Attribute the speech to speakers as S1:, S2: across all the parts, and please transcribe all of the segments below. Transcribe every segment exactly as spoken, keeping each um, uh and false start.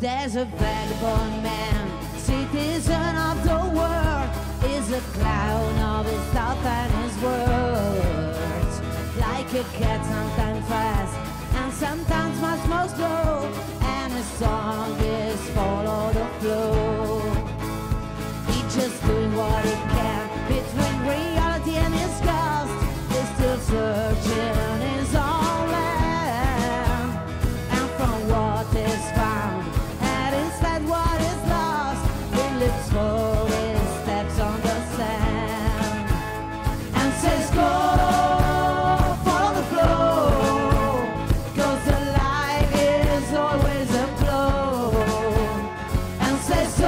S1: There's a vagabond man, citizen of the world, is a clown of his thoughts and his words. Like a cat, sometimes fast and sometimes much more slow, and his song is follow the flow. He's just doing what he can between reality and his ghost. He's still searching his own land, and from what is found and instead what is lost, he looks for his steps on the sand and says go, follow the flow, 'cause the life is always a flow, and says so,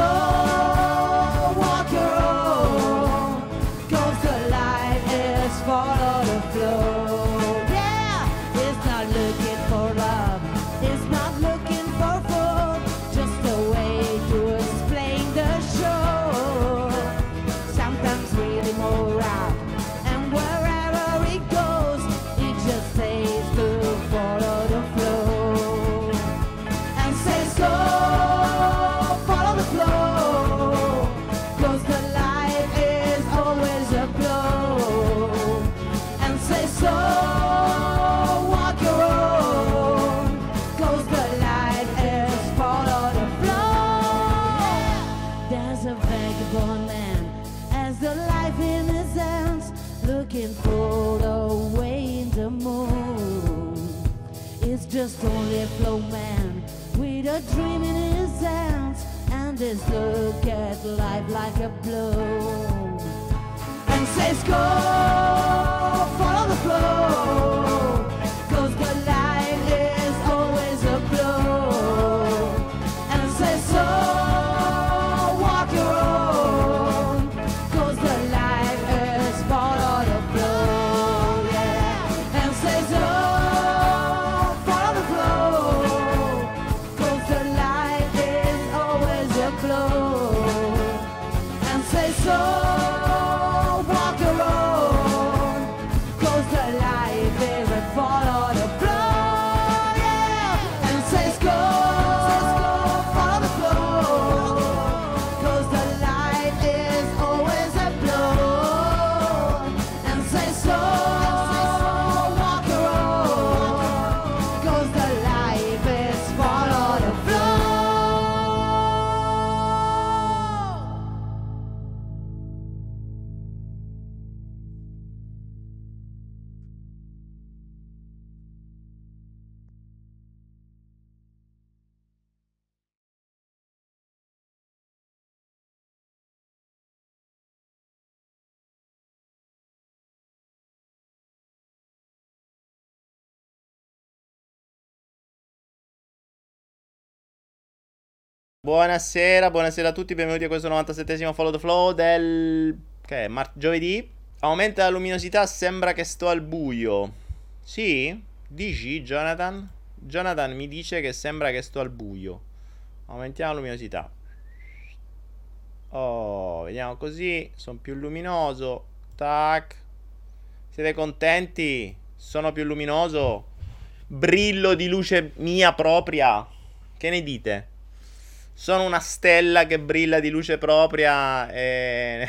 S1: walk your own, 'cause the life is follow the flow. Yeah, it's not looking for love, it's not looking for food, just a way to explain the show. Sometimes really more out, and wherever it goes, it just says to follow the flow, and says go, follow the flow, 'cause the life is always a flow, and says so, walk your own, 'cause the life is follow the flow. There's a vagabond man, as the life in his hands, looking for the way in the moon. It's just only a flow man with a dream in his hands, and this look at life like a blow, and says go, follow the flow, 'cause the life is always a blow, and says so, walk your own, 'cause the life is follow the flow. Yeah, and says oh, follow the flow, 'cause the life is always a flow, and says so, walk your own, 'cause the life is a follow the flow. Yeah, and says go, follow the flow, 'cause the life is always a flow, and says so, walk your own, 'cause the life is follow the flow.
S2: Buonasera, buonasera a tutti, benvenuti a questo novantasettesimo Follow the Flow del... che è? Mar- giovedì. Aumenta la luminosità, sembra che sto al buio. Sì? Dici, Jonathan? Jonathan mi dice che sembra che sto al buio. Aumentiamo la luminosità. Oh, vediamo così, sono più luminoso. Tac. Siete contenti? Sono più luminoso? Brillo di luce mia propria. Che ne dite? Sono una stella che brilla di luce propria e...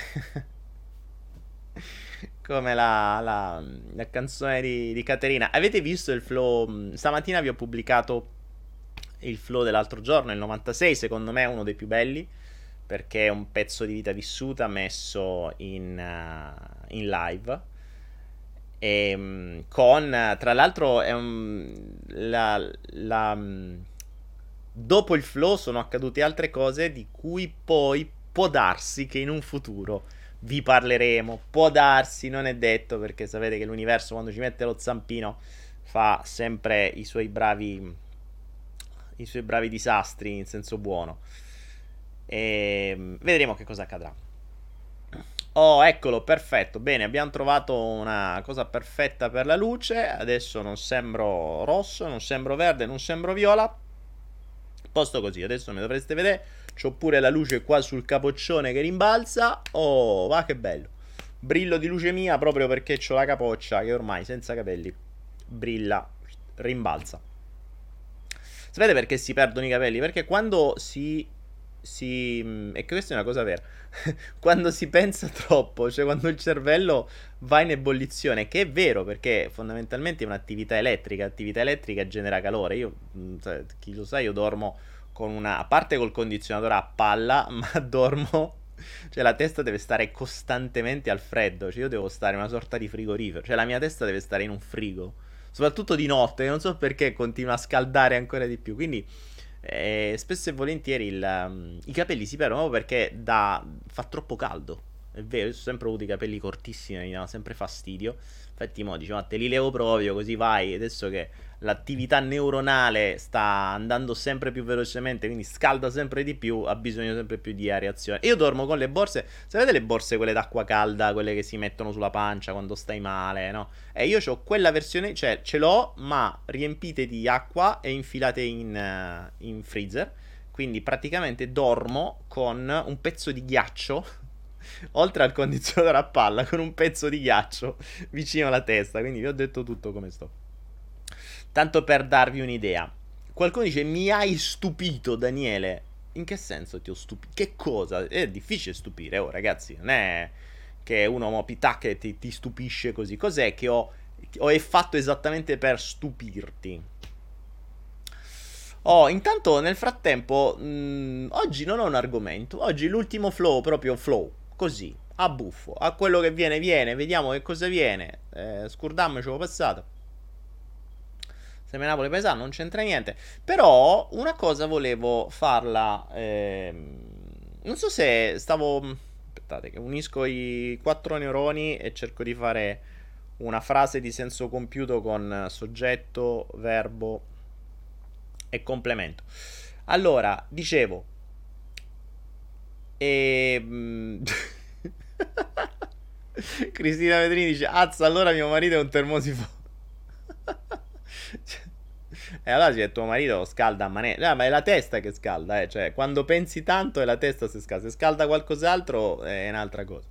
S2: come la, la, la canzone di, di Caterina. Avete visto il flow? Stamattina vi ho pubblicato il flow dell'altro giorno, il novantasei, secondo me è uno dei più belli, perché è un pezzo di vita vissuta messo in, uh, in live. E, con, tra l'altro, è un, la... la dopo il flow sono accadute altre cose di cui poi può darsi che in un futuro vi parleremo. Può darsi, non è detto, perché sapete che l'universo quando ci mette lo zampino fa sempre i suoi bravi i suoi bravi disastri in senso buono. E vedremo che cosa accadrà. Oh, eccolo, perfetto. Bene, abbiamo trovato una cosa perfetta per la luce. Adesso non sembro rosso, non sembro verde, non sembro viola. Posto così, adesso mi dovreste vedere. C'ho pure la luce qua sul capoccione che rimbalza. Oh, va che bello. Brillo di luce mia proprio perché c'ho la capoccia che ormai senza capelli brilla, rimbalza. Sapete perché si perdono i capelli? Perché quando si... si e questa è una cosa vera. Quando si pensa troppo, cioè quando il cervello va in ebollizione, che è vero perché fondamentalmente è un'attività elettrica, attività elettrica genera calore. Io, mh, sai, chi lo sa, io dormo con una, a parte col condizionatore a palla, ma dormo, cioè la testa deve stare costantemente al freddo, cioè io devo stare in una sorta di frigorifero, cioè la mia testa deve stare in un frigo, soprattutto di notte, non so perché continua a scaldare ancora di più, quindi eh, spesso e volentieri il, um, i capelli si perdono proprio perché da, fa troppo caldo. È vero, io ho sempre avuto i capelli cortissimi, mi danno sempre fastidio. Infatti, mo dicevo, ma te li levo proprio così vai. Adesso che l'attività neuronale sta andando sempre più velocemente, quindi scalda sempre di più, ha bisogno sempre più di areazione. Io dormo con le borse, sapete le borse quelle d'acqua calda, quelle che si mettono sulla pancia quando stai male, no? E io ho quella versione, cioè ce l'ho, ma riempite di acqua e infilate in, eh, in freezer. Quindi praticamente dormo con un pezzo di ghiaccio, oltre al condizionatore a palla, con un pezzo di ghiaccio vicino alla testa. Quindi vi ho detto tutto come sto. Tanto per darvi un'idea. Qualcuno dice: mi hai stupito, Daniele. In che senso ti ho stupito? Che cosa? È difficile stupire, oh ragazzi. Non è che uno mo pitac e ti, ti stupisce così. Cos'è che ho, ho fatto esattamente per stupirti? Oh, intanto nel frattempo, mh, oggi non ho un argomento. Oggi l'ultimo flow, proprio flow. Così, a buffo. A quello che viene, viene. Vediamo che cosa viene. Eh, scurdammo, ce l'ho passata. Se me Napoli paesano non c'entra niente. Però una cosa volevo farla. ehm, Non so se stavo. Aspettate, che unisco i quattro neuroni e cerco di fare una frase di senso compiuto con soggetto, verbo e complemento. Allora, dicevo. E. Cristina Vedrini dice: azza, allora mio marito è un termosifone. E allora c'è tuo marito scalda a manetta. No, ma è la testa che scalda, eh. Cioè, quando pensi tanto è la testa che scalda. Se scalda qualcos'altro è un'altra cosa.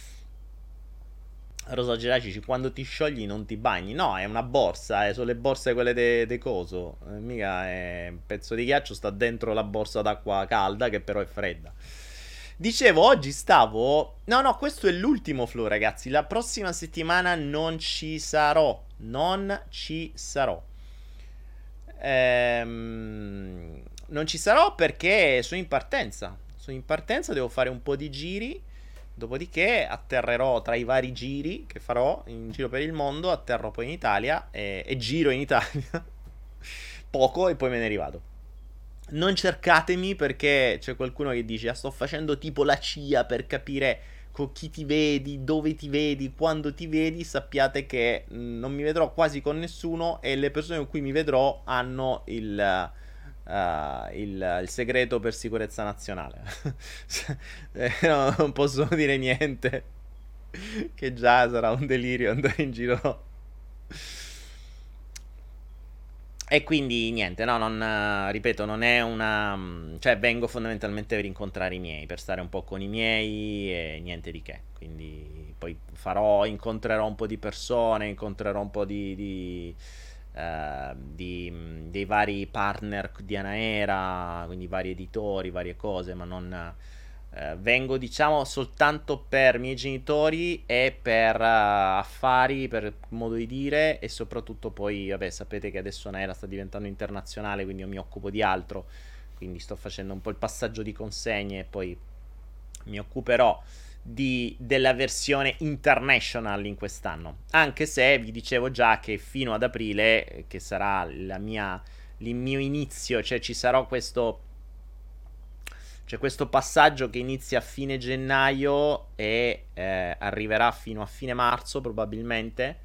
S2: Rosa Geraci dice: quando ti sciogli non ti bagni. No, è una borsa, eh. Sono le borse quelle de, de coso. Eh, mica è un pezzo di ghiaccio, sta dentro la borsa d'acqua calda che però è fredda. Dicevo, oggi stavo. No, no, questo è l'ultimo flow, ragazzi. La prossima settimana non ci sarò. Non ci sarò. Ehm, non ci sarò perché sono in partenza. Sono in partenza, devo fare un po' di giri. Dopodiché atterrerò tra i vari giri che farò in giro per il mondo. Atterro poi in Italia e, e giro in Italia poco e poi me ne rivado. Non cercatemi perché c'è qualcuno che dice: ah, sto facendo tipo la C I A per capire con chi ti vedi, dove ti vedi, quando ti vedi. Sappiate che mh, non mi vedrò quasi con nessuno e le persone con cui mi vedrò hanno il, uh, il, il segreto per sicurezza nazionale. eh, no, non posso dire niente, che già sarà un delirio andare in giro. E quindi niente, no, non, eh, ripeto, non è una. mm, Cioè, vengo fondamentalmente per incontrare i miei, per stare un po' con i miei e niente di che. Quindi poi farò, incontrerò un po' di persone, incontrerò un po' di, di, eh, di, mm, dei vari partner di Anaera, quindi vari editori, varie cose, ma non. Eh, vengo, diciamo, soltanto per miei genitori e per eh, affari, per modo di dire, e soprattutto poi, vabbè, sapete che adesso Naera sta diventando internazionale, quindi io mi occupo di altro, quindi sto facendo un po' il passaggio di consegne e poi mi occuperò di, della versione international in quest'anno. Anche se vi dicevo già che fino ad aprile, eh, che sarà la mia, il mio inizio, cioè ci sarò questo c'è questo passaggio che inizia a fine gennaio e eh, arriverà fino a fine marzo probabilmente,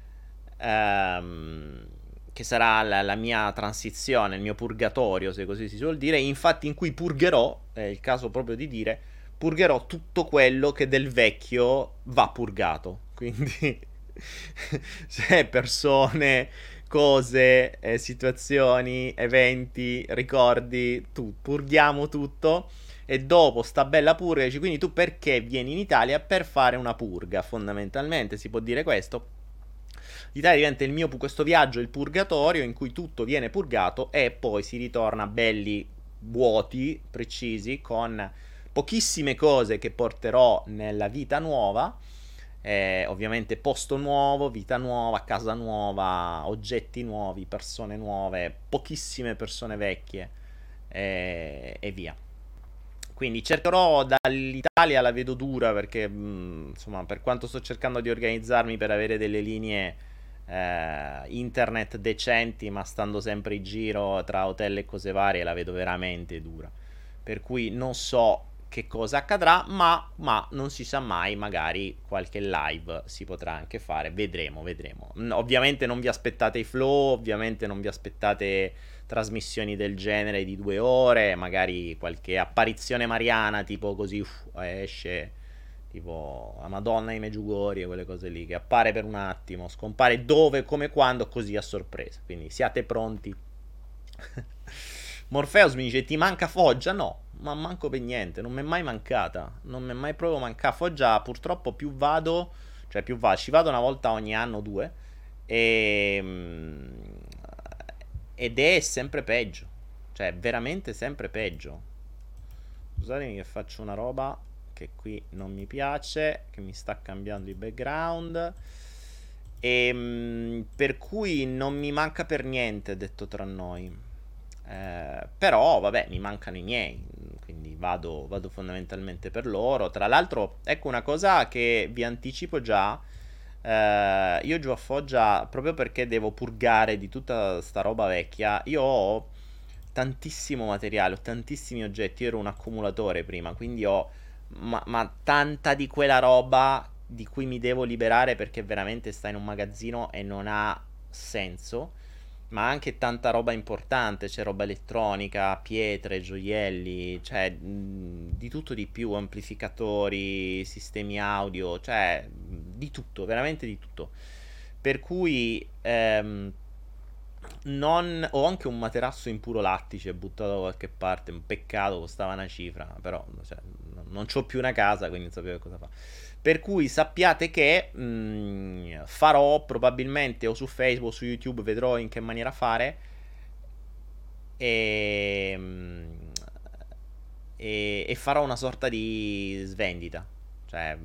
S2: ehm, che sarà la, la mia transizione, il mio purgatorio, se così si suol dire, infatti in cui purgherò, è il caso proprio di dire, purgherò tutto quello che del vecchio va purgato. Quindi se persone, cose, eh, situazioni, eventi, ricordi, tu, purghiamo tutto e dopo sta bella purga dici: quindi tu perché vieni in Italia? Per fare una purga, fondamentalmente si può dire questo. L'Italia diventa il mio, questo viaggio, il purgatorio, in cui tutto viene purgato e poi si ritorna belli vuoti, precisi, con pochissime cose che porterò nella vita nuova. Eh, ovviamente posto nuovo, vita nuova, casa nuova, oggetti nuovi, persone nuove, pochissime persone vecchie, eh, e via. Quindi cercherò, dall'Italia la vedo dura perché, mh, insomma, per quanto sto cercando di organizzarmi per avere delle linee eh, internet decenti, ma stando sempre in giro tra hotel e cose varie, la vedo veramente dura. Per cui non so che cosa accadrà, ma, ma non si sa mai, magari qualche live si potrà anche fare, vedremo, vedremo. N- ovviamente non vi aspettate i flow, ovviamente non vi aspettate trasmissioni del genere di due ore, magari qualche apparizione mariana, tipo così, uff, esce, tipo la Madonna di Meggiugorje, quelle cose lì, che appare per un attimo, scompare dove, come, quando, così a sorpresa. Quindi siate pronti. Morpheus mi dice: ti manca Foggia? No, ma manco per niente, non mi è mai mancata, non mi è mai proprio mancata. Foggia purtroppo più vado, cioè più vado, ci vado una volta ogni anno o due, e, mm, ed è sempre peggio, cioè veramente sempre peggio. Scusatemi che faccio una roba che qui non mi piace, che mi sta cambiando il background. E, mm, per cui non mi manca per niente, detto tra noi. Eh, però vabbè, mi mancano i miei, quindi vado, vado fondamentalmente per loro. Tra l'altro, ecco una cosa che vi anticipo già. Eh, io giù a Foggia, proprio perché devo purgare di tutta sta roba vecchia, io ho tantissimo materiale, ho tantissimi oggetti. Io ero un accumulatore prima, quindi ho ma, ma tanta di quella roba di cui mi devo liberare, perché veramente sta in un magazzino e non ha senso. Ma anche tanta roba importante, c'è roba elettronica, pietre, gioielli, cioè mh, di tutto di più, amplificatori, sistemi audio, cioè mh, di tutto, veramente di tutto. Per cui ehm, non... ho anche un materasso in puro lattice buttato da qualche parte, un peccato, costava una cifra, però cioè, non, non c'ho più una casa, quindi non sapevo cosa fare. Per cui sappiate che mh, farò probabilmente, o su Facebook o su YouTube, vedrò in che maniera fare. E, mh, e, e farò una sorta di svendita. Cioè,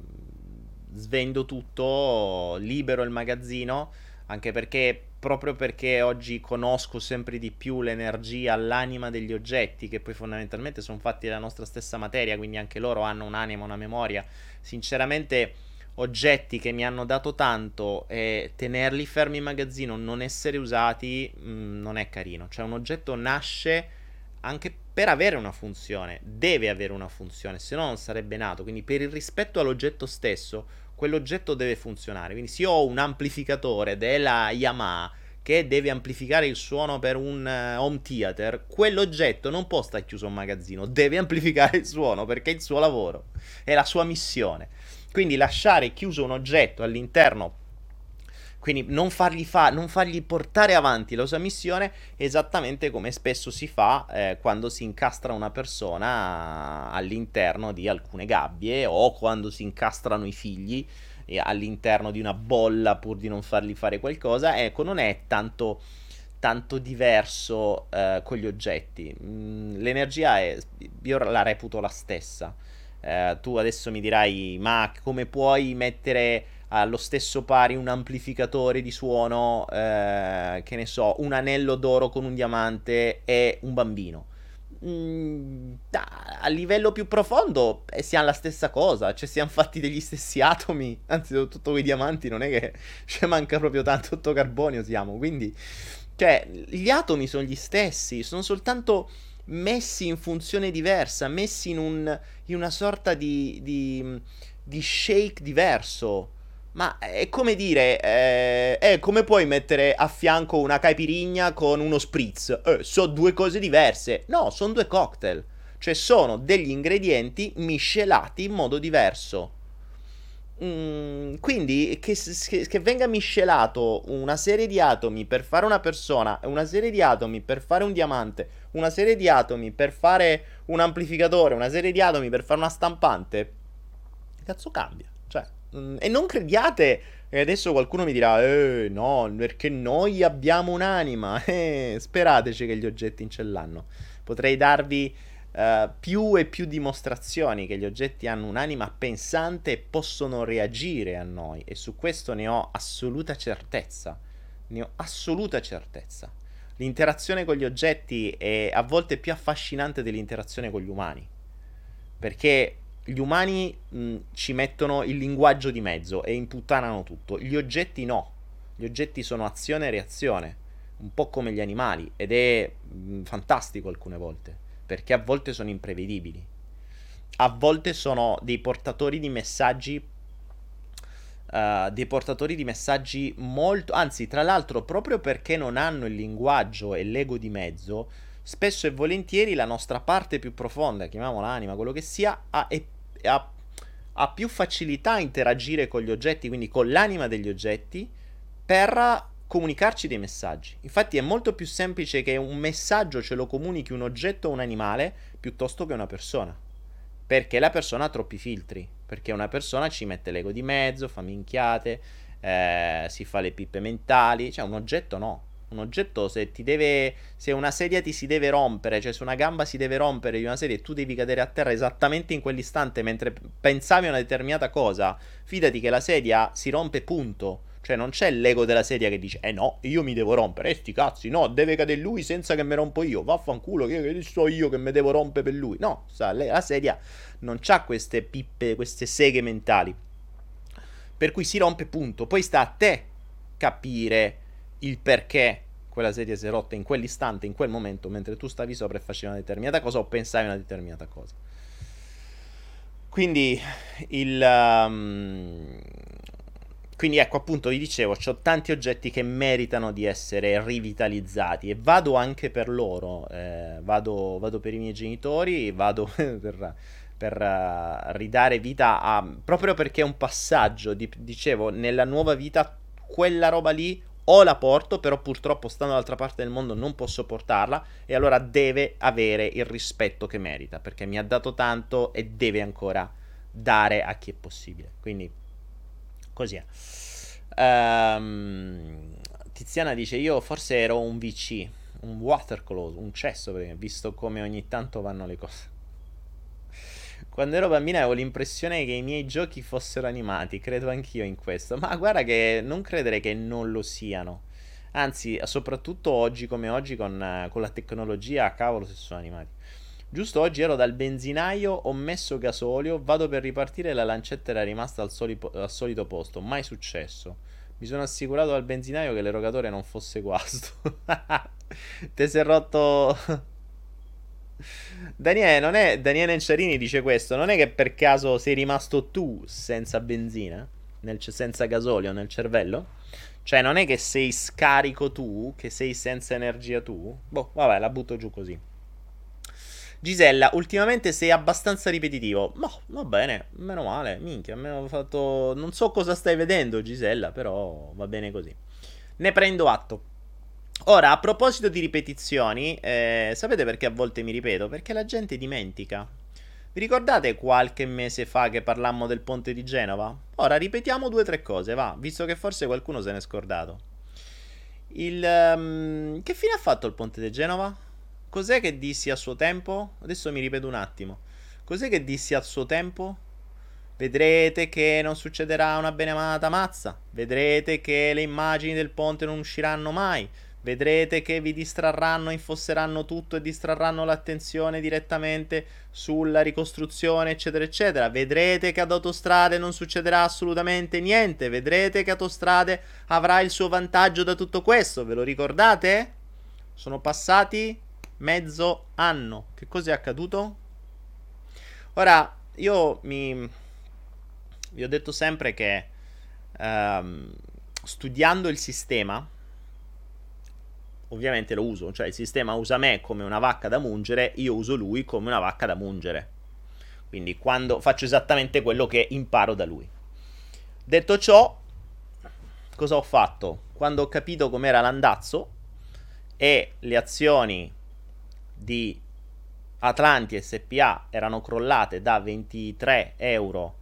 S2: svendo tutto, libero il magazzino. Anche perché, proprio perché oggi conosco sempre di più l'energia, l'anima degli oggetti, che poi fondamentalmente sono fatti della nostra stessa materia, quindi anche loro hanno un'anima, una memoria. Sinceramente, oggetti che mi hanno dato tanto, e tenerli fermi in magazzino, non essere usati, mh, non è carino. Cioè un oggetto nasce anche per avere una funzione, deve avere una funzione, se no non sarebbe nato. Quindi per il rispetto all'oggetto stesso, quell'oggetto deve funzionare. Quindi se io ho un amplificatore della Yamaha che deve amplificare il suono per un uh, home theater, quell'oggetto non può stare chiuso in magazzino, deve amplificare il suono perché è il suo lavoro, è la sua missione. Quindi lasciare chiuso un oggetto all'interno, quindi non fargli, fa- non fargli portare avanti la sua missione, esattamente come spesso si fa eh, quando si incastra una persona all'interno di alcune gabbie, o quando si incastrano i figli eh, all'interno di una bolla pur di non fargli fare qualcosa. Ecco, non è tanto, tanto diverso eh, con gli oggetti. Mm, l'energia è, io la reputo la stessa. Eh, tu adesso mi dirai: ma come puoi mettere allo stesso pari un amplificatore di suono, eh, che ne so, un anello d'oro con un diamante e un bambino? Mm, a livello più profondo eh, siamo la stessa cosa, cioè siamo fatti degli stessi atomi, anzi soprattutto con i diamanti non è che ci manca proprio tanto, tutto carbonio siamo, quindi cioè gli atomi sono gli stessi, sono soltanto messi in funzione diversa, messi in, un, in una sorta di, di, di shake diverso. Ma è come dire, eh, è come puoi mettere a fianco una caipirinha con uno spritz? Eh, sono due cose diverse. No, sono due cocktail. Cioè sono degli ingredienti miscelati in modo diverso. Mm, quindi che, che, che venga miscelato una serie di atomi per fare una persona, una serie di atomi per fare un diamante, una serie di atomi per fare un amplificatore, una serie di atomi per fare una stampante, che cazzo cambia? Cioè, Mm, e non crediate, e adesso qualcuno mi dirà, eh no, perché noi abbiamo un'anima, eh, sperateci che gli oggetti in ce l'hanno. Potrei darvi eh, più e più dimostrazioni che gli oggetti hanno un'anima pensante e possono reagire a noi, e su questo ne ho assoluta certezza, ne ho assoluta certezza. L'interazione con gli oggetti è a volte più affascinante dell'interazione con gli umani, perché gli umani mh, ci mettono il linguaggio di mezzo e imputtanano tutto. Gli oggetti no. Gli oggetti sono azione e reazione, un po' come gli animali, ed è mh, fantastico alcune volte, perché a volte sono imprevedibili. A volte sono dei portatori di messaggi uh, dei portatori di messaggi molto, anzi, tra l'altro, proprio perché non hanno il linguaggio e l'ego di mezzo, spesso e volentieri la nostra parte più profonda, chiamiamola anima, quello che sia, ha, è, ha, ha più facilità a interagire con gli oggetti, quindi con l'anima degli oggetti, per comunicarci dei messaggi. Infatti è molto più semplice che un messaggio ce lo comunichi un oggetto o un animale piuttosto che una persona. Perché la persona ha troppi filtri. Perché una persona ci mette l'ego di mezzo, fa minchiate, eh, si fa le pippe mentali. Cioè un oggetto no. Un oggetto, se ti deve, se una sedia ti si deve rompere, cioè se una gamba si deve rompere di una sedia e tu devi cadere a terra esattamente in quell'istante mentre pensavi a una determinata cosa, fidati che la sedia si rompe, punto. Cioè non c'è l'ego della sedia che dice eh no, io mi devo rompere, eh sti cazzi, no, deve cadere lui senza che mi rompo io, vaffanculo, che, che so io che mi devo rompere per lui. No, sa, la sedia non c'ha queste pippe, queste seghe mentali, per cui si rompe, punto. Poi sta a te capire il perché quella sedia si è rotta in quell'istante, in quel momento, mentre tu stavi sopra e facevi una determinata cosa o pensavi una determinata cosa. Quindi il um, quindi ecco, appunto, vi dicevo, ho tanti oggetti che meritano di essere rivitalizzati e vado anche per loro, eh, vado, vado per i miei genitori, vado per, per uh, ridare vita a, proprio perché è un passaggio, di, dicevo, nella nuova vita quella roba lì o la porto, però purtroppo stando dall'altra parte del mondo non posso portarla, e allora deve avere il rispetto che merita, perché mi ha dato tanto e deve ancora dare a chi è possibile. Quindi così è. Um, Tiziana dice: io forse ero un V C, un water close, un cesso, perché visto come ogni tanto vanno le cose. Quando ero bambina avevo l'impressione che i miei giochi fossero animati, credo anch'io in questo, ma guarda che non credere che non lo siano. Anzi, soprattutto oggi come oggi con, con la tecnologia, cavolo se sono animati. Giusto oggi ero dal benzinaio, ho messo gasolio, vado per ripartire e la lancetta era rimasta al, soli- al solito posto. Mai successo. Mi sono assicurato al benzinaio che l'erogatore non fosse guasto. Te si è rotto... Daniele, non è... Daniele Enciarini dice questo. Non è che per caso sei rimasto tu senza benzina? Nel... Senza gasolio nel cervello? Cioè non è che sei scarico tu? Che sei senza energia tu? Boh, vabbè, la butto giù così. Gisella, ultimamente sei abbastanza ripetitivo. Ma va bene, meno male, minchia, mi fatto... Non so cosa stai vedendo, Gisella, però va bene così. Ne prendo atto. Ora, a proposito di ripetizioni, eh, sapete perché a volte mi ripeto? Perché la gente dimentica. Vi ricordate qualche mese fa che parlammo del ponte di Genova? Ora ripetiamo due o tre cose, va, visto che forse qualcuno se n'è scordato. Il... Um, che fine ha fatto il ponte di Genova? Cos'è che dissi a suo tempo? Adesso mi ripeto un attimo. Cos'è che dissi a suo tempo? Vedrete che non succederà una beneamata mazza. Vedrete che le immagini del ponte non usciranno mai. Vedrete che vi distrarranno, infosseranno tutto e distrarranno l'attenzione direttamente sulla ricostruzione, eccetera, eccetera. Vedrete che ad Autostrade non succederà assolutamente niente. Vedrete che Autostrade avrà il suo vantaggio da tutto questo. Ve lo ricordate? Sono passati mezzo anno. Che cosa è accaduto? Ora, io mi... vi ho detto sempre che ehm, studiando il sistema, ovviamente lo uso, cioè il sistema usa me come una vacca da mungere, io uso lui come una vacca da mungere. Quindi quando faccio esattamente quello che imparo da lui. Detto ciò, cosa ho fatto? Quando ho capito com'era l'andazzo e le azioni di Atlanti S P A erano crollate da ventitré euro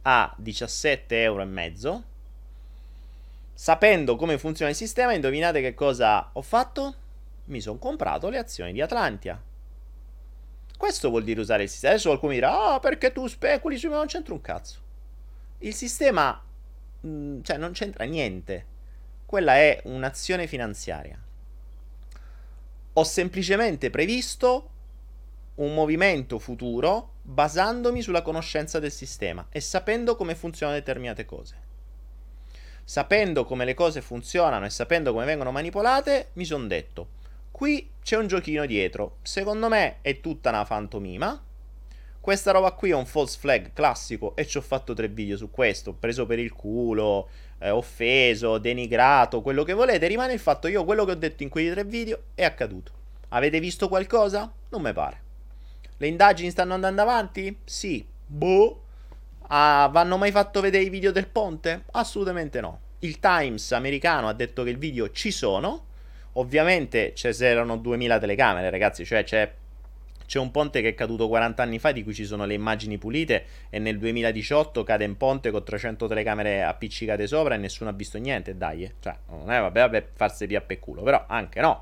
S2: a diciassette euro e mezzo. Sapendo come funziona il sistema, indovinate che cosa ho fatto? Mi sono comprato le azioni di Atlantia. Questo vuol dire usare il sistema. Adesso qualcuno mi dirà, ah, perché tu speculi su me? Non c'entra un cazzo. Il sistema, mh, cioè non c'entra niente. Quella è un'azione finanziaria. Ho semplicemente previsto un movimento futuro basandomi sulla conoscenza del sistema e sapendo come funzionano determinate cose. Sapendo come le cose funzionano e sapendo come vengono manipolate, mi sono detto, qui c'è un giochino dietro. Secondo me è tutta una fantomima. Questa roba qui è un false flag classico e ci ho fatto tre video su questo. Ho preso per il culo, eh, offeso, denigrato, quello che volete. Rimane il fatto che io quello che ho detto in quei tre video è accaduto. Avete visto qualcosa? Non mi pare. Le indagini stanno andando avanti? Sì. Boh. Ah, vanno mai fatto vedere i video del ponte? Assolutamente no. Il Times americano ha detto che il video ci sono. Ovviamente c'erano duemila telecamere, ragazzi. Cioè c'è, c'è un ponte che è caduto quaranta anni fa, di cui ci sono le immagini pulite, e nel duemiladiciotto cade un ponte con trecento telecamere appiccicate sopra e nessuno ha visto niente. Dai, eh. Cioè, non è vabbè, vabbè farsi via per culo, però anche no.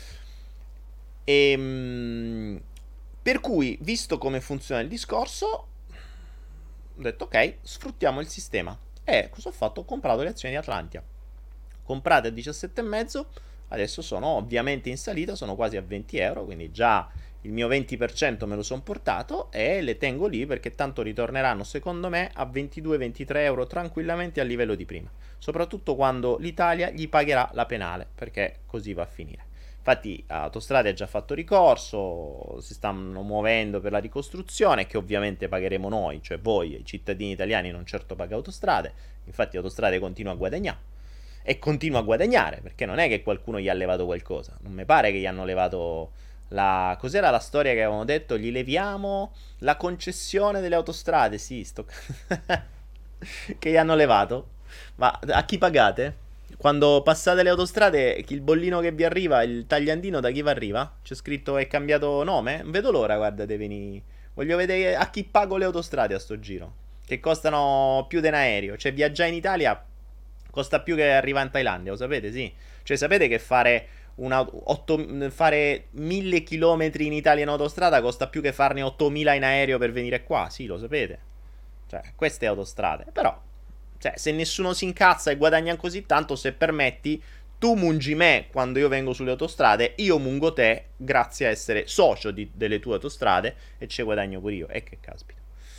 S2: E, per cui, visto come funziona il discorso, ho detto ok, sfruttiamo il sistema. E cosa ho fatto? Ho comprato le azioni di Atlantia. Comprate a diciassette e mezzo, adesso sono ovviamente in salita, sono quasi a venti euro, quindi già il mio venti per cento me lo sono portato e le tengo lì perché tanto ritorneranno secondo me a ventidue ventitré euro tranquillamente a livello di prima, soprattutto quando l'Italia gli pagherà la penale, perché così va a finire. Infatti Autostrade ha già fatto ricorso, si stanno muovendo per la ricostruzione, che ovviamente pagheremo noi, cioè voi, i cittadini italiani, non certo paga Autostrade. Infatti Autostrade continua a guadagnare, e continua a guadagnare, perché non è che qualcuno gli ha levato qualcosa. Non mi pare che gli hanno levato la... Cos'era la storia che avevano detto? Gli leviamo la concessione delle autostrade, sì, sto... che gli hanno levato. Ma a chi pagate? Quando passate le autostrade, il bollino che vi arriva, il tagliandino, da chi vi arriva? C'è scritto è cambiato nome? Non vedo l'ora, guardate, veni. Voglio vedere a chi pago le autostrade a sto giro, che costano più di un aereo. Cioè viaggiare in Italia costa più che arrivare in Thailandia, lo sapete? Sì. Cioè sapete che fare una otto, fare mille chilometri in Italia in autostrada costa più che farne ottomila in aereo per venire qua? Sì, lo sapete. Cioè, queste autostrade. Però, cioè, se nessuno si incazza e guadagna così tanto, se permetti, tu mungi me quando io vengo sulle autostrade, io mungo te grazie a essere socio di, delle tue autostrade, e ci guadagno pure io. E che caspita.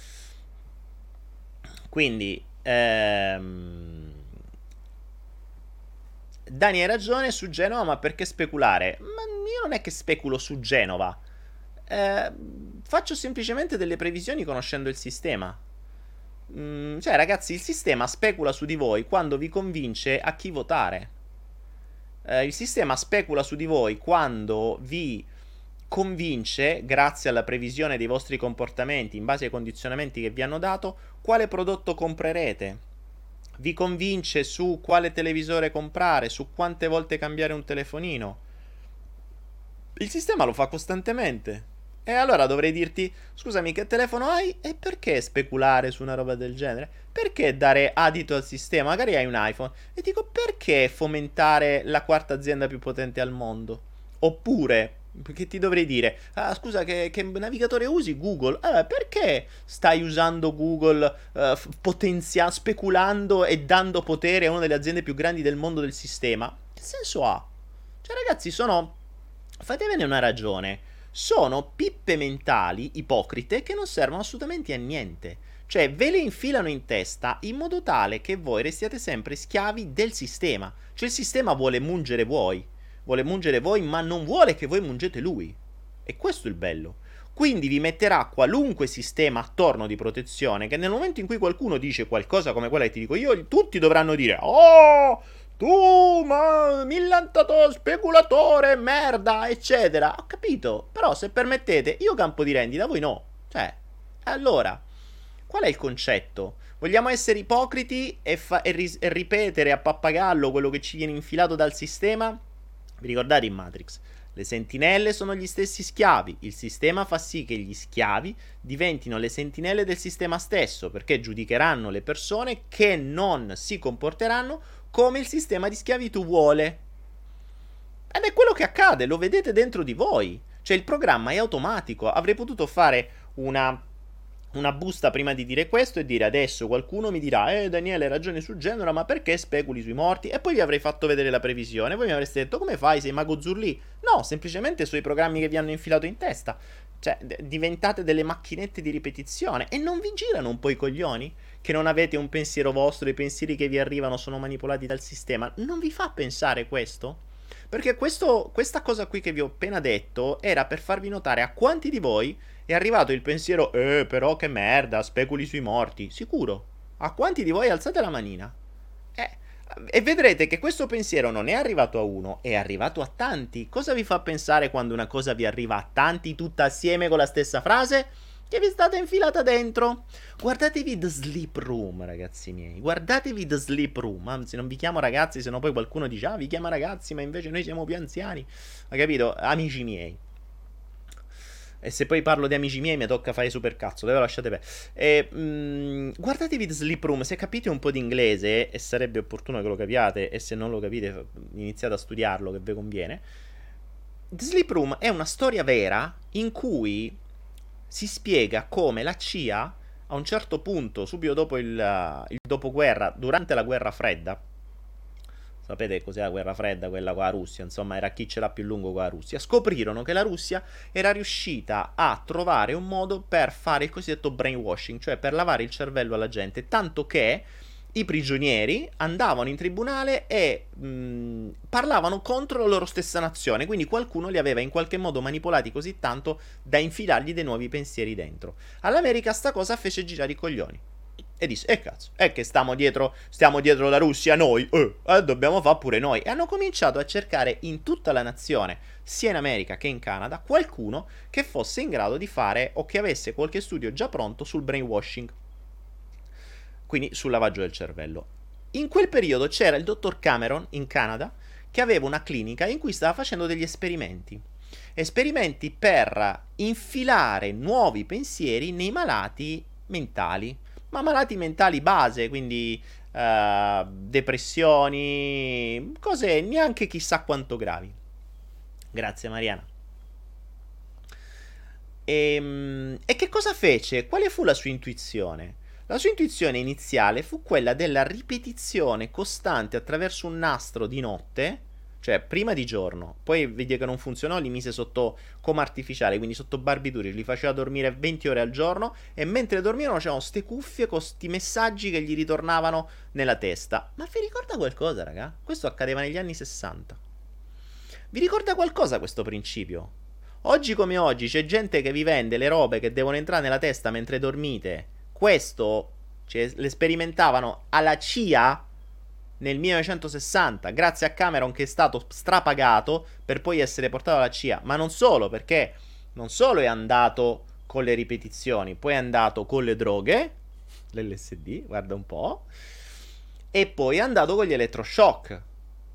S2: Quindi, ehm... Dani hai ragione su Genova, ma perché speculare? Ma io non è che speculo su Genova. Eh, faccio semplicemente delle previsioni conoscendo il sistema. Mm, cioè, ragazzi, il sistema specula su di voi quando vi convince a chi votare. Eh, il sistema specula su di voi quando vi convince, grazie alla previsione dei vostri comportamenti in base ai condizionamenti che vi hanno dato, quale prodotto comprerete. Vi convince su quale televisore comprare, su quante volte cambiare un telefonino. Il sistema lo fa costantemente. E allora dovrei dirti, scusami, che telefono hai? E perché speculare su una roba del genere? Perché dare adito al sistema? Magari hai un iPhone. E dico, perché fomentare la quarta azienda più potente al mondo? Oppure, perché ti dovrei dire, ah scusa, che, che navigatore usi? Google. Allora, perché stai usando Google, uh, potenzia- speculando e dando potere a una delle aziende più grandi del mondo del sistema? Che senso ha? Cioè, ragazzi, sono... fatevene una ragione. Sono pippe mentali ipocrite che non servono assolutamente a niente. Cioè, ve le infilano in testa in modo tale che voi restiate sempre schiavi del sistema. Cioè, il sistema vuole mungere voi. Vuole mungere voi, ma non vuole che voi mungete lui. E questo è il bello. Quindi vi metterà qualunque sistema attorno di protezione, che nel momento in cui qualcuno dice qualcosa come quella che ti dico io, tutti dovranno dire: oh, tu, ma millantato, speculatore, merda, eccetera. Ho capito. Però se permettete, io campo di rendita, voi no. Cioè, allora, qual è il concetto? Vogliamo essere ipocriti e, fa- e, ris- e ripetere a pappagallo quello che ci viene infilato dal sistema? Vi ricordate in Matrix? Le sentinelle sono gli stessi schiavi, il sistema fa sì che gli schiavi diventino le sentinelle del sistema stesso, perché giudicheranno le persone che non si comporteranno come il sistema di schiavitù vuole. Ed è quello che accade, lo vedete dentro di voi. Cioè il programma è automatico. Avrei potuto fare una, una busta prima di dire questo e dire adesso qualcuno mi dirà eh Daniele hai ragione su Genera, ma perché speculi sui morti? E poi vi avrei fatto vedere la previsione. Voi mi avreste detto come fai, sei mago Zurlì? No, semplicemente sui programmi che vi hanno infilato in testa. Cioè d- diventate delle macchinette di ripetizione. E non vi girano un po' i coglioni? Che non avete un pensiero vostro, i pensieri che vi arrivano sono manipolati dal sistema. Non vi fa pensare questo? Perché questo, questa cosa qui che vi ho appena detto era per farvi notare a quanti di voi è arrivato il pensiero eh però che merda, speculi sui morti. Sicuro? A quanti di voi alzate la manina? Eh, e vedrete che questo pensiero non è arrivato a uno, è arrivato a tanti. Cosa vi fa pensare quando una cosa vi arriva a tanti tutta assieme con la stessa frase? Che vi state infilata dentro. Guardatevi The Sleep Room, ragazzi miei. Guardatevi The Sleep Room. Anzi, non vi chiamo ragazzi, se no poi qualcuno dice ah, vi chiama ragazzi, ma invece noi siamo più anziani. Ha capito? Amici miei. E se poi parlo di amici miei mi tocca fare super cazzo, dove lo lasciate per. E, mh, guardatevi The Sleep Room, se capite un po' di inglese, e sarebbe opportuno che lo capiate, e se non lo capite iniziate a studiarlo che vi conviene. The Sleep Room è una storia vera in cui si spiega come la C I A a un certo punto, subito dopo il, il dopoguerra, durante la guerra fredda, sapete cos'è la guerra fredda, quella con la Russia, insomma era chi ce l'ha più lungo con la Russia, scoprirono che la Russia era riuscita a trovare un modo per fare il cosiddetto brainwashing, cioè per lavare il cervello alla gente, tanto che i prigionieri andavano in tribunale e mh, parlavano contro la loro stessa nazione, quindi qualcuno li aveva in qualche modo manipolati così tanto da infilargli dei nuovi pensieri dentro. All'America sta cosa fece girare i coglioni e disse eh cazzo, è che stiamo dietro, stiamo dietro la Russia noi, eh, eh, dobbiamo fare pure noi. E hanno cominciato a cercare in tutta la nazione, sia in America che in Canada, qualcuno che fosse in grado di fare o che avesse qualche studio già pronto sul brainwashing, quindi sul lavaggio del cervello. In quel periodo c'era il dottor Cameron in Canada che aveva una clinica in cui stava facendo degli esperimenti. Esperimenti per infilare nuovi pensieri nei malati mentali, ma malati mentali base, quindi uh, depressioni, cose neanche chissà quanto gravi. Grazie Mariana. E, e che cosa fece? Quale fu la sua intuizione? La sua intuizione iniziale fu quella della ripetizione costante attraverso un nastro di notte, cioè prima di giorno, poi vide che non funzionò, li mise sotto coma artificiale, quindi sotto barbituri, li faceva dormire venti ore al giorno e mentre dormivano c'erano ste cuffie con sti messaggi che gli ritornavano nella testa. Ma vi ricorda qualcosa, raga? Questo accadeva negli anni sessanta. Vi ricorda qualcosa questo principio? Oggi come oggi c'è gente che vi vende le robe che devono entrare nella testa mentre dormite. Questo cioè, le sperimentavano alla C I A nel millenovecentosessanta, grazie a Cameron che è stato strapagato per poi essere portato alla C I A. Ma non solo, perché non solo è andato con le ripetizioni, poi è andato con le droghe, l'L S D, guarda un po', e poi è andato con gli elettroshock.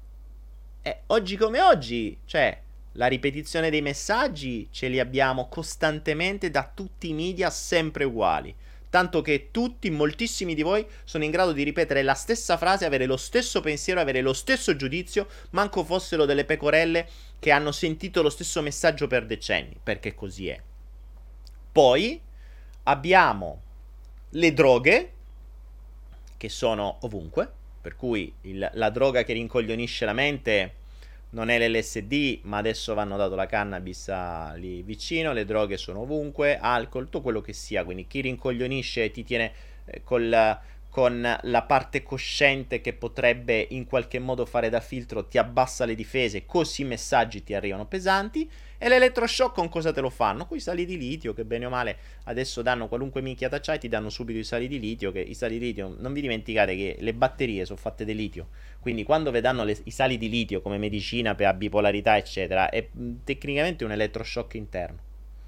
S2: E oggi come oggi, cioè, la ripetizione dei messaggi ce li abbiamo costantemente da tutti i media sempre uguali. Tanto che tutti, moltissimi di voi, sono in grado di ripetere la stessa frase, avere lo stesso pensiero, avere lo stesso giudizio, manco fossero delle pecorelle che hanno sentito lo stesso messaggio per decenni, perché così è. Poi abbiamo le droghe, che sono ovunque, per cui il, la droga che rincoglionisce la mente non è l'L S D, ma adesso vanno dato la cannabis a, lì vicino, le droghe sono ovunque, alcol, tutto quello che sia, quindi chi rincoglionisce e ti tiene eh, col, con la parte cosciente che potrebbe in qualche modo fare da filtro, ti abbassa le difese, così i messaggi ti arrivano pesanti. E l'elettroshock con cosa te lo fanno? Con i sali di litio, che bene o male adesso danno qualunque minchia c'hai, ti danno subito i sali di litio, che i sali di litio, non vi dimenticate che le batterie sono fatte di litio, quindi quando vi danno le, i sali di litio come medicina per la bipolarità eccetera, è mh, tecnicamente un elettroshock interno,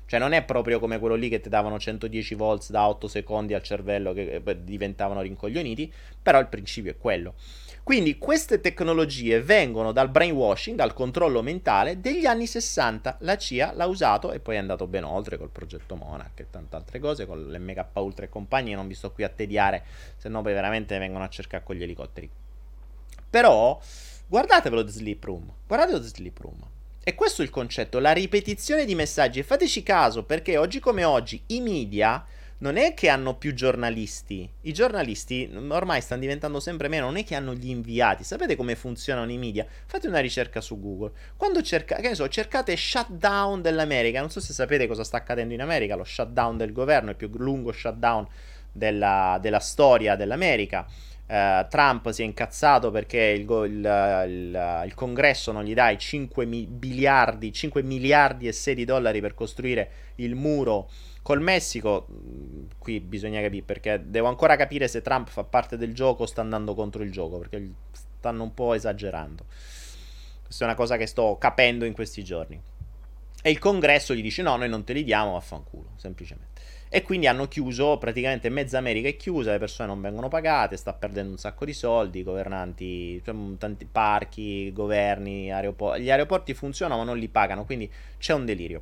S2: Cioè non è proprio come quello lì che ti davano centodieci volts da otto secondi al cervello che eh, diventavano rincoglioniti, però il principio è quello. Quindi queste tecnologie vengono dal brainwashing, dal controllo mentale degli anni sessanta. La C I A l'ha usato e poi è andato ben oltre col progetto Monarch e tante altre cose, con l'M K Ultra e compagni. Non vi sto qui a tediare, se no poi veramente vengono a cercare con gli elicotteri. Però guardatevelo The Sleep Room, guardate The Sleep Room. E questo è il concetto, la ripetizione di messaggi. E fateci caso, perché oggi come oggi i media non è che hanno più giornalisti. I giornalisti ormai stanno diventando sempre meno, non è che hanno gli inviati. Sapete come funzionano i media? Fate una ricerca su Google. Quando cerca, che ne so, cercate shutdown dell'America, non so se sapete cosa sta accadendo in America, lo shutdown del governo, il più lungo shutdown della, della storia dell'America. Uh, Trump si è incazzato perché il, il, il, il congresso non gli dà i cinque miliardi, cinque miliardi e sei di dollari per costruire il muro col Messico. Qui bisogna capire, perché devo ancora capire se Trump fa parte del gioco o sta andando contro il gioco, perché stanno un po' esagerando. Questa è una cosa che sto capendo in questi giorni. E il congresso gli dice no, noi non te li diamo, vaffanculo, semplicemente. E quindi hanno chiuso, praticamente mezza America è chiusa, le persone non vengono pagate, sta perdendo un sacco di soldi, i governanti, cioè, tanti parchi, governi, aeroporti. Gli aeroporti funzionano ma non li pagano, quindi c'è un delirio.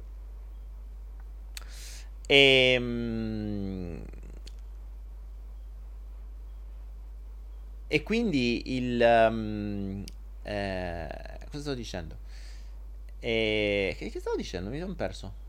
S2: E, e quindi il... Um, eh, cosa stavo dicendo? E, che, che stavo dicendo? Mi sono perso.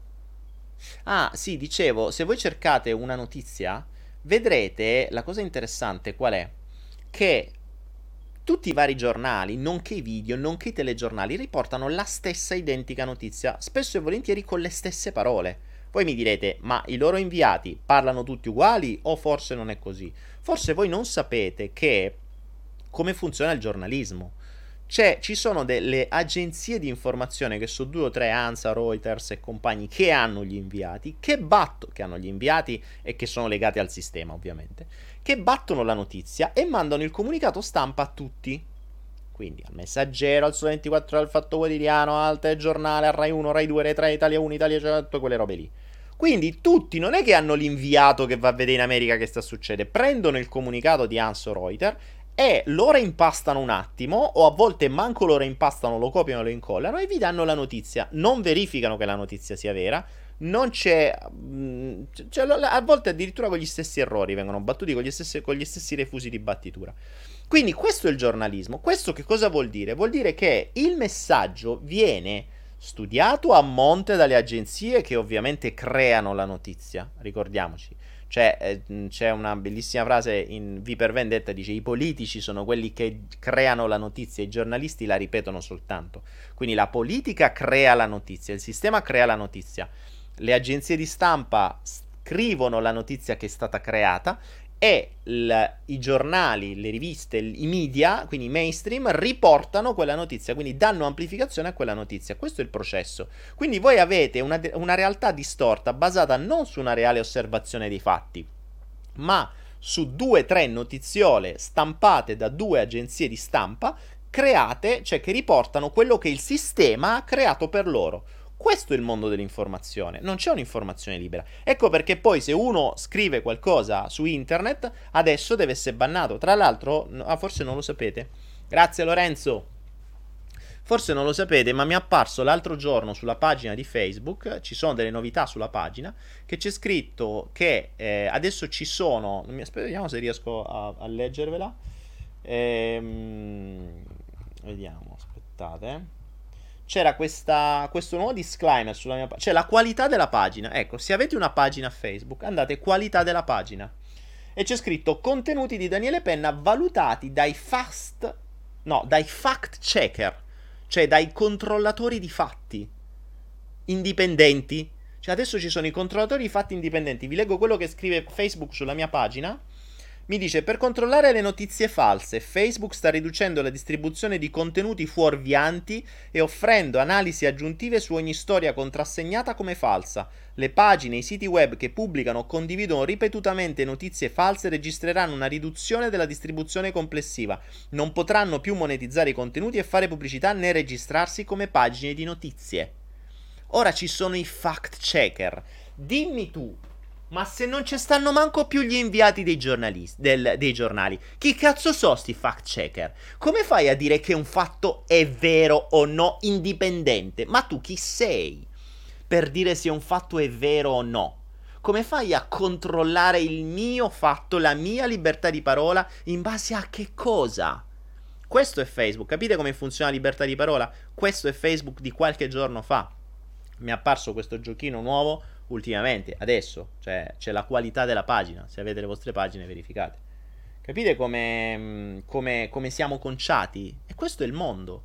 S2: Ah, sì, dicevo, se voi cercate una notizia, vedrete la cosa interessante qual è? Che tutti i vari giornali, nonché i video, nonché i telegiornali, riportano la stessa identica notizia, spesso e volentieri con le stesse parole. Voi mi direte, ma i loro inviati parlano tutti uguali o forse non è così? Forse voi non sapete che come funziona il giornalismo. C'è, ci sono delle agenzie di informazione che sono due o tre, ANSA, Reuters e compagni, che hanno gli inviati, che battono, che hanno gli inviati e che sono legati al sistema ovviamente, che battono la notizia e mandano il comunicato stampa a tutti. Quindi al Messaggero, al Sole ventiquattro Ore, al Fatto Quotidiano, al Telegiornale, al Rai uno, Rai due, Rai tre, Italia uno, Italia cento, tutte quelle robe lì. Quindi tutti non è che hanno l'inviato che va a vedere in America che sta succedendo, prendono il comunicato di ANSA o Reuters e lo reimpastano un attimo, o a volte manco lo reimpastano, lo copiano, lo incollano e vi danno la notizia. Non verificano che la notizia sia vera, non c'è, mh, cioè, a volte addirittura con gli stessi errori vengono battuti, con gli stessi, con gli stessi refusi di battitura. Quindi questo è il giornalismo. Questo che cosa vuol dire? Vuol dire che il messaggio viene studiato a monte dalle agenzie che ovviamente creano la notizia, ricordiamoci. Cioè, eh, c'è una bellissima frase in V per Vendetta, dice i politici sono quelli che creano la notizia, i giornalisti la ripetono soltanto. Quindi la politica crea la notizia, il sistema crea la notizia, le agenzie di stampa scrivono la notizia che è stata creata e il, i giornali, le riviste, i media, quindi i mainstream, riportano quella notizia, quindi danno amplificazione a quella notizia. Questo è il processo. Quindi voi avete una, una realtà distorta basata non su una reale osservazione dei fatti, ma su due o tre notiziole stampate da due agenzie di stampa create, cioè che riportano quello che il sistema ha creato per loro. Questo è il mondo dell'informazione, non c'è un'informazione libera. Ecco perché poi se uno scrive qualcosa su internet, adesso deve essere bannato. Tra l'altro, ah, forse non lo sapete. Grazie Lorenzo. Forse non lo sapete, ma mi è apparso l'altro giorno sulla pagina di Facebook, ci sono delle novità sulla pagina, che c'è scritto che eh, adesso ci sono, non mi aspetta, vediamo se riesco a, a leggervela. Ehm, vediamo, aspettate. C'era questa, questo nuovo disclaimer sulla mia pagina. C'è la qualità della pagina. Ecco, se avete una pagina Facebook, andate qualità della pagina. E c'è scritto contenuti di Daniele Penna valutati dai fast... No, dai fact checker. Cioè dai controllatori di fatti. Indipendenti. Cioè adesso ci sono i controllatori di fatti indipendenti. Vi leggo quello che scrive Facebook sulla mia pagina. Mi dice, per controllare le notizie false, Facebook sta riducendo la distribuzione di contenuti fuorvianti e offrendo analisi aggiuntive su ogni storia contrassegnata come falsa. Le pagine e i siti web che pubblicano o condividono ripetutamente notizie false registreranno una riduzione della distribuzione complessiva. Non potranno più monetizzare i contenuti e fare pubblicità né registrarsi come pagine di notizie. Ora ci sono i fact checker. Dimmi tu, ma se non ci stanno manco più gli inviati dei giornalisti, del, dei giornali, chi cazzo so sti fact checker? Come fai a dire che un fatto è vero o no indipendente? Ma tu chi sei per dire se un fatto è vero o no? Come fai a controllare il mio fatto, la mia libertà di parola, in base a che cosa? Questo è Facebook, capite come funziona la libertà di parola? Questo è Facebook di qualche giorno fa. Mi è apparso questo giochino nuovo ultimamente, adesso, cioè c'è la qualità della pagina, se avete le vostre pagine verificate. Capite come, come, come siamo conciati? E questo è il mondo.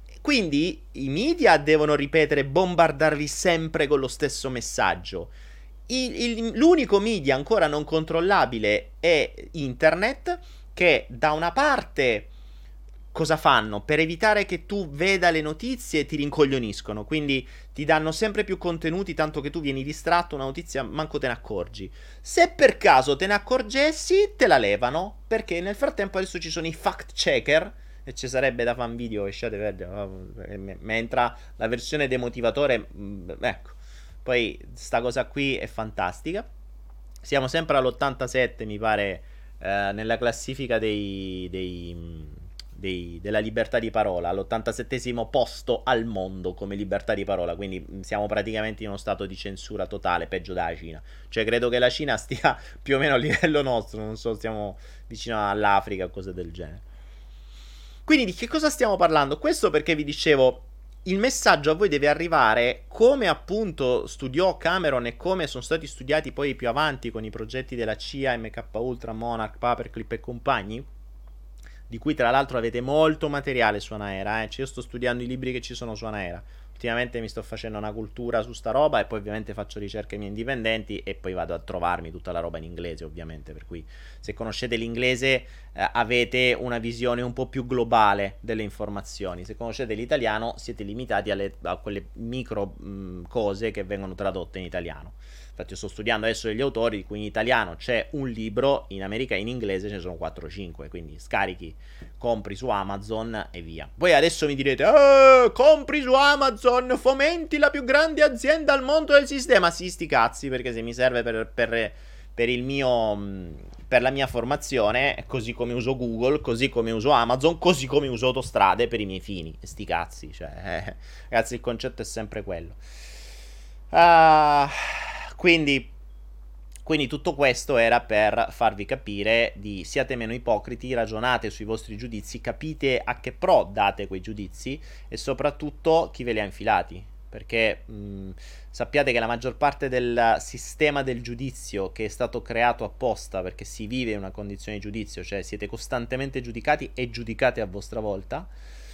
S2: Quindi i media devono ripetere, bombardarvi sempre con lo stesso messaggio. Il, il, l'unico media ancora non controllabile è internet, che da una parte cosa fanno? Per evitare che tu veda le notizie ti rincoglioniscono, quindi ti danno sempre più contenuti, tanto che tu vieni distratto, una notizia manco te ne accorgi. Se per caso te ne accorgessi, te la levano, perché nel frattempo adesso ci sono i fact checker, e ci sarebbe da fan video, lasciate perdere, mentre la versione demotivatore, mh, ecco, poi sta cosa qui è fantastica. Siamo sempre all'ottantasette, mi pare, eh, nella classifica dei... dei dei, della libertà di parola, all'ottantasettesimo posto al mondo come libertà di parola, quindi siamo praticamente in uno stato di censura totale, peggio della Cina. Cioè credo che la Cina stia più o meno a livello nostro, non so, stiamo vicino all'Africa o cose del genere. Quindi di che cosa stiamo parlando? Questo perché vi dicevo, il messaggio a voi deve arrivare come appunto studiò Cameron e come sono stati studiati poi più avanti con i progetti della C I A, M K Ultra, Monarch, Paperclip e compagni, di cui tra l'altro avete molto materiale su Anaera, eh. Cioè, io sto studiando i libri che ci sono su Anaera. Ultimamente mi sto facendo una cultura su sta roba e poi ovviamente faccio ricerche mie indipendenti e poi vado a trovarmi tutta la roba in inglese, ovviamente, per cui se conoscete l'inglese eh, avete una visione un po' più globale delle informazioni. Se conoscete l'italiano siete limitati alle, a quelle micro mh, cose che vengono tradotte in italiano. Infatti io sto studiando adesso degli autori di cui in italiano c'è un libro, in America in inglese ce ne sono quattro o cinque, quindi scarichi, compri su Amazon e via. Voi adesso mi direte, eh, compri su Amazon, fomenti la più grande azienda al mondo del sistema. Sì, sti cazzi, perché se mi serve per, per, per il mio... per la mia formazione, così come uso Google, così come uso Amazon, così come uso autostrade per i miei fini. E sti cazzi, cioè, eh, ragazzi, il concetto è sempre quello. Ah... Uh... Quindi, quindi tutto questo era per farvi capire di siate meno ipocriti, ragionate sui vostri giudizi, capite a che pro date quei giudizi e soprattutto chi ve li ha infilati. Perché mh, sappiate che la maggior parte del sistema del giudizio che è stato creato apposta perché si vive in una condizione di giudizio, cioè siete costantemente giudicati e giudicate a vostra volta,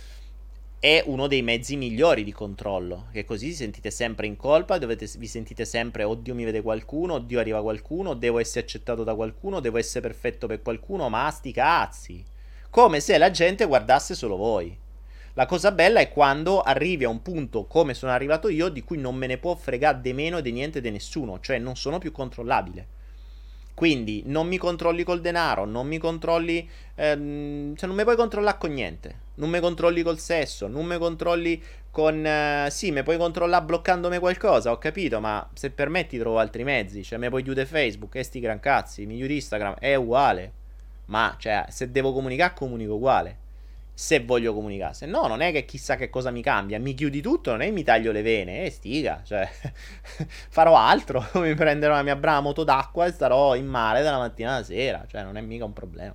S2: è uno dei mezzi migliori di controllo, che così vi sentite sempre in colpa, dovete, vi sentite sempre oddio mi vede qualcuno, oddio arriva qualcuno, devo essere accettato da qualcuno, devo essere perfetto per qualcuno, ma sti cazzi, come se la gente guardasse solo voi. La cosa bella è quando arrivi a un punto come sono arrivato io, di cui non me ne può fregare di meno di niente di nessuno, cioè non sono più controllabile. Quindi non mi controlli col denaro, non mi controlli, ehm, cioè non mi puoi controllare con niente. Non mi controlli col sesso, non mi controlli con... Eh, sì, mi puoi controllare bloccandomi qualcosa, ho capito, ma se permetti trovo altri mezzi. Cioè mi puoi chiudere Facebook, e sti gran cazzi, mi chiudi Instagram, è uguale. Ma, cioè, se devo comunicare, comunico uguale. Se voglio comunicare. Se no, non è che chissà che cosa mi cambia. Mi chiudi tutto, non è che mi taglio le vene. Eh, stiga. Cioè, farò altro. Mi prenderò la mia brava moto d'acqua e starò in mare dalla mattina alla sera. Cioè, non è mica un problema.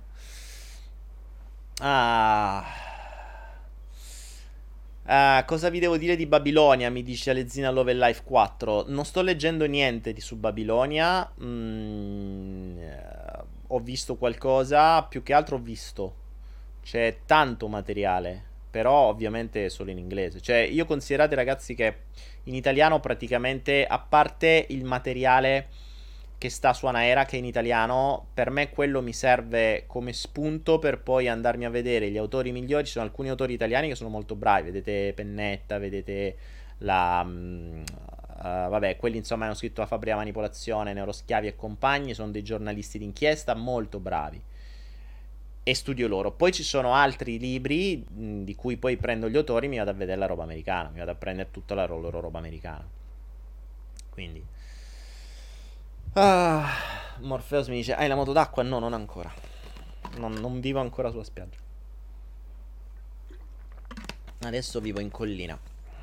S2: Ah... Uh, cosa vi devo dire di Babilonia? Mi dice Alezzina Love Life quattro. Non sto leggendo niente di su Babilonia. Mm, uh, ho visto qualcosa. Più che altro ho visto. C'è tanto materiale. Però ovviamente solo in inglese. Cioè io considerate ragazzi che in italiano praticamente, a parte il materiale che sta su Anaera che è in italiano, per me quello mi serve come spunto per poi andarmi a vedere gli autori migliori. Ci sono alcuni autori italiani che sono molto bravi, vedete Pennetta, vedete la um, uh, vabbè, quelli insomma hanno scritto La fabbrica manipolazione, Neuroschiavi e compagni, sono dei giornalisti d'inchiesta molto bravi e studio loro. Poi ci sono altri libri mh, di cui poi prendo gli autori e mi vado a vedere la roba americana, mi vado a prendere tutta la loro roba americana. Quindi ah, Morpheus mi dice: hai la moto d'acqua? No, non ancora. Non, non vivo ancora sulla spiaggia. Adesso vivo in collina.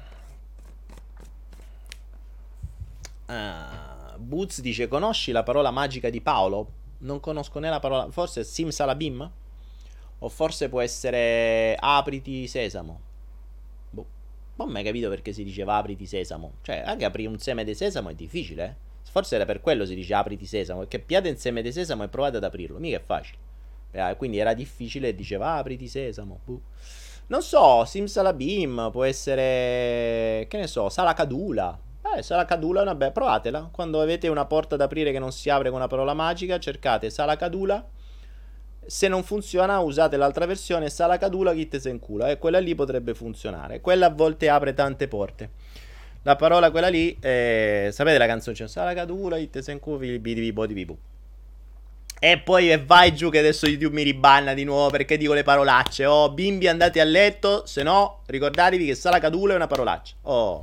S2: uh, Boots dice: conosci la parola magica di Paolo? Non conosco né la parola. Forse Simsalabim? O forse può essere apriti sesamo. Boh. Non ho mai capito perché si diceva apriti sesamo. Cioè, anche aprire un seme di sesamo è difficile, eh? Forse era per quello si dice apriti sesamo. Perché piate un seme di sesamo e provate ad aprirlo. Mica è facile. Eh, quindi era difficile e diceva apriti sesamo. Boh. Non so, Simsalabim può essere. Che ne so, Salacadula. Eh, Salacadula è una bella. Provatela. Quando avete una porta da aprire che non si apre con una parola magica, cercate Salacadula. Se non funziona, usate l'altra versione, Salacadula chi te se incula, e eh, quella lì potrebbe funzionare. Quella a volte apre tante porte. La parola quella lì, eh, sapete la canzone? Salacadula chi te se incula, bidibi bodibibu. E poi eh, vai giù che adesso YouTube mi ribanna di nuovo perché dico le parolacce. Oh, bimbi andate a letto, se no ricordatevi che Salacadula è una parolaccia. Oh.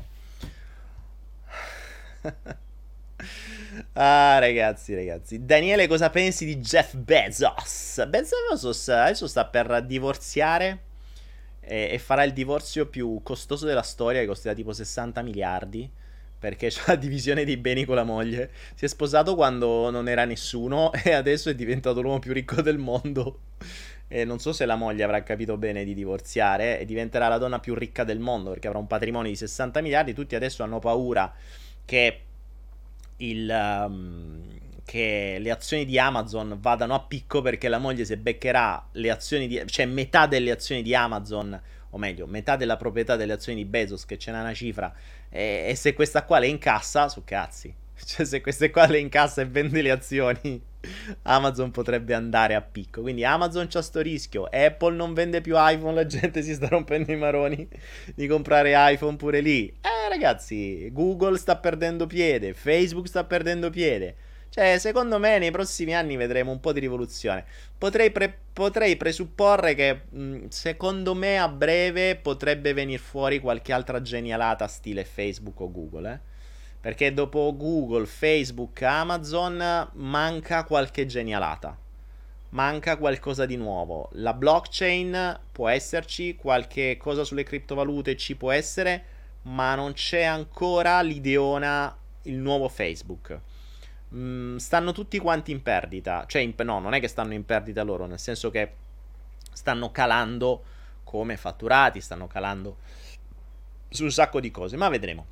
S2: Ah, ragazzi, ragazzi. Daniele, cosa pensi di Jeff Bezos? Bezos adesso sta per divorziare e, e farà il divorzio più costoso della storia, che costerà tipo sessanta miliardi, perché c'ha la divisione dei beni con la moglie. Si è sposato quando non era nessuno e adesso è diventato l'uomo più ricco del mondo. E non so se la moglie avrà capito bene di divorziare e diventerà la donna più ricca del mondo, perché avrà un patrimonio di sessanta miliardi. Tutti adesso hanno paura che il um, che le azioni di Amazon vadano a picco, perché la moglie se beccherà le azioni di, cioè metà delle azioni di Amazon, o meglio metà della proprietà delle azioni di Bezos, che ce n'è una cifra, e, e se questa qua le incassa, su cazzi, cioè se queste qua le incassa e vende le azioni, Amazon potrebbe andare a picco. Quindi Amazon c'ha sto rischio. Apple non vende più iPhone, la gente si sta rompendo i maroni di comprare iPhone pure lì. Eh ragazzi, Google sta perdendo piede, Facebook sta perdendo piede. Cioè, secondo me nei prossimi anni vedremo un po' di rivoluzione. Potrei, pre- potrei presupporre che mh, secondo me a breve potrebbe venire fuori qualche altra genialata stile Facebook o Google, eh. Perché dopo Google, Facebook, Amazon manca qualche genialata. Manca qualcosa di nuovo. La blockchain può esserci, qualche cosa sulle criptovalute ci può essere, ma non c'è ancora l'ideona, il nuovo Facebook. Mm, stanno tutti quanti in perdita. Cioè, in, no, non è che stanno in perdita loro, nel senso che stanno calando come fatturati, stanno calando su un sacco di cose, ma vedremo.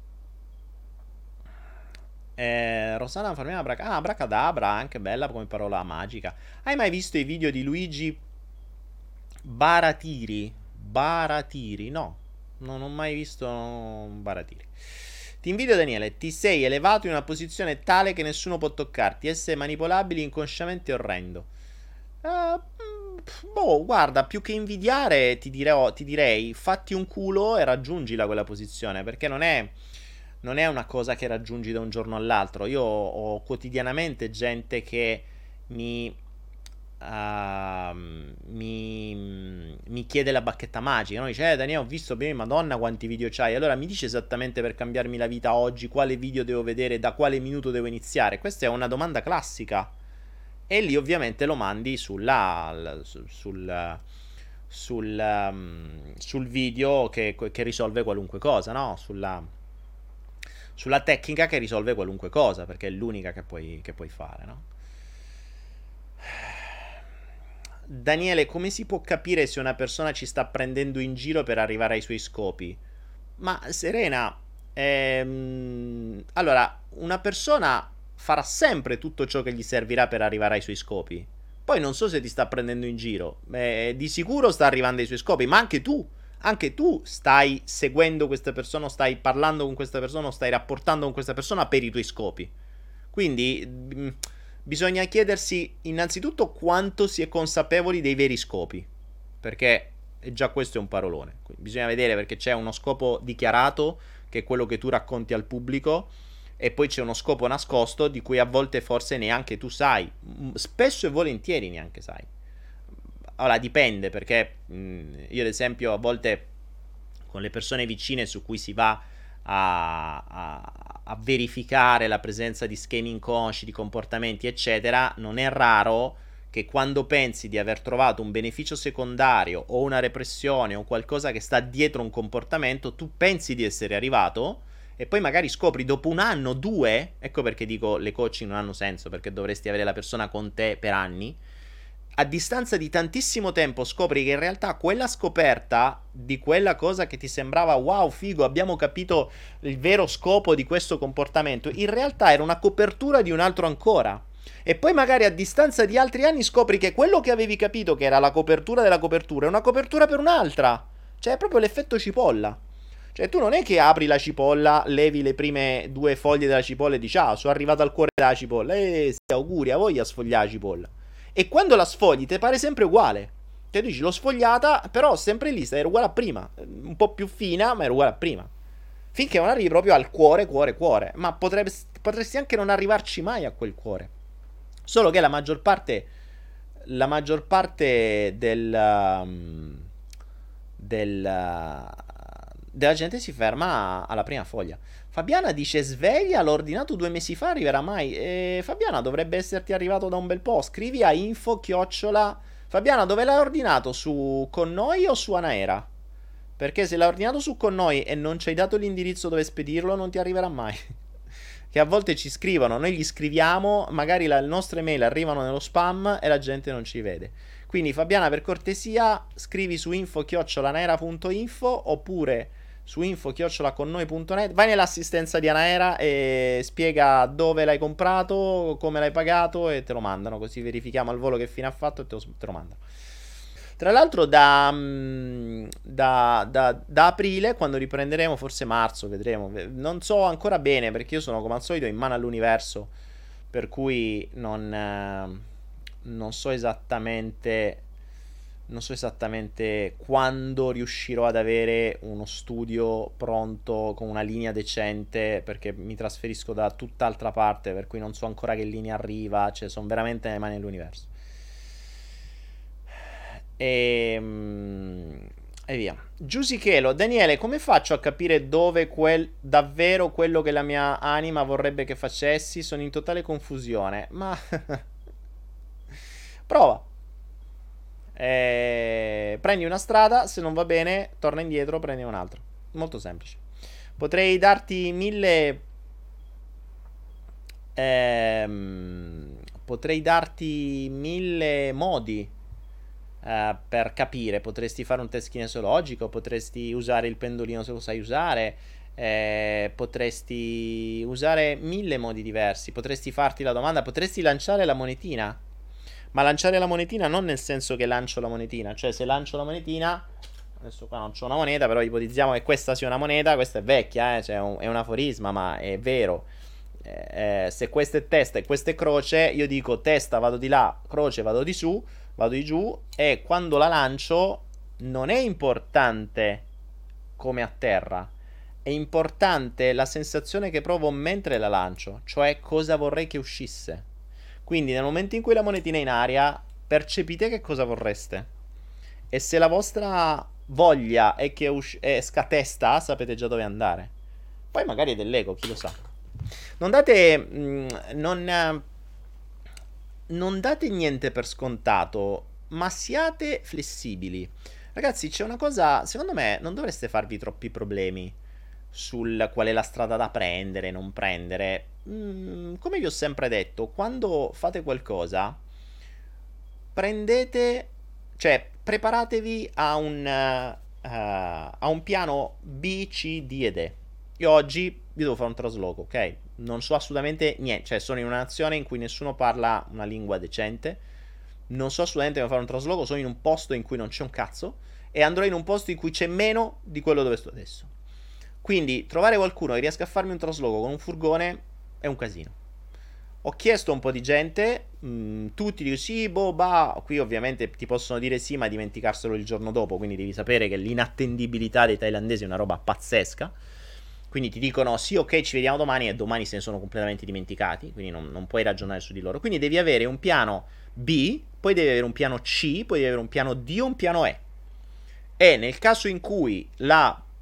S2: Eh, Rosana Farmiana Braca- ah, Abracadabra, anche bella come parola magica. Hai mai visto i video di Luigi Baratiri? Baratiri? No, non ho mai visto Baratiri. Ti invidio, Daniele, ti sei elevato in una posizione tale che nessuno può toccarti. Essere manipolabili inconsciamente è orrendo. Uh, boh, guarda, più che invidiare ti direi, ti direi fatti un culo e raggiungila quella posizione, perché non è... non è una cosa che raggiungi da un giorno all'altro. Io ho quotidianamente gente che mi, uh, mi, mi chiede la bacchetta magica, no? Dice, eh Daniele, ho visto bene, Madonna quanti video c'hai. Allora mi dici esattamente, per cambiarmi la vita oggi, quale video devo vedere, da quale minuto devo iniziare? Questa è una domanda classica. E lì ovviamente lo mandi sulla, sul, sul, sul, um, sul video che, che risolve qualunque cosa, no? Sulla... sulla tecnica che risolve qualunque cosa, perché è l'unica che puoi, che puoi fare, no? Daniele, come si può capire se una persona ci sta prendendo in giro per arrivare ai suoi scopi? Ma Serena, ehm, allora, una persona farà sempre tutto ciò che gli servirà per arrivare ai suoi scopi. Poi non so se ti sta prendendo in giro, eh, di sicuro sta arrivando ai suoi scopi, ma anche tu. Anche tu stai seguendo questa persona, stai parlando con questa persona, stai rapportando con questa persona per i tuoi scopi. Quindi mh, bisogna chiedersi innanzitutto quanto si è consapevoli dei veri scopi, perché e già questo è un parolone. Quindi bisogna vedere, perché c'è uno scopo dichiarato, che è quello che tu racconti al pubblico, e poi c'è uno scopo nascosto di cui a volte forse neanche tu sai, spesso e volentieri neanche sai. Allora dipende, perché mh, io ad esempio a volte con le persone vicine su cui si va a, a, a verificare la presenza di schemi inconsci, di comportamenti, eccetera, non è raro che quando pensi di aver trovato un beneficio secondario o una repressione o qualcosa che sta dietro un comportamento, tu pensi di essere arrivato e poi magari scopri dopo un anno, due, ecco perché dico le coaching non hanno senso, perché dovresti avere la persona con te per anni, a distanza di tantissimo tempo scopri che in realtà quella scoperta di quella cosa che ti sembrava wow, figo, abbiamo capito il vero scopo di questo comportamento, in realtà era una copertura di un altro ancora. E poi magari a distanza di altri anni scopri che quello che avevi capito che era la copertura della copertura è una copertura per un'altra. Cioè è proprio l'effetto cipolla. Cioè tu non è che apri la cipolla, levi le prime due foglie della cipolla e dici ah, sono arrivato al cuore della cipolla. E sì, auguri a voi a sfogliare la cipolla. E quando la sfogli ti pare sempre uguale. Cioè tu dici l'ho sfogliata, però sempre lì, era uguale a prima. Un po' più fina, ma era uguale a prima. Finché non arrivi proprio al cuore, cuore, cuore. Ma potrebbe, potresti anche non arrivarci mai a quel cuore. Solo che la maggior parte la maggior parte del um, del uh, della gente si ferma alla prima foglia. Fabiana dice sveglia, l'ho ordinato due mesi fa, arriverà mai? E Fabiana dovrebbe esserti arrivato da un bel po'. Scrivi a info chiocciola. Fabiana, dove l'hai ordinato? Su con noi o su Anaera? Perché se l'hai ordinato su con noi e non ci hai dato l'indirizzo dove spedirlo, non ti arriverà mai. Che a volte ci scrivono, noi gli scriviamo, magari la, le nostre mail arrivano nello spam e la gente non ci vede. Quindi Fabiana, per cortesia, scrivi su info chiocciola anaera punto info oppure su info chiocciola con noi punto net, vai nell'assistenza di Anaera e spiega dove l'hai comprato, come l'hai pagato e te lo mandano, così verifichiamo al volo che fine ha fatto e te lo, te lo mandano. Tra l'altro da, da, da, da aprile, quando riprenderemo, forse marzo, vedremo, non so ancora bene perché io sono come al solito in mano all'universo, per cui non, eh, non so esattamente non so esattamente quando riuscirò ad avere uno studio pronto con una linea decente, perché mi trasferisco da tutt'altra parte, per cui non so ancora che linea arriva, cioè sono veramente nelle mani dell'universo. E, e via. Giusichelo, Daniele, come faccio a capire dove quel, davvero quello che la mia anima vorrebbe che facessi? Sono in totale confusione. Ma prova. Eh, prendi una strada, se non va bene, torna indietro, prendi un'altra. Molto semplice. Potrei darti mille. Ehm, potrei darti mille modi Uh, per capire. Potresti fare un test kinesiologico, potresti usare il pendolino se lo sai usare, eh, potresti usare mille modi diversi, potresti farti la domanda, potresti lanciare la monetina, ma lanciare la monetina non nel senso che lancio la monetina, cioè se lancio la monetina, adesso qua non c'ho una moneta, però ipotizziamo che questa sia una moneta, questa è vecchia, eh, cioè un, è un aforisma, ma è vero. Eh, se questa è testa e questa è croce, io dico testa vado di là, croce vado di su, vado di giù, e quando la lancio non è importante come a terra, è importante la sensazione che provo mentre la lancio, cioè cosa vorrei che uscisse. Quindi nel momento in cui la monetina è in aria, percepite che cosa vorreste, e se la vostra voglia è che us- esca testa, sapete già dove andare. Poi magari è dell'ego, chi lo sa. Non date mh, non non date niente per scontato, ma siate flessibili. Ragazzi, c'è una cosa, secondo me non dovreste farvi troppi problemi sul qual è la strada da prendere, non prendere. Mm, come vi ho sempre detto, quando fate qualcosa, prendete, cioè preparatevi a un, uh, a un piano B, C, D ed E. Io oggi vi devo fare un trasloco, ok? Non so assolutamente niente, cioè sono in una nazione in cui nessuno parla una lingua decente, non so assolutamente come fare un trasloco, sono in un posto in cui non c'è un cazzo e andrò in un posto in cui c'è meno di quello dove sto adesso. Quindi trovare qualcuno che riesca a farmi un trasloco con un furgone è un casino. Ho chiesto a un po' di gente, mh, tutti dicono sì, boh, bah, qui ovviamente ti possono dire sì, ma dimenticarselo il giorno dopo, quindi devi sapere che l'inattendibilità dei thailandesi è una roba pazzesca. Quindi ti dicono sì, ok, ci vediamo domani e domani se ne sono completamente dimenticati, quindi non, non puoi ragionare su di loro. Quindi devi avere un piano B, poi devi avere un piano C, poi devi avere un piano D o un piano E. E nel caso in cui la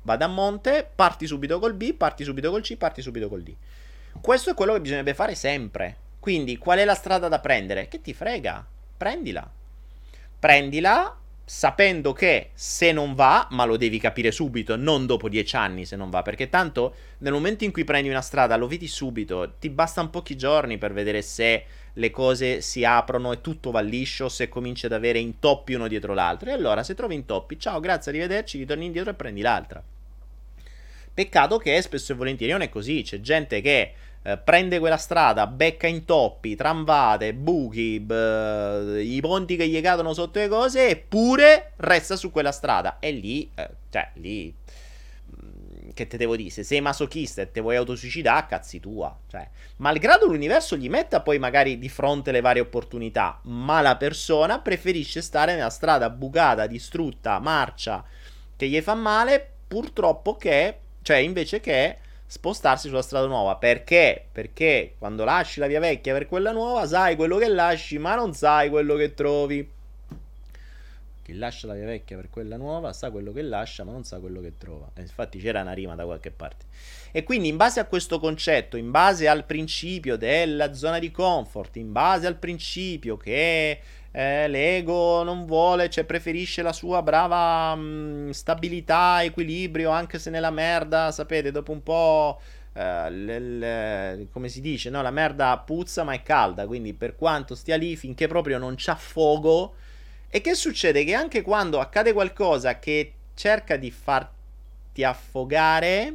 S2: vado a monte, parti subito col B, parti subito col C, parti subito col D. Questo è quello che bisognerebbe fare sempre. Quindi, qual è la strada da prendere? Che ti frega? Prendila. Prendila sapendo che se non va, ma lo devi capire subito, non dopo dieci anni se non va, perché tanto nel momento in cui prendi una strada lo vedi subito, ti bastano pochi giorni per vedere se le cose si aprono e tutto va liscio, se cominci ad avere intoppi uno dietro l'altro. E allora se trovi intoppi, ciao, grazie, arrivederci, ritorni indietro e prendi l'altra. Peccato che spesso e volentieri non è così, c'è gente che eh, prende quella strada, becca intoppi, tramvate, buchi, b- i ponti che gli cadono sotto le cose, eppure resta su quella strada. E lì, eh, cioè, lì, mm, che te devo dire, se sei masochista e te vuoi autosuicidare, cazzi tua. Cioè, malgrado l'universo gli metta poi magari di fronte le varie opportunità, ma la persona preferisce stare nella strada bucata, distrutta, marcia, che gli fa male, purtroppo che, cioè, invece che spostarsi sulla strada nuova. Perché? Perché quando lasci la via vecchia per quella nuova, sai quello che lasci, ma non sai quello che trovi. Chi lascia la via vecchia per quella nuova sa quello che lascia, ma non sa quello che trova. E infatti c'era una rima da qualche parte. E quindi in base a questo concetto, in base al principio della zona di comfort, in base al principio che eh, l'ego non vuole, cioè preferisce la sua brava mh, stabilità, equilibrio, anche se nella merda, sapete, dopo un po', eh, l- l- come si dice, no? La merda puzza ma è calda, quindi per quanto stia lì, finché proprio non c'ha fuoco. E che succede? Che anche quando accade qualcosa che cerca di farti affogare,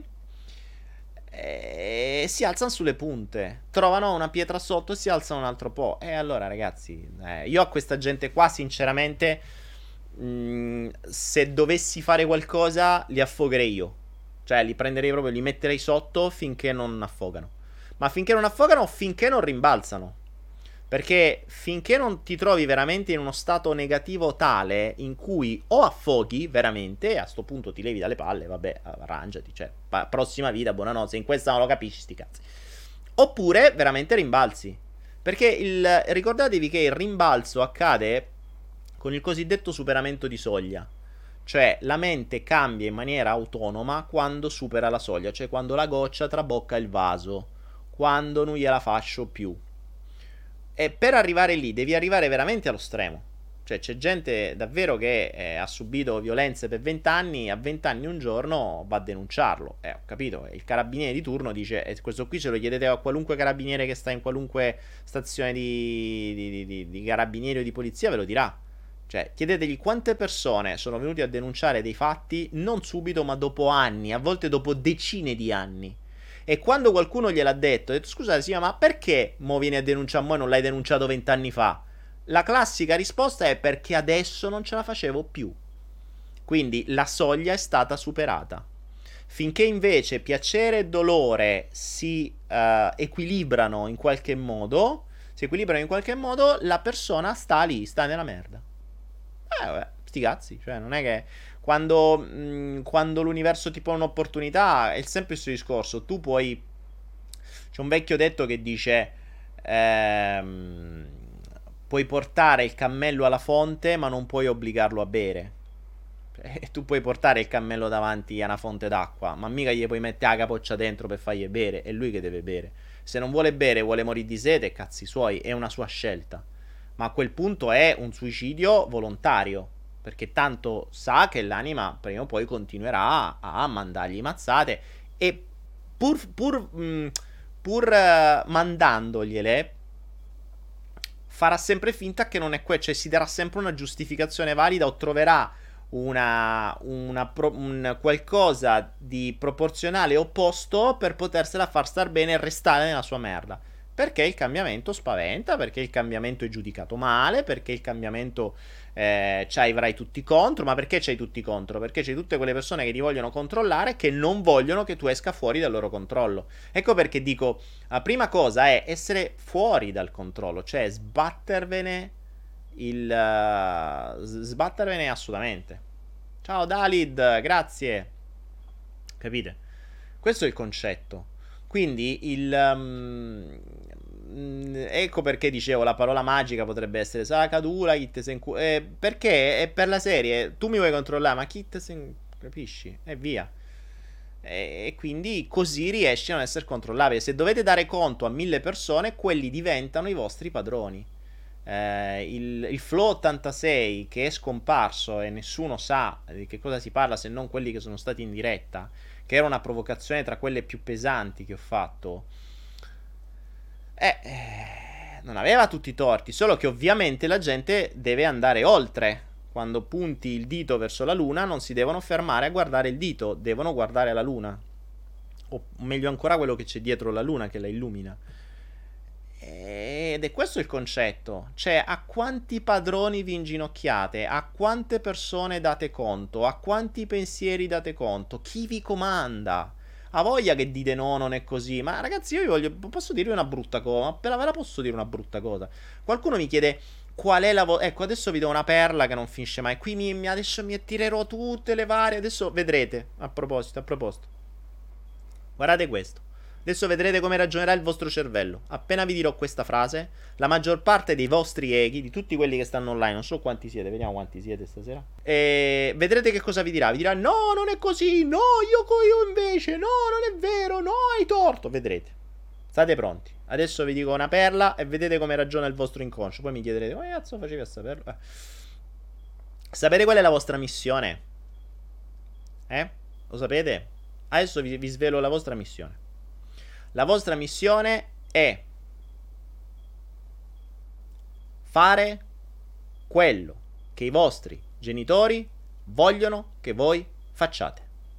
S2: eh, si alzano sulle punte, trovano una pietra sotto e si alzano un altro po'. E allora, ragazzi, eh, io a questa gente qua, sinceramente, mh, se dovessi fare qualcosa, li affogherei io. Cioè, li prenderei proprio, li metterei sotto finché non affogano. Ma finché non affogano o finché non rimbalzano. Perché finché non ti trovi veramente in uno stato negativo tale in cui o affoghi veramente, e a sto punto ti levi dalle palle, vabbè, arrangiati, cioè, pa- prossima vita, buonanotte, se in questa non lo capisci, sti cazzi. Oppure veramente rimbalzi. Perché il, ricordatevi che il rimbalzo accade con il cosiddetto superamento di soglia. Cioè la mente cambia in maniera autonoma quando supera la soglia, cioè quando la goccia trabocca il vaso, quando non gliela faccio più. E per arrivare lì devi arrivare veramente allo stremo. Cioè c'è gente davvero che eh, ha subito violenze per venti anni, a venti anni un giorno va a denunciarlo. Eh, ho capito, il carabiniere di turno dice, e questo qui ce lo chiedete a qualunque carabiniere che sta in qualunque stazione di, di, di, di, di carabinieri o di polizia, ve lo dirà. Cioè, chiedetegli quante persone sono venuti a denunciare dei fatti non subito, ma dopo anni, a volte dopo decine di anni. E quando qualcuno gliel'ha detto, ha detto, scusate, sì, ma perché mo vieni a denunciare a me e non l'hai denunciato vent'anni fa? La classica risposta è perché adesso non ce la facevo più. Quindi la soglia è stata superata. Finché invece piacere e dolore si eh, equilibrano in qualche modo, si equilibrano in qualche modo, la persona sta lì, sta nella merda. Eh, vabbè, sti cazzi, cioè non è che quando, mh, quando l'universo ti pone un'opportunità è sempre il suo discorso. Tu puoi. C'è un vecchio detto che dice: ehm, puoi portare il cammello alla fonte, ma non puoi obbligarlo a bere. E tu puoi portare il cammello davanti a una fonte d'acqua, ma mica gli puoi mettere la capoccia dentro per fargli bere. È lui che deve bere. Se non vuole bere, vuole morire di sete, cazzi suoi, è una sua scelta. Ma a quel punto è un suicidio volontario. Perché tanto sa che l'anima prima o poi continuerà a mandargli mazzate. E pur, pur, mh, pur uh, mandandogliele, farà sempre finta che non è quello. Cioè si darà sempre una giustificazione valida o troverà una, una pro, un qualcosa di proporzionale opposto per potersela far star bene e restare nella sua merda. Perché il cambiamento spaventa, perché il cambiamento è giudicato male, perché il cambiamento eh, ci avrai tutti contro. Ma perché c'hai tutti contro? Perché c'hai tutte quelle persone che ti vogliono controllare e che non vogliono che tu esca fuori dal loro controllo. Ecco perché dico, la prima cosa è essere fuori dal controllo, cioè sbattervene il uh, sbattervene assolutamente. Ciao Dalid, grazie. Capite? Questo è il concetto. Quindi il um, ecco perché dicevo la parola magica potrebbe essere Sakadura, chi te se incu- eh, perché è per la serie tu mi vuoi controllare, ma chi te se in- capisci? E via. E quindi così riesci a non essere controllabile. Se dovete dare conto a mille persone, quelli diventano i vostri padroni. Eh, il, il Flow ottantasei che è scomparso e nessuno sa di che cosa si parla se non quelli che sono stati in diretta, che era una provocazione tra quelle più pesanti che ho fatto, eh, eh, non aveva tutti i torti, solo che ovviamente la gente deve andare oltre. Quando punti il dito verso la luna non si devono fermare a guardare il dito, devono guardare la luna, o meglio ancora quello che c'è dietro la luna che la illumina. Ed è questo il concetto, cioè a quanti padroni vi inginocchiate, a quante persone date conto, a quanti pensieri date conto, chi vi comanda. Ha voglia che dite no, non è così, ma ragazzi io vi voglio, posso dirvi una brutta cosa, ma ve la posso dire una brutta cosa. Qualcuno mi chiede qual è la vostra, ecco adesso vi do una perla che non finisce mai, qui mi, mi, adesso mi attirerò tutte le varie, adesso vedrete, a proposito, a proposito, guardate questo. Adesso vedrete come ragionerà il vostro cervello. Appena vi dirò questa frase, la maggior parte dei vostri eghi, di tutti quelli che stanno online, non so quanti siete, vediamo quanti siete stasera, e vedrete che cosa vi dirà. Vi dirà no, non è così, no, io, io invece, no, non è vero, no, hai torto. Vedrete. State pronti. Adesso vi dico una perla e vedete come ragiona il vostro inconscio. Poi mi chiederete, come cazzo facevi a saperlo? Eh. Sapete qual è la vostra missione? Eh? Lo sapete? Adesso vi, vi svelo la vostra missione. La vostra missione è fare quello che i vostri genitori vogliono che voi facciate.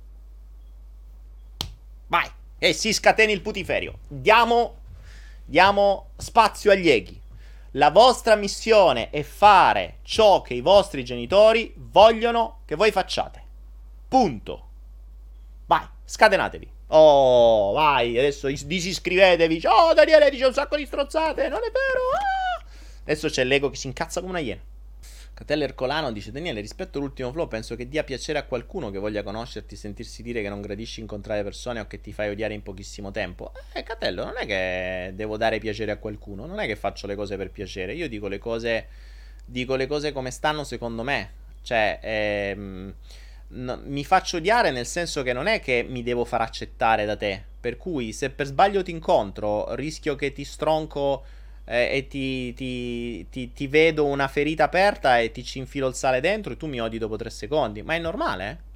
S2: Vai! E si scateni il putiferio. Diamo, diamo spazio agli eghi. La vostra missione è fare ciò che i vostri genitori vogliono che voi facciate. Punto. Vai, scatenatevi. Oh, vai, adesso disiscrivetevi. Oh, Daniele dice un sacco di strozzate. Non è vero. Ah! Adesso c'è l'ego che si incazza come una iena. Catella Ercolano dice: Daniele, rispetto all'ultimo flow, penso che dia piacere a qualcuno che voglia conoscerti, sentirsi dire che non gradisci incontrare persone o che ti fai odiare in pochissimo tempo. Eh, Catello, non è che devo dare piacere a qualcuno, non è che faccio le cose per piacere. Io dico le cose, dico le cose come stanno secondo me. Cioè, ehm... No, mi faccio odiare nel senso che non è che mi devo far accettare da te. Per cui se per sbaglio ti incontro, rischio che ti stronco eh, e ti, ti, ti, ti vedo una ferita aperta e ti ci infilo il sale dentro e tu mi odi dopo tre secondi. Ma è normale, eh?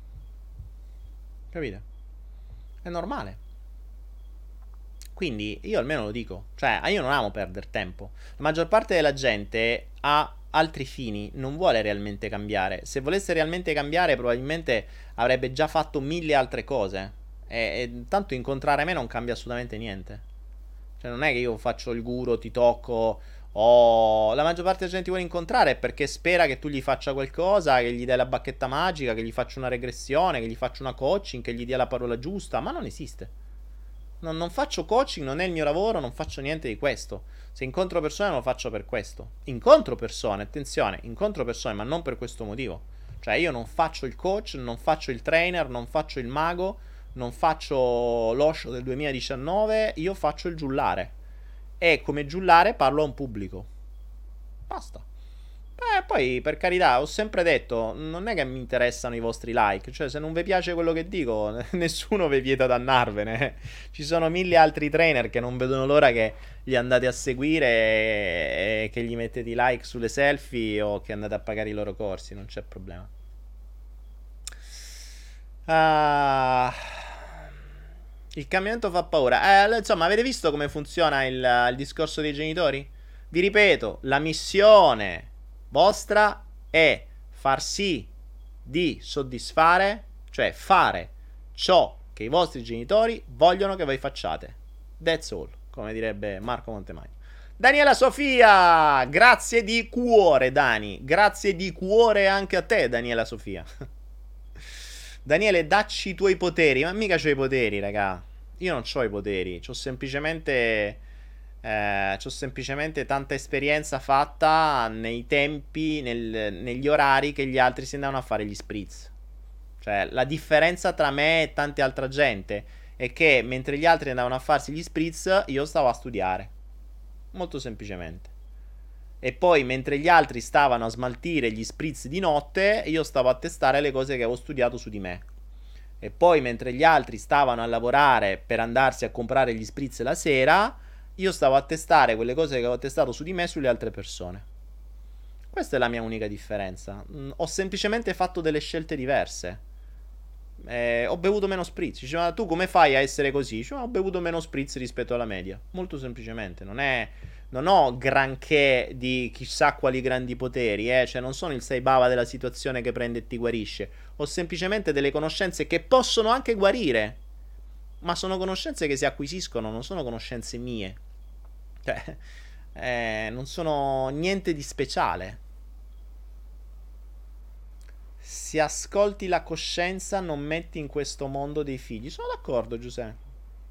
S2: Capite? È normale. Quindi io almeno lo dico. Cioè, io non amo perdere tempo. La maggior parte della gente ha altri fini, non vuole realmente cambiare. Se volesse realmente cambiare probabilmente avrebbe già fatto mille altre cose e, e tanto incontrare me non cambia assolutamente niente. Cioè non è che io faccio il guru, ti tocco, o la maggior parte della gente ti vuole incontrare perché spera che tu gli faccia qualcosa, che gli dai la bacchetta magica, che gli faccia una regressione, che gli faccia una coaching, che gli dia la parola giusta, ma non esiste. Non, non faccio coaching, non è il mio lavoro, non faccio niente di questo. Se incontro persone lo faccio per questo. Incontro persone, attenzione, incontro persone, ma non per questo motivo. Cioè io non faccio il coach, non faccio il trainer, non faccio il mago, non faccio l'Osho del duemiladiciannove, io faccio il giullare. E come giullare parlo a un pubblico. Basta. Eh, poi per carità, ho sempre detto, non è che mi interessano i vostri like, cioè se non vi piace quello che dico, nessuno vi vieta di andarvene. Ci sono mille altri trainer che non vedono l'ora che li andate a seguire e, e che gli mettete i like sulle selfie o che andate a pagare i loro corsi, non c'è problema. Ah, il cambiamento fa paura. Eh, insomma, avete visto come funziona il, il discorso dei genitori? Vi ripeto, la missione vostra è far sì di soddisfare, cioè fare ciò che i vostri genitori vogliono che voi facciate. That's all, come direbbe Marco Montemagno. Daniela Sofia, grazie di cuore Dani, grazie di cuore anche a te Daniela Sofia. Daniele, dacci i tuoi poteri, ma mica c'ho i poteri, raga. Io non c'ho i poteri, c'ho semplicemente... Eh, c'ho semplicemente tanta esperienza fatta nei tempi, nel, negli orari che gli altri si andavano a fare gli spritz. Cioè, la differenza tra me e tante altra gente è che mentre gli altri andavano a farsi gli spritz, io stavo a studiare. Molto semplicemente. E poi, mentre gli altri stavano a smaltire gli spritz di notte, io stavo a testare le cose che avevo studiato su di me. e poi mentre gli altri stavano a lavorare per andarsi a comprare gli spritz la sera, io stavo a testare quelle cose che avevo testato su di me sulle altre persone. Questa è la mia unica differenza. Mm, ho semplicemente fatto delle scelte diverse. Eh, ho bevuto meno spritz. Diceva, tu come fai a essere così? Diceva, ho bevuto meno spritz rispetto alla media. Molto semplicemente. Non è... Non ho granché di chissà quali grandi poteri, eh? Cioè non sono il Saibaba della situazione che prende e ti guarisce. Ho semplicemente delle conoscenze che possono anche guarire, ma sono conoscenze che si acquisiscono, non sono conoscenze mie. Cioè, eh, non sono niente di speciale. Se ascolti la coscienza, non metti in questo mondo dei figli. Sono d'accordo, Giuseppe.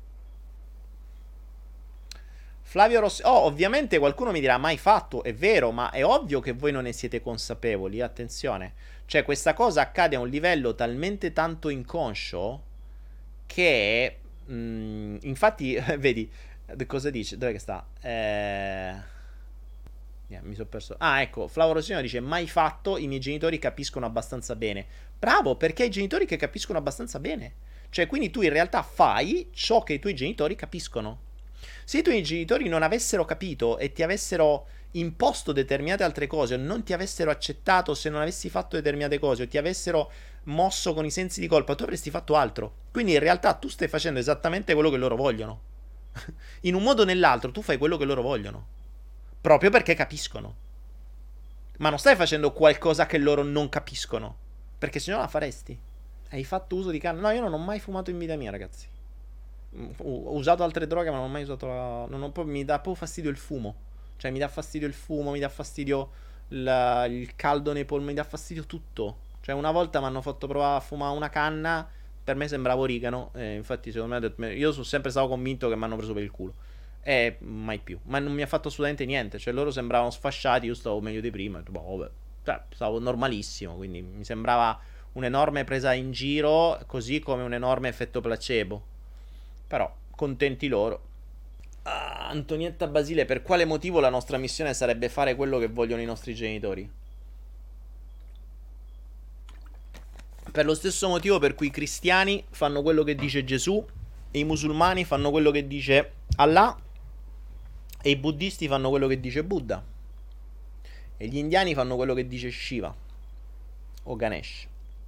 S2: Flavio Rossi. Oh, ovviamente qualcuno mi dirà mai fatto, è vero, ma è ovvio che voi non ne siete consapevoli, attenzione. Cioè, questa cosa accade a un livello talmente tanto inconscio che... mh, infatti, vedi, cosa dice? Dov'è che sta? Eh... yeah, mi sono perso. Ah, ecco, Flavio Rossino dice, mai fatto, i miei genitori capiscono abbastanza bene. Bravo, perché hai genitori che capiscono abbastanza bene. Cioè, quindi tu in realtà fai ciò che i tuoi genitori capiscono. Se i tuoi genitori non avessero capito e ti avessero imposto determinate altre cose, o non ti avessero accettato se non avessi fatto determinate cose, o ti avessero mosso con i sensi di colpa, tu avresti fatto altro. Quindi in realtà tu stai facendo esattamente quello che loro vogliono. In un modo o nell'altro tu fai quello che loro vogliono. Proprio perché capiscono. Ma non stai facendo qualcosa che loro non capiscono. Perché se no la faresti. Hai fatto uso di canna. No, io non ho mai fumato in vita mia, ragazzi. Ho usato altre droghe, ma non ho mai usato la... non ho... mi dà proprio fastidio il fumo. Cioè, mi dà fastidio il fumo, mi dà fastidio la... il caldo nei polmoni, mi dà fastidio tutto. Cioè, una volta mi hanno fatto provare a fumare una canna, per me sembrava origano. E infatti, secondo me, detto... io sono sempre stato convinto che mi hanno preso per il culo. E mai più. Ma non mi ha fatto assolutamente niente. Cioè, loro sembravano sfasciati, io stavo meglio di prima. E, boh, vabbè. Cioè, stavo normalissimo. Quindi mi sembrava un'enorme presa in giro, così come un enorme effetto placebo. Però, contenti loro. Ah, Antonietta Basile, per quale motivo la nostra missione sarebbe fare quello che vogliono i nostri genitori? Per lo stesso motivo per cui i cristiani fanno quello che dice Gesù, e i musulmani fanno quello che dice Allah, e i buddisti fanno quello che dice Buddha, e gli indiani fanno quello che dice Shiva o Ganesh.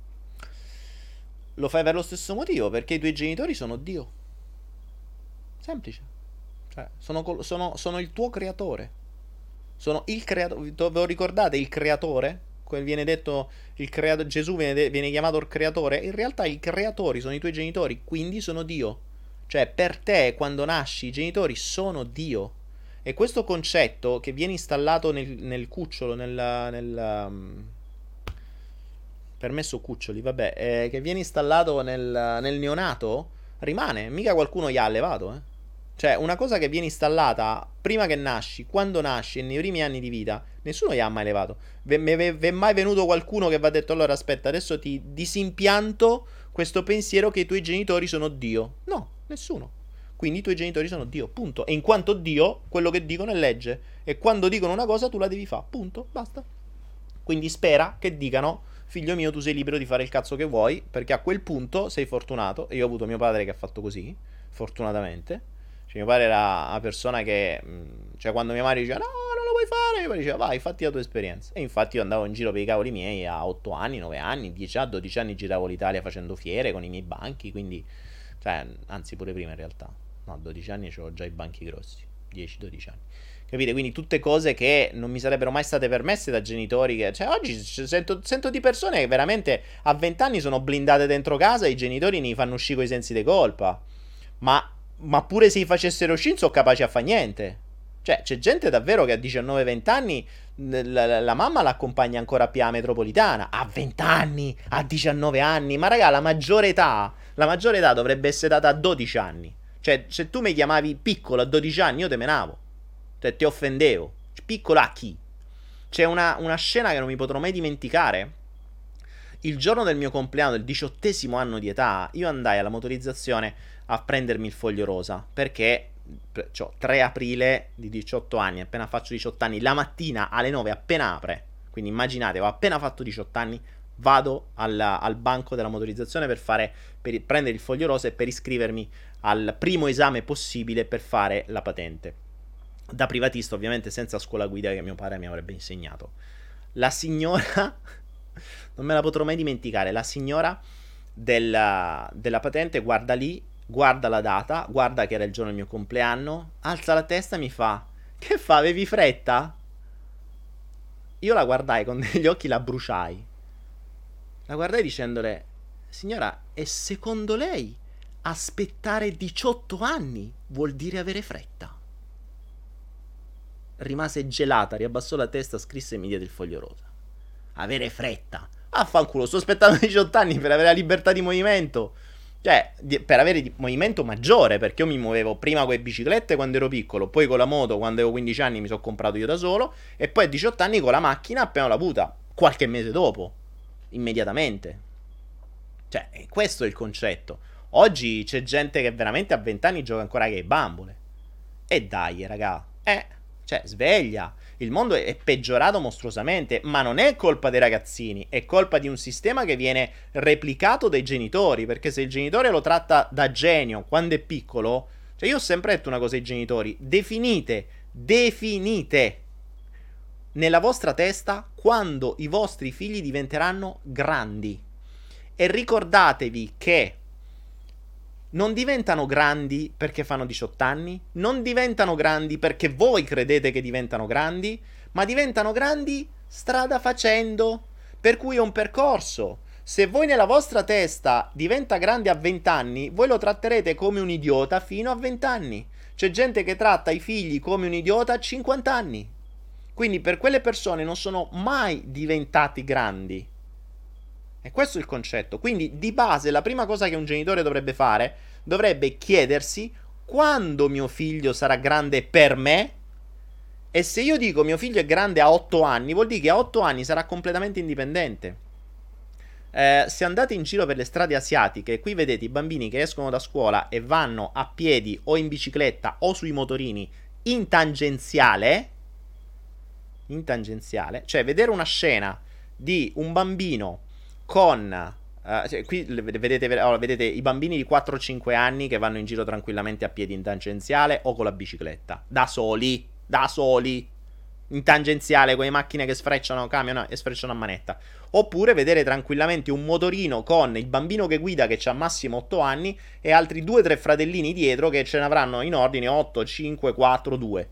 S2: Lo fai per lo stesso motivo, perché i tuoi genitori sono Dio. Semplice. Cioè, sono, sono, sono il tuo creatore. Sono il creatore. Ve lo ricordate il creatore? Viene detto il creato, Gesù viene, de- viene chiamato il creatore. In realtà i creatori sono i tuoi genitori, quindi sono Dio. Cioè, per te, quando nasci, i genitori sono Dio. E questo concetto che viene installato nel, nel cucciolo, nel... nel um, permesso cuccioli, vabbè, eh, che viene installato nel, nel neonato, rimane. Mica qualcuno gli ha allevato, eh. Cioè, una cosa che viene installata prima che nasci, quando nasci e nei primi anni di vita, nessuno gli ha mai levato. Vi è mai venuto qualcuno che vi ha detto, allora aspetta, adesso ti disimpianto questo pensiero che i tuoi genitori sono Dio? No, nessuno. Quindi i tuoi genitori sono Dio, punto. E in quanto Dio, quello che dicono è legge. E quando dicono una cosa tu la devi fare, punto, basta. Quindi spera che dicano, figlio mio, tu sei libero di fare il cazzo che vuoi, perché a quel punto sei fortunato. E io ho avuto mio padre che ha fatto così, fortunatamente. Mio padre era una persona che, cioè, quando mia madre diceva no, non lo puoi fare, mio padre diceva vai, fatti la tua esperienza. E infatti io andavo in giro per i cavoli miei a otto anni, nove anni, dieci a dodici anni giravo l'Italia facendo fiere con i miei banchi, quindi, cioè, anzi pure prima in realtà. No, a dodici anni avevo già i banchi grossi, dieci dodici anni. Capite? Quindi tutte cose che non mi sarebbero mai state permesse da genitori che, cioè, oggi sento, sento di persone che veramente a venti anni sono blindate dentro casa e i genitori ne fanno uscire coi sensi di colpa. Ma Ma pure se li facessero uscire, sono capaci a fare niente. Cioè, c'è gente davvero che a diciannove venti anni la, la, la mamma l'accompagna ancora a Pia Metropolitana. A venti anni, a diciannove anni. Ma raga, la maggiore età, la maggiore età dovrebbe essere data a dodici anni. Cioè, se tu mi chiamavi piccolo a dodici anni, io te menavo. Cioè, ti offendevo. Piccolo a chi? C'è una, una scena che non mi potrò mai dimenticare. Il giorno del mio compleanno, del diciottesimo anno di età, io andai alla motorizzazione a prendermi il foglio rosa, perché ho tre aprile di diciotto anni, appena faccio diciotto anni, la mattina alle nove appena apre, quindi immaginate, ho appena fatto diciotto anni, vado alla, al banco della motorizzazione per fare, per prendere il foglio rosa e per iscrivermi al primo esame possibile per fare la patente. Da privatista, ovviamente, senza scuola guida che mio padre mi avrebbe insegnato. La signora, non me la potrò mai dimenticare, la signora della, della patente guarda lì, guarda la data, guarda che era il giorno del mio compleanno, alza la testa e mi fa: che fa, avevi fretta? Io la guardai con degli occhi, la bruciai. La guardai dicendole: signora, e secondo lei aspettare diciotto anni vuol dire avere fretta? Rimase gelata, riabbassò la testa, scrisse e mi diede il foglio rosa. Avere fretta? Affanculo, sto aspettando diciotto anni per avere la libertà di movimento. Cioè, di, per avere di movimento maggiore, perché io mi muovevo prima con le biciclette quando ero piccolo, poi con la moto quando avevo quindici anni mi sono comprato io da solo, e poi a diciotto anni con la macchina appena l'ho avuta, qualche mese dopo, immediatamente. Cioè, questo è il concetto. Oggi c'è gente che veramente a venti anni gioca ancora che bambole. E dai, raga, eh, cioè, sveglia. Il mondo è peggiorato mostruosamente, ma non è colpa dei ragazzini, è colpa di un sistema che viene replicato dai genitori, perché se il genitore lo tratta da genio quando è piccolo, cioè io ho sempre detto una cosa ai genitori: definite, definite nella vostra testa quando i vostri figli diventeranno grandi, e ricordatevi che non diventano grandi perché fanno diciotto anni, non diventano grandi perché voi credete che diventano grandi, ma diventano grandi strada facendo, per cui è un percorso. Se voi nella vostra testa diventa grande a venti anni, voi lo tratterete come un idiota fino a venti anni. C'è gente che tratta i figli come un idiota a cinquanta anni. Quindi per quelle persone non sono mai diventati grandi. E questo è il concetto. Quindi di base la prima cosa che un genitore dovrebbe fare, dovrebbe chiedersi: quando mio figlio sarà grande per me? E se io dico mio figlio è grande a otto anni, vuol dire che a otto anni sarà completamente indipendente. Eh, se andate in giro per le strade asiatiche, qui vedete i bambini che escono da scuola e vanno a piedi o in bicicletta o sui motorini in tangenziale. In tangenziale. Cioè vedere una scena di un bambino con uh, cioè, qui vedete, allora, vedete i bambini di quattro cinque anni che vanno in giro tranquillamente a piedi in tangenziale o con la bicicletta, da soli, da soli in tangenziale con le macchine che sfrecciano, cambiano e sfrecciano a manetta. Oppure vedere tranquillamente un motorino con il bambino che guida che ha massimo otto anni e altri due tre fratellini dietro che ce ne avranno in ordine otto, cinque, quattro, due.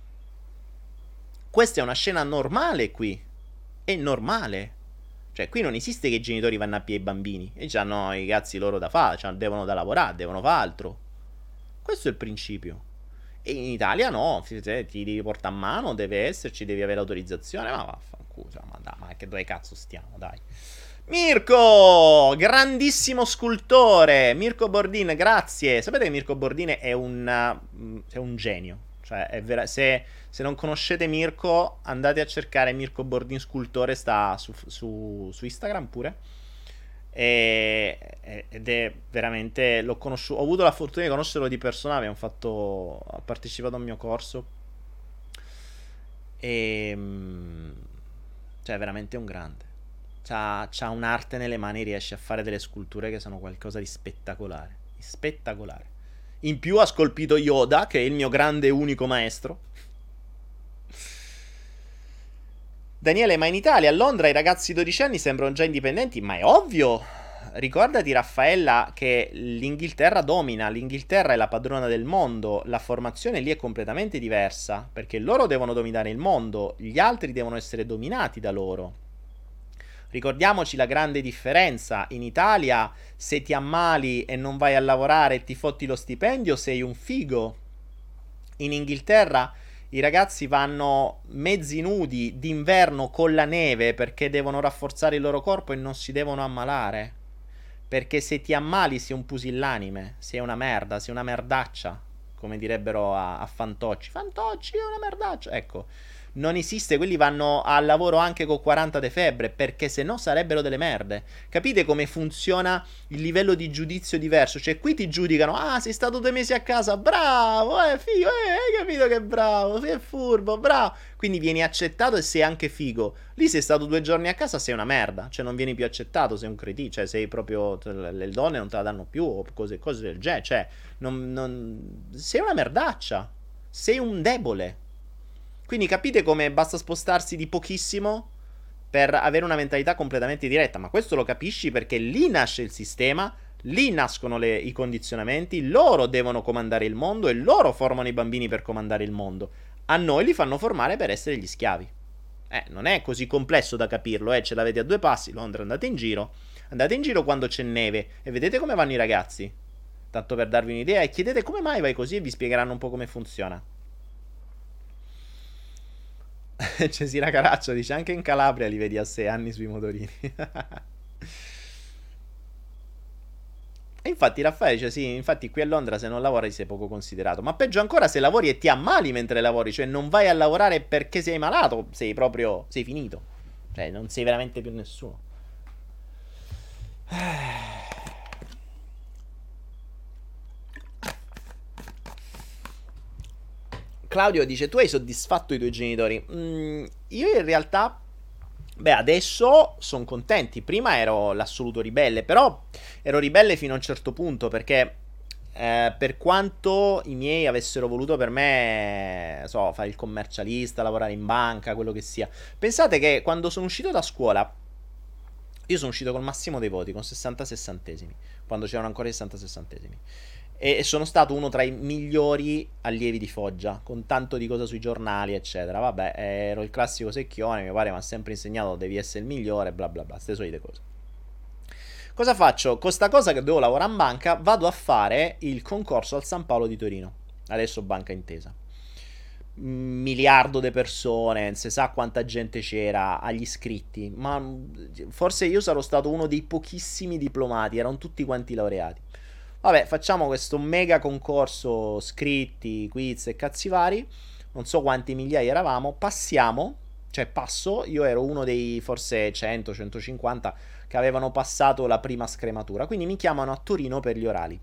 S2: Questa è una scena normale qui. È normale. Cioè, qui non esiste che i genitori vanno a piedi ai bambini e hanno i cazzi loro da fare, cioè devono da lavorare, devono fare altro. Questo è il principio. E in Italia no, ti devi portare a mano, deve esserci, devi avere l'autorizzazione, ma vaffanculo, ma dai, ma che dove cazzo stiamo, dai. Mirko, grandissimo scultore, Mirko Bordin, grazie. Sapete che Mirko Bordin è un, uh, è un genio. Cioè, è vera- se, se non conoscete Mirko, andate a cercare Mirko Bordin scultore, sta su, su, su Instagram pure. E, ed è veramente, l'ho conosciuto, ho avuto la fortuna di conoscerlo di persona, abbiamo fatto, ha partecipato a un mio corso. E cioè, è veramente un grande. C'ha, c'ha un'arte nelle mani, riesce a fare delle sculture che sono qualcosa di spettacolare. Spettacolare. In più ha scolpito Yoda, che è il mio grande e unico maestro. Daniele, ma in Italia, a Londra, i ragazzi di dodici anni sembrano già indipendenti? Ma è ovvio! Ricordati, Raffaella, che l'Inghilterra domina, l'Inghilterra è la padrona del mondo, la formazione lì è completamente diversa, perché loro devono dominare il mondo, gli altri devono essere dominati da loro. Ricordiamoci la grande differenza: in Italia se ti ammali e non vai a lavorare e ti fotti lo stipendio sei un figo. In Inghilterra i ragazzi vanno mezzi nudi d'inverno con la neve perché devono rafforzare il loro corpo e non si devono ammalare, perché se ti ammali sei un pusillanime, sei una merda, sei una merdaccia, come direbbero a, a Fantocci. Fantocci è una merdaccia, ecco. non esiste, quelli vanno al lavoro anche con quaranta di febbre, perché se no sarebbero delle merde. Capite come funziona il livello di giudizio diverso? Cioè qui ti giudicano, ah sei stato due mesi a casa, bravo, eh figo, eh, hai capito che bravo, sei furbo, bravo. Quindi vieni accettato e sei anche figo. Lì sei stato due giorni a casa, sei una merda, cioè non vieni più accettato, sei un cretino, cioè sei proprio, le donne non te la danno più o cose, cose del genere, cioè non, non, sei una merdaccia, sei un debole. Quindi capite come basta spostarsi di pochissimo per avere una mentalità completamente diretta. Ma questo lo capisci perché lì nasce il sistema, lì nascono le, i condizionamenti, loro devono comandare il mondo e loro formano i bambini per comandare il mondo. A noi li fanno formare per essere gli schiavi. Eh, non è così complesso da capirlo, eh, ce l'avete a due passi, Londra, andate in giro. Andate in giro quando c'è neve e vedete come vanno i ragazzi. Tanto per darvi un'idea e chiedete come mai vai così e vi spiegheranno un po' come funziona. Cesira Caraccio dice anche in Calabria li vedi a sei anni sui motorini. E infatti Raffaele dice sì, infatti qui a Londra se non lavori sei poco considerato. Ma peggio ancora se lavori e ti ammali mentre lavori. Cioè non vai a lavorare perché sei malato, sei proprio, sei finito. Cioè non sei veramente più nessuno. Claudio dice tu hai soddisfatto i tuoi genitori. Mm, io in realtà, beh, adesso sono contenti. Prima ero l'assoluto ribelle, però ero ribelle fino a un certo punto perché eh, per quanto i miei avessero voluto per me, so, fare il commercialista, lavorare in banca, quello che sia. Pensate che quando sono uscito da scuola, io sono uscito col massimo dei voti, con sessanta sessantesimi, quando c'erano ancora i sessanta sessantesimi. E sono stato uno tra i migliori allievi di Foggia, con tanto di cosa sui giornali, eccetera. Vabbè, ero il classico secchione, mio padre mi ha sempre insegnato devi essere il migliore, bla bla bla, queste solite cose. Cosa faccio? Con sta cosa che devo lavorare in banca, vado a fare il concorso al San Paolo di Torino. Adesso Banca Intesa. Un miliardo di persone, non si sa quanta gente c'era agli iscritti, ma forse io sarò stato uno dei pochissimi diplomati, erano tutti quanti laureati. Vabbè, facciamo questo mega concorso, scritti, quiz e cazzi vari. Non so quanti migliaia eravamo. Passiamo, cioè passo. Io ero uno dei forse cento centocinquanta che avevano passato la prima scrematura. Quindi mi chiamano a Torino per gli orali.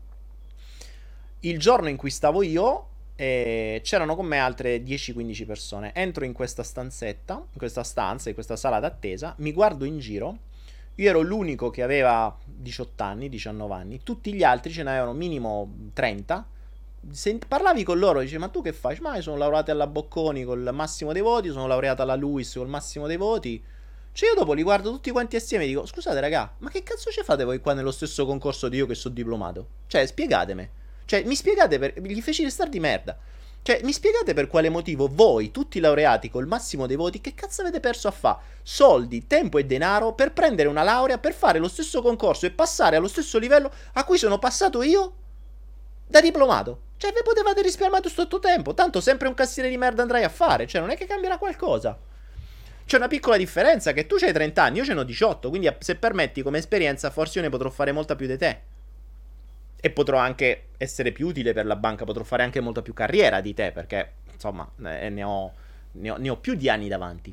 S2: Il giorno in cui stavo io, eh, c'erano con me altre dieci quindici persone. Entro in questa stanzetta, in questa stanza, in questa sala d'attesa. Mi guardo in giro. Io ero l'unico che aveva diciotto anni, diciannove anni, tutti gli altri ce n'avevano minimo trenta. Se parlavi con loro, dici ma tu che fai? Ma io sono laureato alla Bocconi col massimo dei voti, sono laureato alla Lewis col massimo dei voti. Cioè io dopo li guardo tutti quanti assieme e dico scusate raga, ma che cazzo ci fate voi qua nello stesso concorso di io che sono diplomato? Cioè spiegatemi. Cioè mi spiegate per... gli feci restare di merda. Cioè, mi spiegate per quale motivo voi, tutti laureati col massimo dei voti, che cazzo avete perso a fa? Soldi, tempo e denaro per prendere una laurea, per fare lo stesso concorso e passare allo stesso livello a cui sono passato io da diplomato. Cioè, vi potevate risparmiare tutto questo tempo. Tanto sempre un cassiere di merda andrai a fare. Cioè, non è che cambierà qualcosa. C'è una piccola differenza, che tu c'hai trenta anni, io ce n'ho diciotto, quindi se permetti come esperienza forse io ne potrò fare molta più di te. E potrò anche essere più utile per la banca, potrò fare anche molta più carriera di te, perché insomma ne ho, ne ho, ne ho più di anni davanti.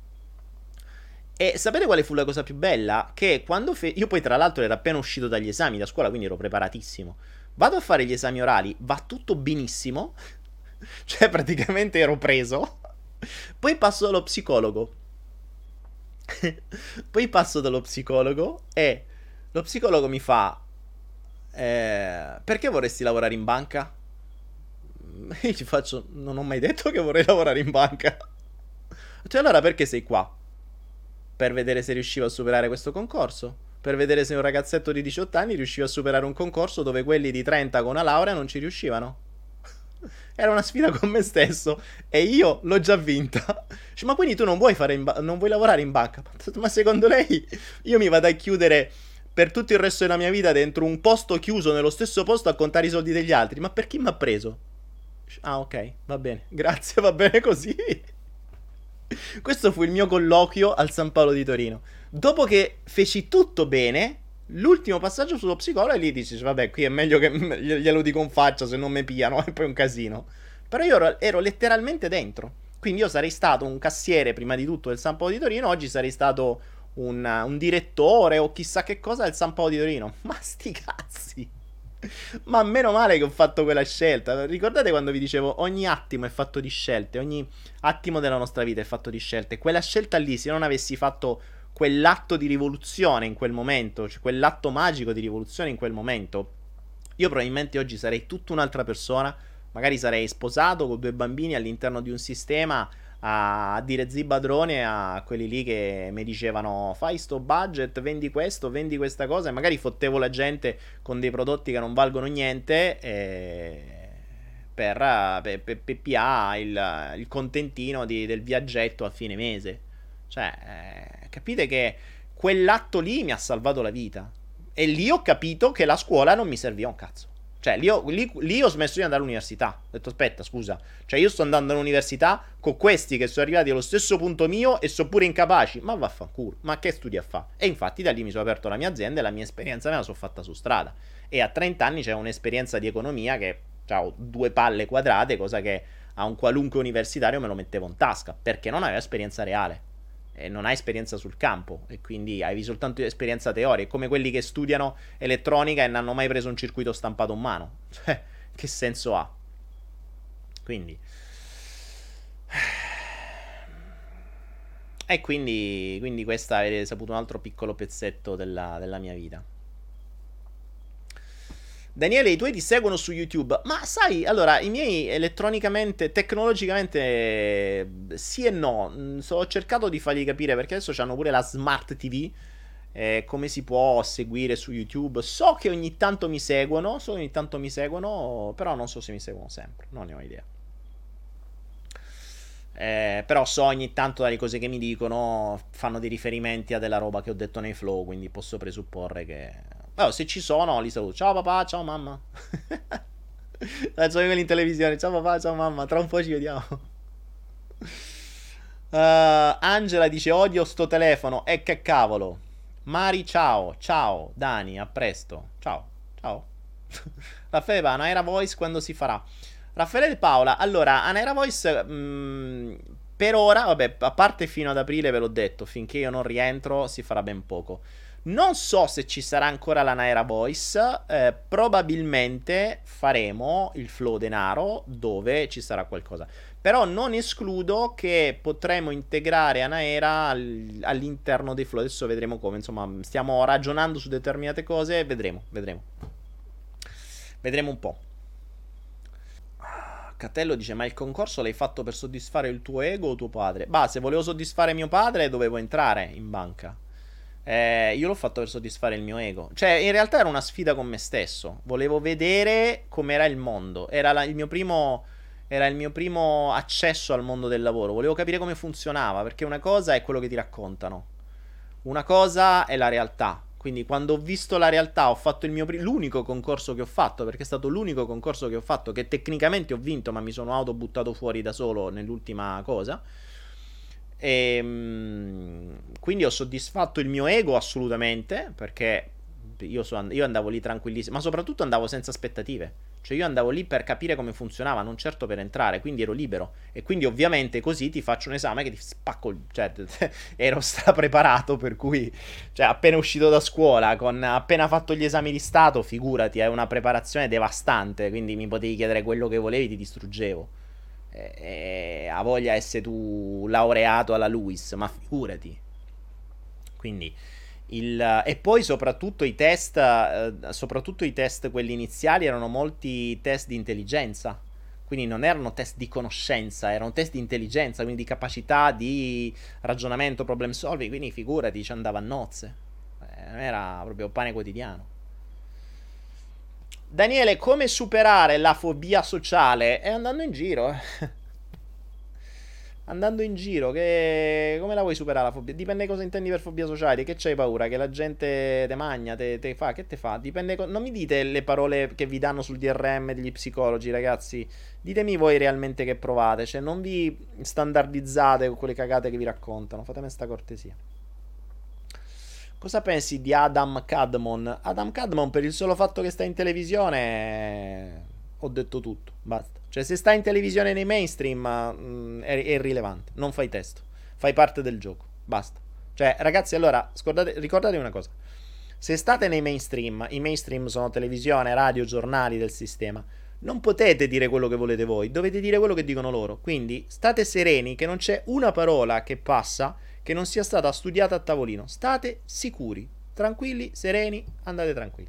S2: E sapete quale fu la cosa più bella? Che quando fe- io poi tra l'altro ero appena uscito dagli esami da scuola, quindi ero preparatissimo. Vado a fare gli esami orali, va tutto benissimo, cioè praticamente ero preso. Poi passo dallo psicologo. Poi passo dallo psicologo e lo psicologo mi fa... Eh, perché vorresti lavorare in banca? Io ci faccio, non ho mai detto che vorrei lavorare in banca. Cioè allora perché sei qua? Per vedere se riuscivo a superare questo concorso? Per vedere se un ragazzetto di diciotto anni riusciva a superare un concorso dove quelli di trenta con una laurea non ci riuscivano? Era una sfida con me stesso e io l'ho già vinta. Cioè, ma quindi tu non vuoi fare in ba- non vuoi lavorare in banca? Ma secondo lei io mi vado a chiudere per tutto il resto della mia vita dentro un posto chiuso nello stesso posto a contare i soldi degli altri? Ma per chi mi ha preso? Ah, ok, va bene, grazie, va bene così. Questo fu il mio colloquio al San Paolo di Torino. Dopo che feci tutto bene, l'ultimo passaggio sullo psicologo e lì dici, vabbè, qui è meglio che glielo dico in faccia se non mi piano, e poi è un casino. Però io ero, ero letteralmente dentro. Quindi io sarei stato un cassiere prima di tutto del San Paolo di Torino, oggi sarei stato un, un direttore o chissà che cosa del San Paolo di Torino. Ma sti cazzi! Ma meno male che ho fatto quella scelta. Ricordate quando vi dicevo ogni attimo è fatto di scelte, ogni attimo della nostra vita è fatto di scelte. Quella scelta lì, se non avessi fatto quell'atto di rivoluzione in quel momento, cioè quell'atto magico di rivoluzione in quel momento, io probabilmente oggi sarei tutta un'altra persona. Magari sarei sposato con due bambini all'interno di un sistema a, a dire zibadrone a quelli lì che mi dicevano fai sto budget, vendi questo, vendi questa cosa, e magari fottevo la gente con dei prodotti che non valgono niente eh, per, per, per, per P A il, il contentino di, del viaggetto a fine mese. Cioè, eh, capite che quell'atto lì mi ha salvato la vita. E lì ho capito che la scuola non mi serviva un cazzo. Cioè, lì ho, lì, lì ho smesso di andare all'università. Ho detto, aspetta, scusa. Cioè, io sto andando all'università con questi che sono arrivati allo stesso punto mio e sono pure incapaci. Ma vaffanculo. Ma che studi a fa? E infatti da lì mi sono aperto la mia azienda e la mia esperienza me la sono fatta su strada. E a trenta anni c'è un'esperienza di economia che ho due palle quadrate, cosa che a un qualunque universitario me lo mettevo in tasca. Perché non aveva esperienza reale. E non hai esperienza sul campo e quindi hai soltanto esperienza teorica. È come quelli che studiano elettronica e non hanno mai preso un circuito stampato in mano. Cioè, che senso ha? Quindi e quindi, quindi questa avete saputo un altro piccolo pezzetto della, della mia vita. Daniele, i tuoi ti seguono su YouTube, ma sai, allora, i miei elettronicamente, tecnologicamente, sì e no. Mm, so- ho cercato di fargli capire, perché adesso hanno pure la Smart T V, eh, come si può seguire su YouTube. So che ogni tanto mi seguono, so che ogni tanto mi seguono, però non so se mi seguono sempre, non ne ho idea. Eh, però so ogni tanto dalle cose che mi dicono fanno dei riferimenti a della roba che ho detto nei flow, quindi posso presupporre che... Allora, se ci sono, li saluto. Ciao papà, ciao mamma. Sono quelli in televisione. Ciao papà, ciao mamma. Tra un po' ci vediamo. Uh, Angela dice odio sto telefono. E che cavolo. Mari, ciao. Ciao. Dani, a presto. Ciao. Ciao. Raffaele Paola, Anaera Voice quando si farà? Raffaele De Paola, allora, Anaera Voice... mh, per ora, vabbè, a parte fino ad aprile ve l'ho detto, finché io non rientro si farà ben poco. Non so se ci sarà ancora la Naira Voice, eh, probabilmente faremo il Flow Denaro dove ci sarà qualcosa. Però non escludo che potremo integrare Anaera al- all'interno dei Flow, adesso vedremo come, insomma, stiamo ragionando su determinate cose, vedremo, vedremo. Vedremo un po'. Catello dice, ma il concorso l'hai fatto per soddisfare il tuo ego o tuo padre? Bah, se volevo soddisfare mio padre dovevo entrare in banca. Eh, io l'ho fatto per soddisfare il mio ego. Cioè, in realtà era una sfida con me stesso. Volevo vedere com'era il mondo. Era la- il mio primo, era il mio primo accesso al mondo del lavoro. Volevo capire come funzionava. Perché una cosa è quello che ti raccontano, una cosa è la realtà. Quindi, quando ho visto la realtà, ho fatto il mio pri- l'unico concorso che ho fatto. Perché è stato l'unico concorso che ho fatto che tecnicamente ho vinto, ma mi sono autobuttato fuori da solo nell'ultima cosa. E, mm, quindi ho soddisfatto il mio ego assolutamente, perché io, so- io andavo lì tranquillissimo, ma soprattutto andavo senza aspettative. Cioè io andavo lì per capire come funzionava, non certo per entrare, quindi ero libero. E quindi ovviamente così ti faccio un esame che ti spacco il... Cioè, ero strapreparato, per cui... Cioè, appena uscito da scuola, con appena fatto gli esami di Stato, figurati, è una preparazione devastante, quindi mi potevi chiedere quello che volevi, ti distruggevo. E, ha voglia essere tu laureato alla Luis, ma figurati. Quindi il, e poi soprattutto i test, eh, soprattutto i test quelli iniziali erano molti test di intelligenza. Quindi non erano test di conoscenza, erano test di intelligenza, quindi di capacità di ragionamento, problem solving. Quindi figurati, ci andava a nozze. Eh, era proprio pane quotidiano. Daniele, come superare la fobia sociale? È andando in giro, eh. Andando in giro, che... come la vuoi superare la fobia? Dipende cosa intendi per fobia sociale. Che c'hai paura? Che la gente te magna, te, te fa? Che te fa? Dipende... co- Non mi dite le parole che vi danno sul D R M degli psicologi, ragazzi. Ditemi voi realmente che provate. Cioè, non vi standardizzate con quelle cagate che vi raccontano. Fatemi sta cortesia. Cosa pensi di Adam Cadmon? Adam Cadmon, per il solo fatto che sta in televisione, ho detto tutto. Basta. Cioè, se stai in televisione nei mainstream, mh, è, è irrilevante. Non fai testo. Fai parte del gioco. Basta. Cioè, ragazzi, allora, scordate, ricordatevi una cosa. Se state nei mainstream, i mainstream sono televisione, radio, giornali del sistema, non potete dire quello che volete voi, dovete dire quello che dicono loro. Quindi state sereni che non c'è una parola che passa che non sia stata studiata a tavolino. State sicuri, tranquilli, sereni, andate tranquilli.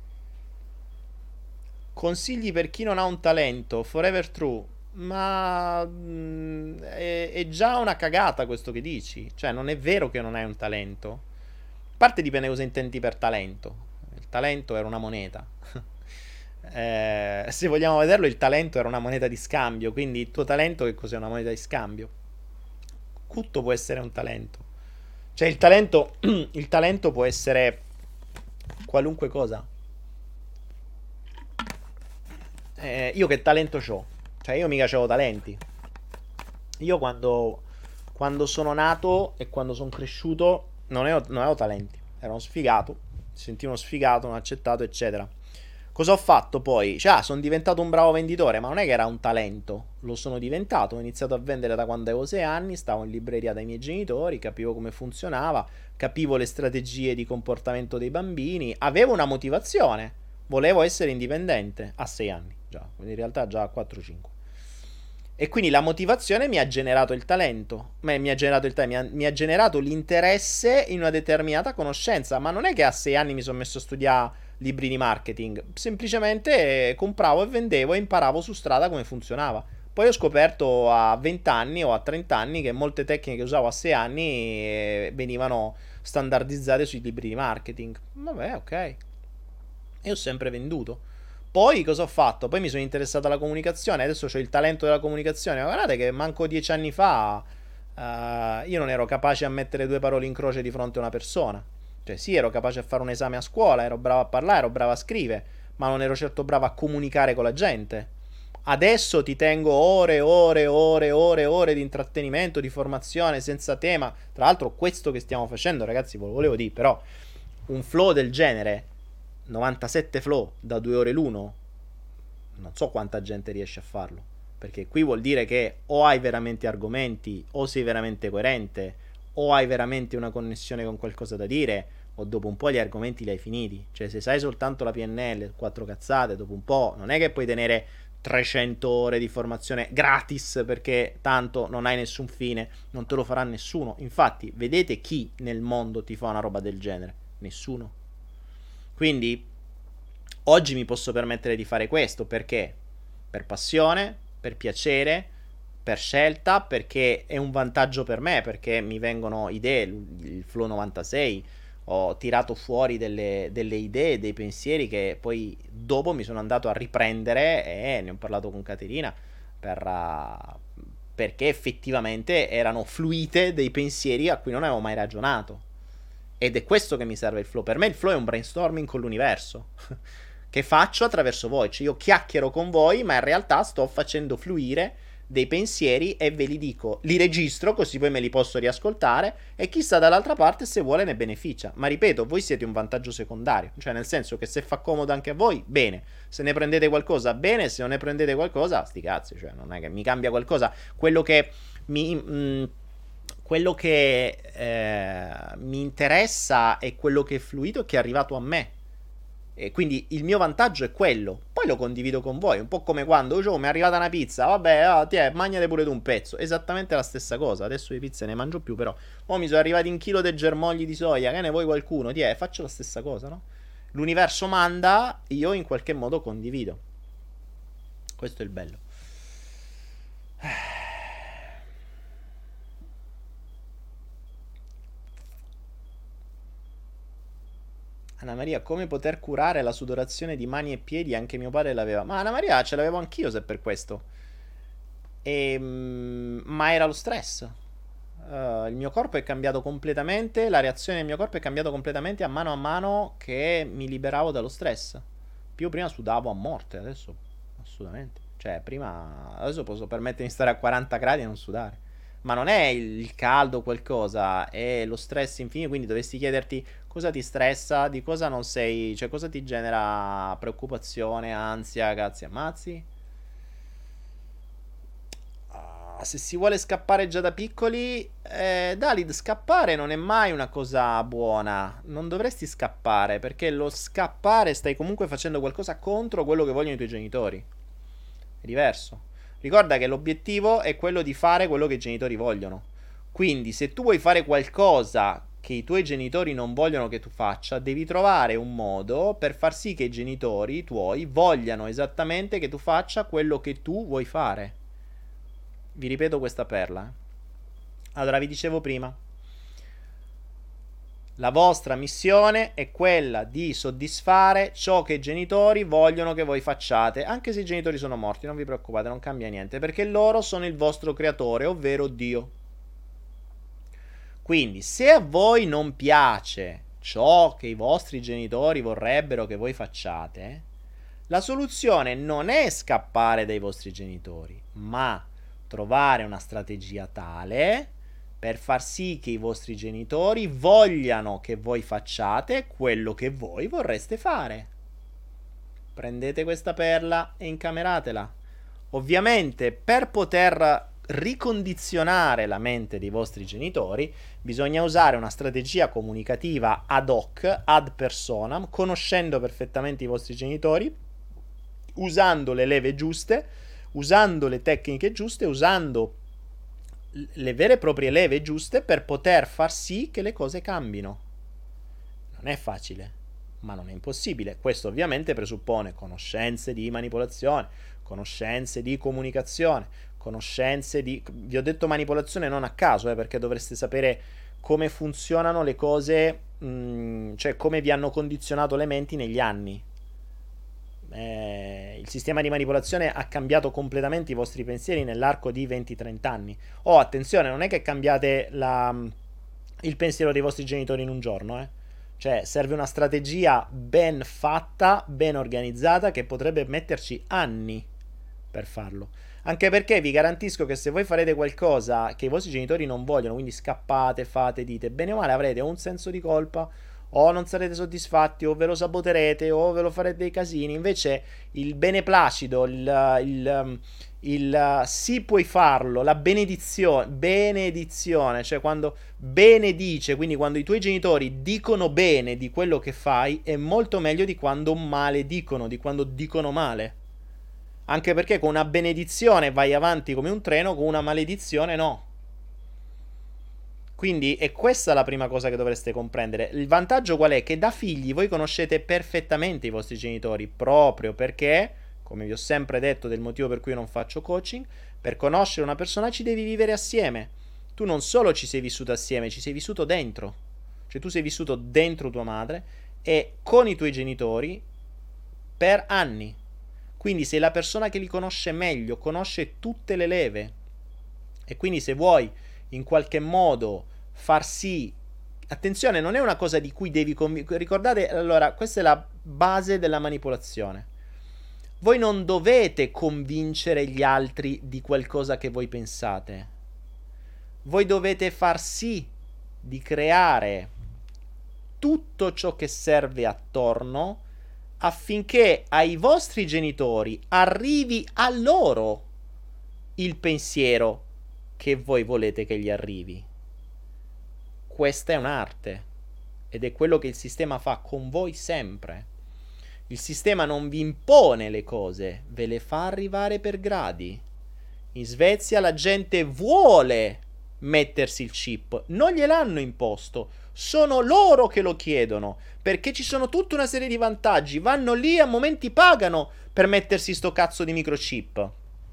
S2: Consigli per chi non ha un talento, Forever True. Ma mh, è, è già una cagata questo che dici. Cioè, non è vero che non hai un talento. A parte dipende cosa intendi per talento. Il talento era una moneta. eh, se vogliamo vederlo, il talento era una moneta di scambio. Quindi il tuo talento che cos'è una moneta di scambio? Tutto può essere un talento. Cioè il talento, il talento può essere qualunque cosa. Eh, io che talento c'ho? Cioè io mica c'avevo talenti. Io quando, quando sono nato e quando sono cresciuto non avevo, non avevo talenti. Ero uno sfigato, mi sentivo uno sfigato, non accettato, eccetera. Cosa ho fatto poi? Cioè, ah, sono diventato un bravo venditore, ma non è che era un talento, lo sono diventato. Ho iniziato a vendere da quando avevo sei anni, stavo in libreria dai miei genitori, capivo come funzionava, capivo le strategie di comportamento dei bambini, avevo una motivazione, volevo essere indipendente a sei anni, già, in realtà già a quattro cinque. E quindi la motivazione mi ha generato il talento, ma mi ha generato il talento, mi ha, mi ha generato l'interesse in una determinata conoscenza, ma non è che a sei anni mi sono messo a studiare libri di marketing, semplicemente compravo e vendevo e imparavo su strada come funzionava. Poi ho scoperto a venti anni o a trenta anni che molte tecniche che usavo a sei anni eh, venivano standardizzate sui libri di marketing. Vabbè, ok. E ho sempre venduto. Poi cosa ho fatto? Poi mi sono interessato alla comunicazione, adesso ho il talento della comunicazione. Ma guardate che manco dieci anni fa uh, io non ero capace a mettere due parole in croce di fronte a una persona. Cioè sì, ero capace a fare un esame a scuola, ero bravo a parlare, ero bravo a scrivere, ma non ero certo bravo a comunicare con la gente. Adesso ti tengo ore, ore, ore, ore, ore di intrattenimento, di formazione senza tema. Tra l'altro questo che stiamo facendo, ragazzi, ve lo volevo dire, però un flow del genere, novantasette flow da due ore l'uno, non so quanta gente riesce a farlo, perché qui vuol dire che o hai veramente argomenti, o sei veramente coerente, o hai veramente una connessione con qualcosa da dire, o dopo un po' gli argomenti li hai finiti. Cioè se sai soltanto la P N L, quattro cazzate, dopo un po' non è che puoi tenere trecento ore di formazione gratis, perché tanto non hai nessun fine, non te lo farà nessuno. Infatti vedete chi nel mondo ti fa una roba del genere? Nessuno. Quindi oggi mi posso permettere di fare questo perché? Per passione, per piacere, per scelta, perché è un vantaggio per me, perché mi vengono idee. Il Flow novantasei ho tirato fuori delle, delle idee, dei pensieri che poi dopo mi sono andato a riprendere e ne ho parlato con Caterina per, uh, perché effettivamente erano fluite dei pensieri a cui non avevo mai ragionato. Ed è questo che mi serve il flow. Per me il flow è un brainstorming con l'universo che faccio attraverso voi. Cioè io chiacchiero con voi, ma in realtà sto facendo fluire dei pensieri e ve li dico, li registro così poi me li posso riascoltare e chi sta dall'altra parte se vuole ne beneficia. Ma ripeto, voi siete un vantaggio secondario, cioè nel senso che se fa comodo anche a voi, bene, se ne prendete qualcosa, bene, se non ne prendete qualcosa, sti cazzi, cioè non è che mi cambia qualcosa. Quello che mi... Mh, quello che eh, mi interessa è quello che è fluito e che è arrivato a me. E quindi il mio vantaggio è quello. Poi lo condivido con voi. Un po' come quando oh, mi è arrivata una pizza. Vabbè, oh, tiè, mangiate pure tu un pezzo. Esattamente la stessa cosa. Adesso le pizze ne mangio più, però. Oh, mi sono arrivati un chilo di germogli di soia. Che ne vuoi qualcuno? Tiè, faccio la stessa cosa, no? L'universo manda, io in qualche modo condivido. Questo è il bello. Anna Maria, come poter curare la sudorazione di mani e piedi? Anche mio padre l'aveva. Ma Anna Maria, ce l'avevo anch'io se per questo. E, mm, ma era lo stress. Uh, il mio corpo è cambiato completamente. La reazione del mio corpo è cambiata completamente a mano a mano che mi liberavo dallo stress. Più prima sudavo a morte, adesso assolutamente. Cioè, prima. Adesso posso permettermi di stare a quaranta gradi e non sudare. Ma non è il caldo o qualcosa, è lo stress infinito. Quindi dovresti chiederti cosa ti stressa, di cosa non sei, cioè cosa ti genera preoccupazione, ansia, cazzi ammazzi. se si vuole scappare già da piccoli, eh, Dalid, scappare non è mai una cosa buona. Non dovresti scappare, perché lo scappare stai comunque facendo qualcosa contro quello che vogliono i tuoi genitori. È diverso. Ricorda che l'obiettivo è quello di fare quello che i genitori vogliono. Quindi, se tu vuoi fare qualcosa che i tuoi genitori non vogliono che tu faccia, devi trovare un modo per far sì che i genitori tuoi vogliano esattamente che tu faccia quello che tu vuoi fare. Vi ripeto questa perla. Allora, vi dicevo prima, la vostra missione è quella di soddisfare ciò che i genitori vogliono che voi facciate, anche se i genitori sono morti, non vi preoccupate, non cambia niente, perché loro sono il vostro creatore, ovvero Dio. Quindi, se a voi non piace ciò che i vostri genitori vorrebbero che voi facciate, la soluzione non è scappare dai vostri genitori, ma trovare una strategia tale per far sì che i vostri genitori vogliano che voi facciate quello che voi vorreste fare. Prendete questa perla e incameratela. Ovviamente, per poter ricondizionare la mente dei vostri genitori, bisogna usare una strategia comunicativa ad hoc, ad personam, conoscendo perfettamente i vostri genitori, usando le leve giuste, usando le tecniche giuste, usando le vere e proprie leve giuste per poter far sì che le cose cambino. Non è facile, ma non è impossibile. Questo ovviamente presuppone conoscenze di manipolazione, conoscenze di comunicazione, conoscenze di... Vi ho detto manipolazione non a caso, eh, perché dovreste sapere come funzionano le cose, mh, cioè come vi hanno condizionato le menti negli anni. Eh, il sistema di manipolazione ha cambiato completamente i vostri pensieri nell'arco di venti trenta anni. Oh, attenzione, non è che cambiate la, il pensiero dei vostri genitori in un giorno, eh. Cioè, serve una strategia ben fatta, ben organizzata, che potrebbe metterci anni per farlo. Anche perché vi garantisco che se voi farete qualcosa che i vostri genitori non vogliono, quindi scappate, fate, dite, bene o male avrete un senso di colpa, o non sarete soddisfatti, o ve lo saboterete, o ve lo farete dei casini. Invece il beneplacito, il, il, il sì puoi farlo, la benedizione, benedizione, cioè quando benedice, quindi quando i tuoi genitori dicono bene di quello che fai, è molto meglio di quando maledicono, di quando dicono male. Anche perché con una benedizione vai avanti come un treno, con una maledizione no. Quindi è questa la prima cosa che dovreste comprendere. Il vantaggio qual è? Che da figli voi conoscete perfettamente i vostri genitori, proprio perché, come vi ho sempre detto del motivo per cui io non faccio coaching, per conoscere una persona ci devi vivere assieme. Tu non solo ci sei vissuto assieme, ci sei vissuto dentro. Cioè tu sei vissuto dentro tua madre e con i tuoi genitori per anni. Quindi sei la persona che li conosce meglio, conosce tutte le leve. E quindi se vuoi in qualche modo far sì, attenzione, non è una cosa di cui devi convincere, ricordate, allora questa è la base della manipolazione. Voi non dovete convincere gli altri di qualcosa che voi pensate, voi dovete far sì di creare tutto ciò che serve attorno affinché ai vostri genitori arrivi a loro il pensiero che voi volete che gli arrivi. Questa è un'arte ed è quello che il sistema fa con voi sempre. Il sistema non vi impone le cose, ve le fa arrivare per gradi. In Svezia la gente vuole mettersi il chip, non gliel'hanno imposto, sono loro che lo chiedono, perché ci sono tutta una serie di vantaggi, vanno lì a momenti pagano per mettersi sto cazzo di microchip.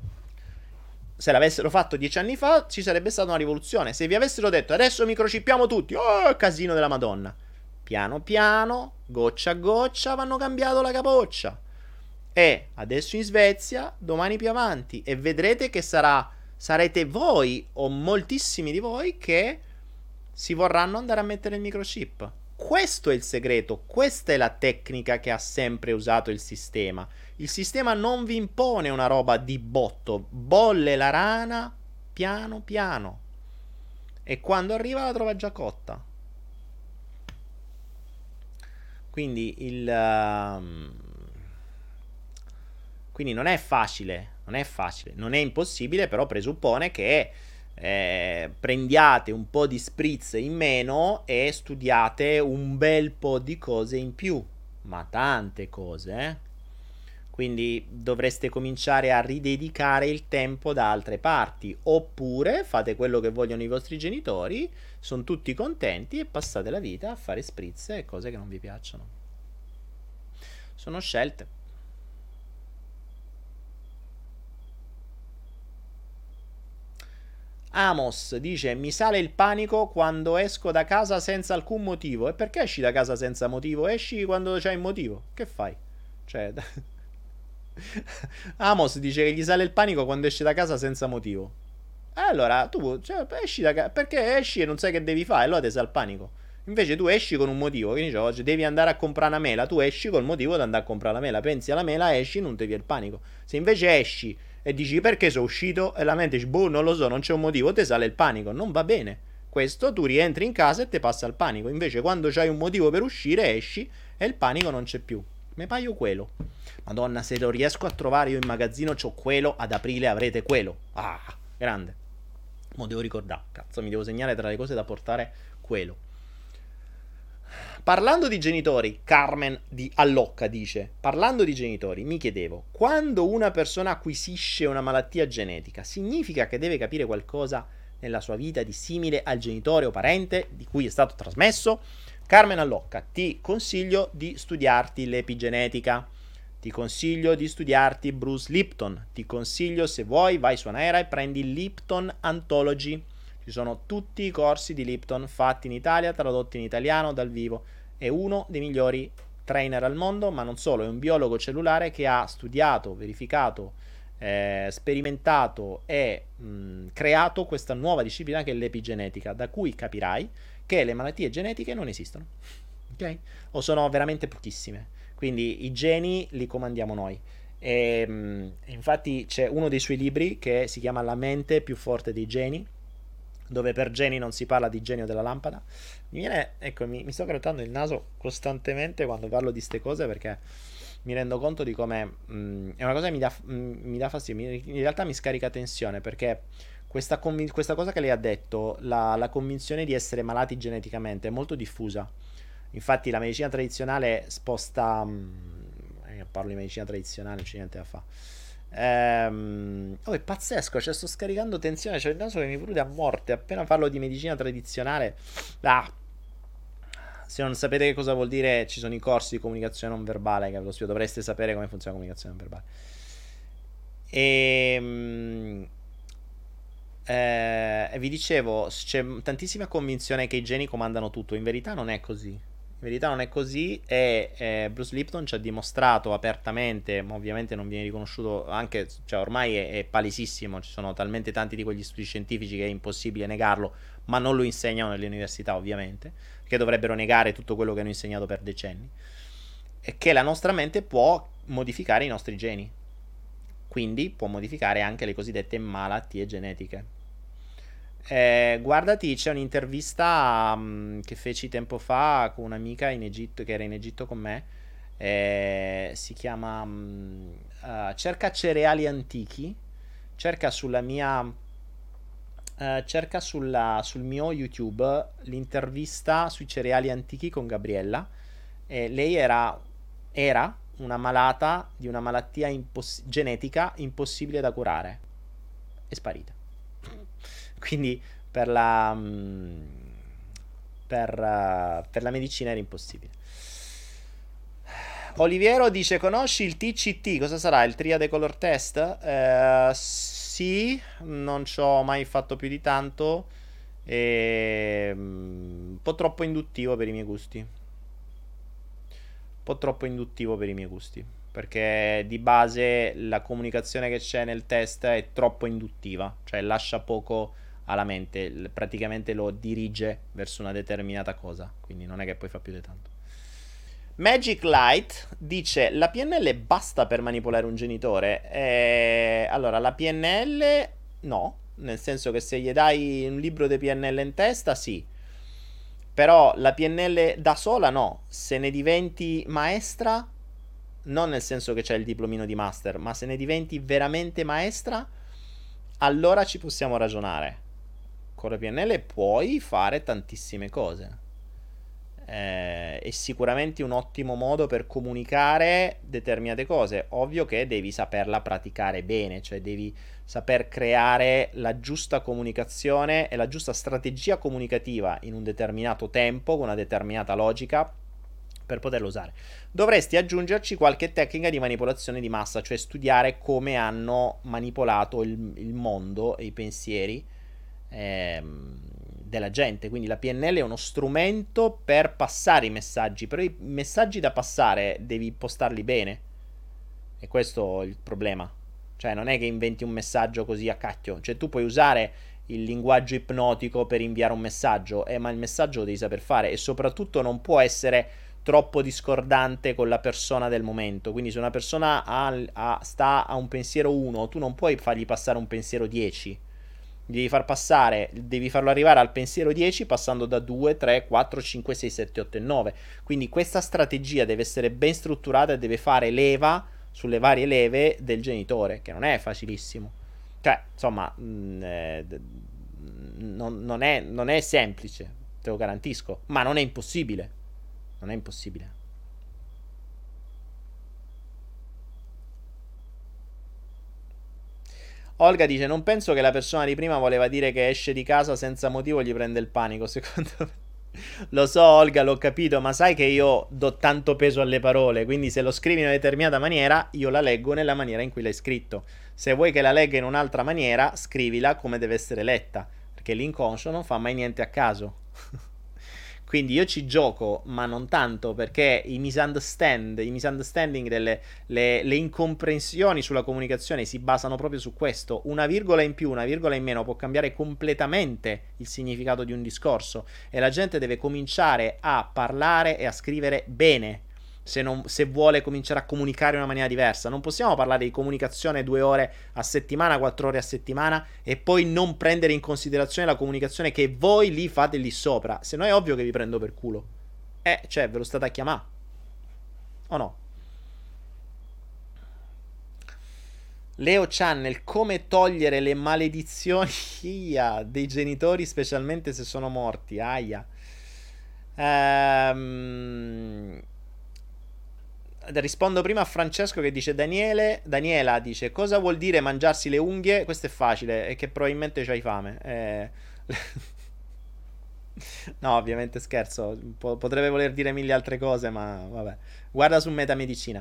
S2: Se l'avessero fatto dieci anni fa ci sarebbe stata una rivoluzione. Se vi avessero detto adesso microchippiamo tutti, oh casino della Madonna, piano piano, goccia a goccia vanno cambiato la capoccia. E adesso in Svezia, domani più avanti, e vedrete che sarà sarete voi o moltissimi di voi che si vorranno andare a mettere il microchip. Questo è il segreto, questa è la tecnica che ha sempre usato il sistema. Il sistema non vi impone una roba di botto, bolle la rana piano piano e quando arriva la trova già cotta. Quindi il um... quindi non è facile Non è facile, non è impossibile, però presuppone che eh, prendiate un po' di spritz in meno e studiate un bel po' di cose in più, ma tante cose, eh? Quindi dovreste cominciare a ridedicare il tempo da altre parti, oppure fate quello che vogliono i vostri genitori, sono tutti contenti e passate la vita a fare spritz e cose che non vi piacciono. Sono scelte. Amos dice: mi sale il panico quando esco da casa senza alcun motivo. E perché esci da casa senza motivo? Esci quando c'hai il motivo. Che fai? Cioè, Amos dice che gli sale il panico quando esce da casa senza motivo. E allora tu, cioè, esci da casa perché esci e non sai che devi fare, allora ti sa il panico. Invece tu esci con un motivo, quindi dice, oggi devi andare a comprare una mela, tu esci col motivo di andare a comprare la mela, pensi alla mela, esci, non ti viene il panico. Se invece esci e dici perché sono uscito e la mente dici, boh, non lo so, non c'è un motivo, ti sale il panico, non va bene. Questo tu rientri in casa e ti passa il panico. Invece quando c'hai un motivo per uscire, esci e il panico non c'è più. Me paio quello. Madonna, se lo riesco a trovare io in magazzino c'ho quello, ad aprile avrete quello. Ah, grande. Mo devo ricordare, cazzo, mi devo segnare tra le cose da portare quello. Parlando di genitori, Carmen di Allocca dice: parlando di genitori, mi chiedevo, quando una persona acquisisce una malattia genetica, significa che deve capire qualcosa nella sua vita di simile al genitore o parente di cui è stato trasmesso? Carmen Allocca, ti consiglio di studiarti l'epigenetica, ti consiglio di studiarti Bruce Lipton, ti consiglio, se vuoi, vai su Anaera e prendi Lipton Anthology. Ci sono tutti i corsi di Lipton fatti in Italia, tradotti in italiano, dal vivo. È uno dei migliori trainer al mondo, ma non solo, è un biologo cellulare che ha studiato, verificato, eh, sperimentato e mh, creato questa nuova disciplina che è l'epigenetica, da cui capirai che le malattie genetiche non esistono, ok? O sono veramente pochissime. Quindi i geni li comandiamo noi. E, mh, infatti c'è uno dei suoi libri che si chiama La mente più forte dei geni, dove per geni non si parla di genio della lampada. Mi viene, ecco, mi, mi sto grattando il naso costantemente quando parlo di ste cose, perché mi rendo conto di come mh, è una cosa che mi dà, mh, mi dà fastidio, mi, in realtà mi scarica tensione, perché questa, convin- questa cosa che lei ha detto, la, la convinzione di essere malati geneticamente, è molto diffusa. Infatti la medicina tradizionale sposta, mh, eh, parlo di medicina tradizionale, non c'è niente da fare. Ehm, oh, è pazzesco, cioè sto scaricando tensione, c'è il naso che mi prude a morte. Appena parlo di medicina tradizionale, ah, se non sapete che cosa vuol dire, ci sono i corsi di comunicazione non verbale che ve lo spiego, dovreste sapere come funziona la comunicazione non verbale. E, eh, e vi dicevo, c'è tantissima convinzione che i geni comandano tutto. In verità non è così. In verità non è così, e eh, Bruce Lipton ci ha dimostrato apertamente, ma ovviamente non viene riconosciuto, anche, cioè ormai è, è palesissimo, ci sono talmente tanti di quegli studi scientifici che è impossibile negarlo, ma non lo insegnano nelle università ovviamente, che dovrebbero negare tutto quello che hanno insegnato per decenni, e che la nostra mente può modificare i nostri geni, quindi può modificare anche le cosiddette malattie genetiche. Eh, guardati, c'è un'intervista um, che feci tempo fa con un'amica in Egitto, che era in Egitto con me. Eh, si chiama um, uh, cerca cereali antichi. Cerca sulla mia uh, cerca sulla, sul mio YouTube l'intervista sui cereali antichi con Gabriella. Eh, lei era, era una malata di una malattia imposs- genetica impossibile da curare. È sparita. Quindi per la mm, per, uh, per la medicina era impossibile. Oliviero dice: conosci il T C T? Cosa sarà? Il Triade Color Test? Eh, sì, non ci ho mai fatto più di tanto. E, mm, un po' troppo induttivo per i miei gusti. Un po' troppo induttivo per i miei gusti. Perché di base la comunicazione che c'è nel test è troppo induttiva. Cioè lascia poco alla mente, praticamente lo dirige verso una determinata cosa, quindi non è che poi fa più di tanto. Magic Light dice: la P N L basta per manipolare un genitore? Eh, allora, la P N L no, nel senso che se gli dai un libro di P N L in testa, sì. Però la P N L da sola no. Se ne diventi maestra, non nel senso che c'è il diplomino di master, ma se ne diventi veramente maestra, allora ci possiamo ragionare. Con la P N L puoi fare tantissime cose. Eh, è sicuramente un ottimo modo per comunicare determinate cose. Ovvio che devi saperla praticare bene, cioè devi saper creare la giusta comunicazione e la giusta strategia comunicativa in un determinato tempo, con una determinata logica, per poterlo usare. Dovresti aggiungerci qualche tecnica di manipolazione di massa, cioè studiare come hanno manipolato il, il mondo e i pensieri ehm, della gente. Quindi la P N L è uno strumento per passare i messaggi, però i messaggi da passare devi impostarli bene, e questo è il problema. Cioè non è che inventi un messaggio così a cacchio, cioè tu puoi usare il linguaggio ipnotico per inviare un messaggio, eh, ma il messaggio lo devi saper fare, e soprattutto non può essere troppo discordante con la persona del momento. Quindi se una persona ha, ha, sta a un pensiero uno, tu non puoi fargli passare un pensiero dieci. Devi far passare, devi farlo arrivare al pensiero dieci passando da due, tre, quattro, cinque, sei, sette, otto e nove. Quindi questa strategia deve essere ben strutturata e deve fare leva sulle varie leve del genitore, che non è facilissimo. Cioè, insomma, mh, eh, non, non, è, non è semplice, te lo garantisco, ma non è impossibile. Non è impossibile. Olga dice: non penso che la persona di prima voleva dire che esce di casa senza motivo, gli prende il panico. Secondo me. Lo so, Olga, l'ho capito, ma sai che io do tanto peso alle parole, quindi se lo scrivi in una determinata maniera, io la leggo nella maniera in cui l'hai scritto. Se vuoi che la legga in un'altra maniera, scrivila come deve essere letta, perché l'inconscio non fa mai niente a caso. Quindi io ci gioco, ma non tanto, perché i misunderstand, i misunderstanding, delle, le, le incomprensioni sulla comunicazione si basano proprio su questo. Una virgola in più, una virgola in meno può cambiare completamente il significato di un discorso, e la gente deve cominciare a parlare e a scrivere bene, se, non, se vuole cominciare a comunicare in una maniera diversa. Non possiamo parlare di comunicazione due ore a settimana, quattro ore a settimana, e poi non prendere in considerazione la comunicazione che voi lì fate lì sopra. Se no è ovvio che vi prendo per culo. Eh, cioè, ve lo state a chiamare. O no? Leo Channel: come togliere le maledizioni dei genitori, specialmente se sono morti. Aia. Ehm... Rispondo prima a Francesco che dice: Daniele, Daniela dice: cosa vuol dire mangiarsi le unghie? Questo è facile, è che probabilmente c'hai fame. Eh... No, ovviamente scherzo. Po- potrebbe voler dire mille altre cose, ma vabbè. Guarda su Metamedicina.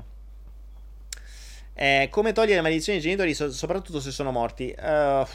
S2: Eh, come togliere le maledizioni dei genitori, so- soprattutto se sono morti? Uh...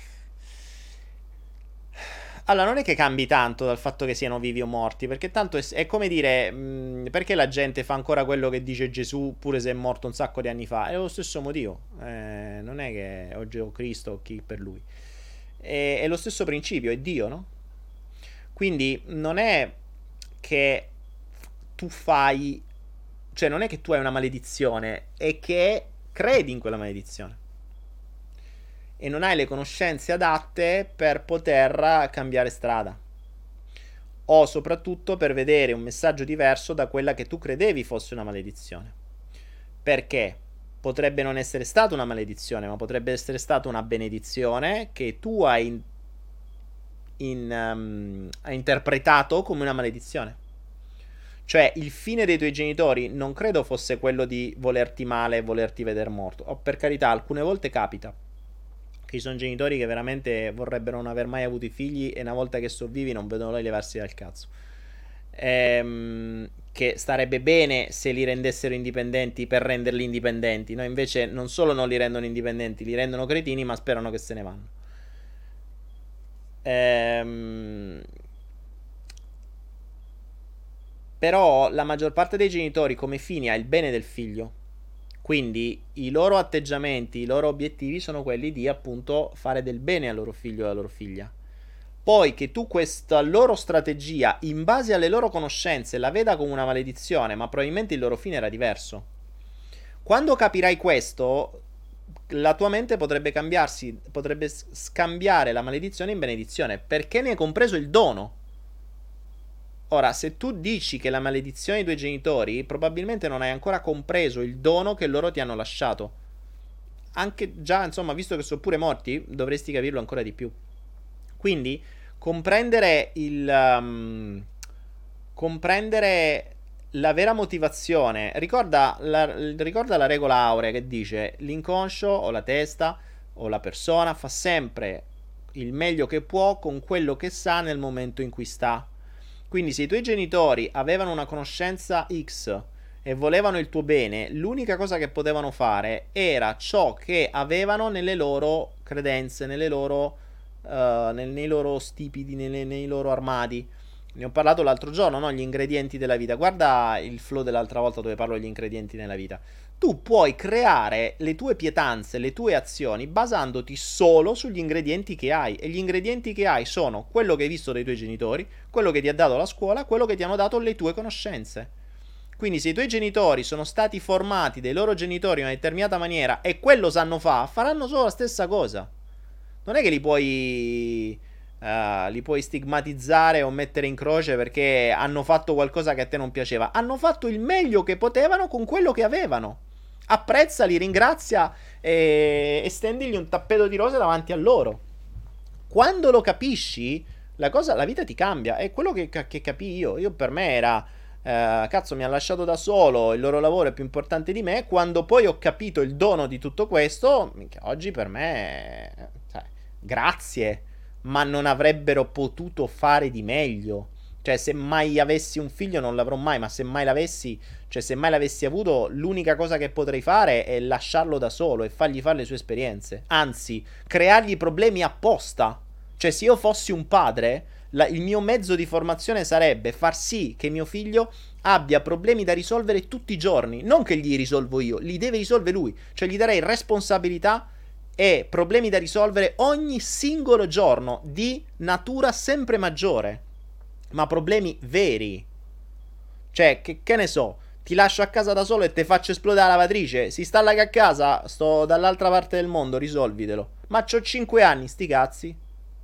S2: Allora, non è che cambi tanto dal fatto che siano vivi o morti, perché tanto è, è come dire, mh, perché la gente fa ancora quello che dice Gesù, pure se è morto un sacco di anni fa? È lo stesso motivo. Eh, non è che oggi ho Cristo o chi per lui. È, è lo stesso principio, è Dio, no? Quindi non è che tu fai, cioè non è che tu hai una maledizione, è che credi in quella maledizione e non hai le conoscenze adatte per poter cambiare strada, o soprattutto per vedere un messaggio diverso da quella che tu credevi fosse una maledizione, perché potrebbe non essere stata una maledizione, ma potrebbe essere stata una benedizione che tu hai, in, in, um, hai interpretato come una maledizione. Cioè, il fine dei tuoi genitori non credo fosse quello di volerti male e volerti vedere morto. O, per carità, alcune volte capita che ci sono genitori che veramente vorrebbero non aver mai avuto i figli, e una volta che sono vivi non vedono l'ora di levarsi dal cazzo. Ehm, che starebbe bene se li rendessero indipendenti per renderli indipendenti. No, invece non solo non li rendono indipendenti, li rendono cretini, ma sperano che se ne vanno. Ehm... Però la maggior parte dei genitori come fine ha il bene del figlio. Quindi i loro atteggiamenti, i loro obiettivi sono quelli di appunto fare del bene al loro figlio e alla loro figlia. Poi che tu questa loro strategia, in base alle loro conoscenze, la veda come una maledizione, ma probabilmente il loro fine era diverso. Quando capirai questo, la tua mente potrebbe cambiarsi, potrebbe scambiare la maledizione in benedizione, perché ne hai compreso il dono. Ora, se tu dici che la maledizione dei tuoi genitori, probabilmente non hai ancora compreso il dono che loro ti hanno lasciato. Anche già, insomma, visto che sono pure morti, dovresti capirlo ancora di più. Quindi, comprendere il... um, comprendere la vera motivazione. Ricorda la, ricorda la regola aurea che dice l'inconscio o la testa o la persona fa sempre il meglio che può con quello che sa nel momento in cui sta. Quindi se i tuoi genitori avevano una conoscenza X e volevano il tuo bene, l'unica cosa che potevano fare era ciò che avevano nelle loro credenze, nelle loro, uh, nel, nei loro stipiti, nelle, nei loro armadi. Ne ho parlato l'altro giorno, no? Gli ingredienti della vita. Guarda il flow dell'altra volta dove parlo degli ingredienti nella vita. Tu puoi creare le tue pietanze, le tue azioni basandoti solo sugli ingredienti che hai. E gli ingredienti che hai sono quello che hai visto dai tuoi genitori, quello che ti ha dato la scuola, quello che ti hanno dato le tue conoscenze. Quindi se i tuoi genitori sono stati formati dai loro genitori in una determinata maniera e quello sanno fare, faranno solo la stessa cosa. Non è che li puoi, uh, li puoi stigmatizzare o mettere in croce perché hanno fatto qualcosa che a te non piaceva. Hanno fatto il meglio che potevano con quello che avevano. Apprezzali, ringrazia e estendili un tappeto di rose davanti a loro. Quando lo capisci, la cosa, la vita ti cambia. È quello che, che capii io. Io per me era... Uh, cazzo, mi ha lasciato da solo, il loro lavoro è più importante di me. Quando poi ho capito il dono di tutto questo, minchia, oggi per me, cioè, grazie, ma non avrebbero potuto fare di meglio. Cioè, se mai avessi un figlio, non l'avrò mai, ma se mai l'avessi, cioè, se mai l'avessi avuto, l'unica cosa che potrei fare è lasciarlo da solo e fargli fare le sue esperienze. Anzi, creargli problemi apposta. Cioè, se io fossi un padre, la, il mio mezzo di formazione sarebbe far sì che mio figlio abbia problemi da risolvere tutti i giorni. Non che gli risolvo io, li deve risolvere lui. Cioè, gli darei responsabilità e problemi da risolvere ogni singolo giorno di natura sempre maggiore. Ma problemi veri. Cioè, che, che ne so, ti lascio a casa da solo e te faccio esplodere la lavatrice. Si installa che a casa, sto dall'altra parte del mondo, risolvitelo. Ma c'ho cinque anni, sti cazzi.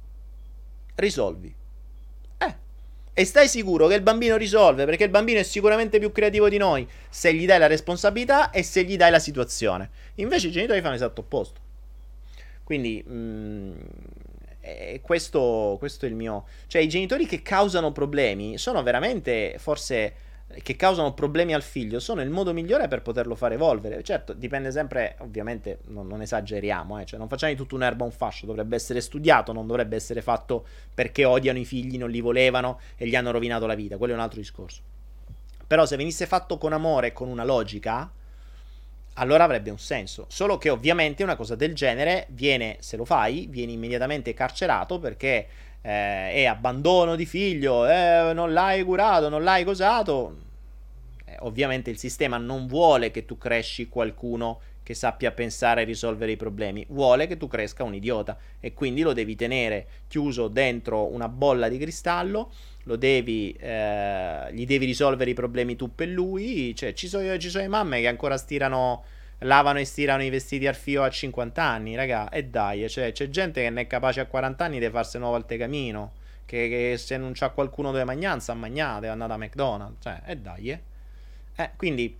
S2: Risolvi. Eh. E stai sicuro che il bambino risolve, perché il bambino è sicuramente più creativo di noi se gli dai la responsabilità e se gli dai la situazione. Invece i genitori fanno l'esatto opposto. Quindi... Mm, E questo, questo è il mio... Cioè, i genitori che causano problemi sono veramente, forse, che causano problemi al figlio, sono il modo migliore per poterlo far evolvere. Certo, dipende sempre, ovviamente, non, non esageriamo, eh, cioè non facciamo di tutto un'erba un fascio, dovrebbe essere studiato, non dovrebbe essere fatto perché odiano i figli, non li volevano e gli hanno rovinato la vita, quello è un altro discorso. Però se venisse fatto con amore e con una logica... allora avrebbe un senso. Solo che ovviamente una cosa del genere viene, se lo fai, vieni immediatamente carcerato perché eh, è abbandono di figlio, eh, non l'hai curato, non l'hai cosato. Eh, ovviamente il sistema non vuole che tu cresci qualcuno che sappia pensare e risolvere i problemi, vuole che tu cresca un idiota e quindi lo devi tenere chiuso dentro una bolla di cristallo. Lo devi, eh, gli devi risolvere i problemi tu per lui. Cioè, ci sono, ci sono le mamme che ancora stirano, lavano e stirano i vestiti al filo a cinquanta anni, raga. E dai, cioè, c'è gente che non è capace a quaranta anni di farsi una volta camino. Che, che se non c'ha qualcuno dove mangiare, sta a mangiare, deve andare da McDonald's. Cioè, e dai, eh. eh. Quindi,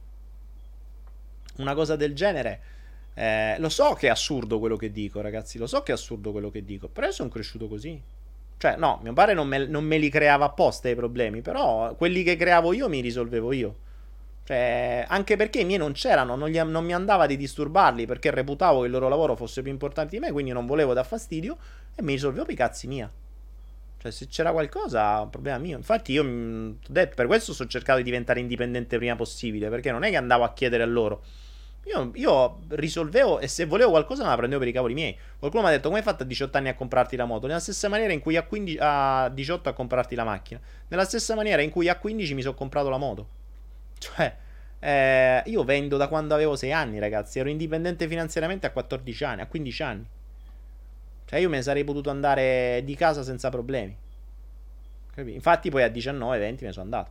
S2: una cosa del genere. Eh, lo so che è assurdo quello che dico, ragazzi. Lo so che è assurdo quello che dico. Però io sono cresciuto così. Cioè, no, mio padre non me, non me li creava apposta i problemi, però quelli che creavo io mi risolvevo io. Cioè, anche perché i miei non c'erano, non, gli, non mi andava di disturbarli, perché reputavo che il loro lavoro fosse più importante di me, quindi non volevo dar fastidio e mi risolvevo per i cazzi mia. Cioè, se c'era qualcosa, un problema mio. Infatti io, mh, detto, per questo sto cercando di diventare indipendente prima possibile, perché non è che andavo a chiedere a loro. Io, io risolvevo e se volevo qualcosa me la prendevo per i cavoli miei. Qualcuno mi ha detto come hai fatto a diciotto anni a comprarti la moto? Nella stessa maniera in cui a, quindici, a diciotto a comprarti la macchina. Nella stessa maniera in cui a quindici mi sono comprato la moto. Cioè, eh, io vendo da quando avevo sei anni, ragazzi. Ero indipendente finanziariamente a quattordici anni, a quindici anni. Cioè io me ne sarei potuto andare di casa senza problemi. Capì? Infatti poi a diciannove venti me ne sono andato.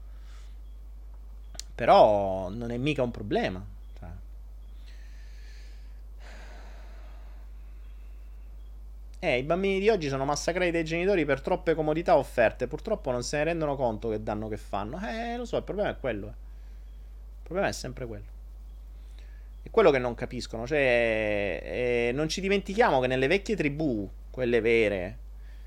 S2: Però non è mica un problema. Eh, i bambini di oggi sono massacrati dai genitori per troppe comodità offerte. Purtroppo non se ne rendono conto che danno che fanno. Eh, lo so, il problema è quello. eh. Il problema è sempre quello. È quello che non capiscono. Cioè, eh, non ci dimentichiamo che nelle vecchie tribù, quelle vere,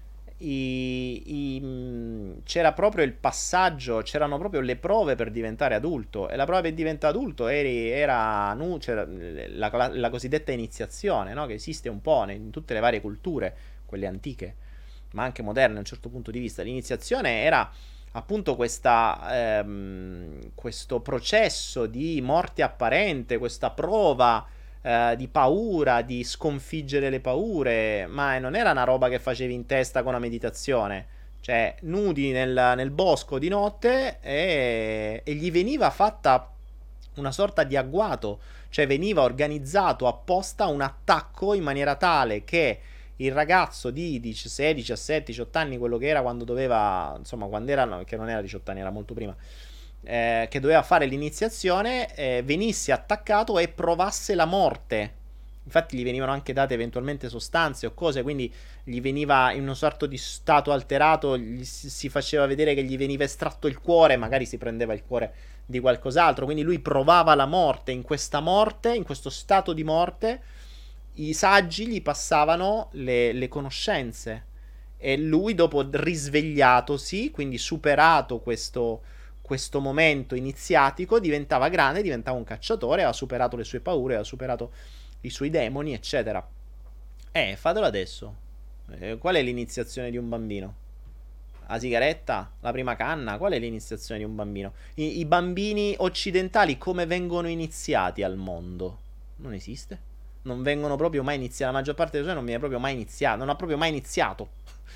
S2: i- i- mh, c'era proprio il passaggio, c'erano proprio le prove per diventare adulto. E la prova per diventare adulto eri- era nu- c'era la, la- la cosiddetta iniziazione, no? Che esiste un po' in tutte le varie culture, quelle antiche, ma anche moderne a un certo punto di vista. L'iniziazione era appunto questa, ehm, questo processo di morte apparente, questa prova eh, di paura, di sconfiggere le paure, ma non era una roba che facevi in testa con la meditazione. Cioè, nudi nel, nel bosco di notte e, e gli veniva fatta una sorta di agguato, cioè veniva organizzato apposta un attacco in maniera tale che il ragazzo di diciassette, diciassette, diciotto anni, quello che era quando doveva, insomma, quando era, no, che non era diciotto anni, era molto prima, eh, che doveva fare l'iniziazione, eh, venisse attaccato e provasse la morte. Infatti gli venivano anche date eventualmente sostanze o cose, quindi gli veniva in uno sorta di stato alterato, gli si faceva vedere che gli veniva estratto il cuore, magari si prendeva il cuore di qualcos'altro, quindi lui provava la morte. In questa morte, in questo stato di morte, i saggi gli passavano le, le conoscenze e lui dopo risvegliatosi, quindi superato questo, questo momento iniziatico, diventava grande, diventava un cacciatore, aveva superato le sue paure, aveva superato i suoi demoni, eccetera. Eh, fatelo adesso. Eh, qual è l'iniziazione di un bambino? La sigaretta? La prima canna? Qual è l'iniziazione di un bambino? I, i bambini occidentali come vengono iniziati al mondo? Non esiste. Non vengono proprio mai iniziati. La maggior parte delle persone non viene proprio mai iniziato. Non ha proprio mai iniziato.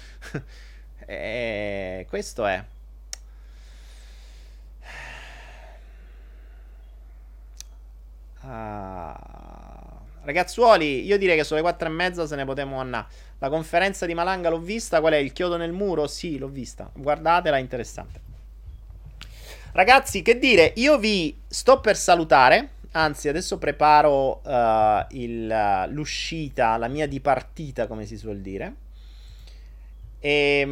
S2: E questo è. Ah. Ragazzuoli, io direi che sulle quattro e mezza se ne potremmo andare. La conferenza di Malanga l'ho vista. Qual è? Il chiodo nel muro? Sì, l'ho vista. Guardatela, interessante. Ragazzi, che dire? Io vi sto per salutare. Anzi, adesso preparo uh, il, l'uscita, la mia dipartita, come si suol dire. E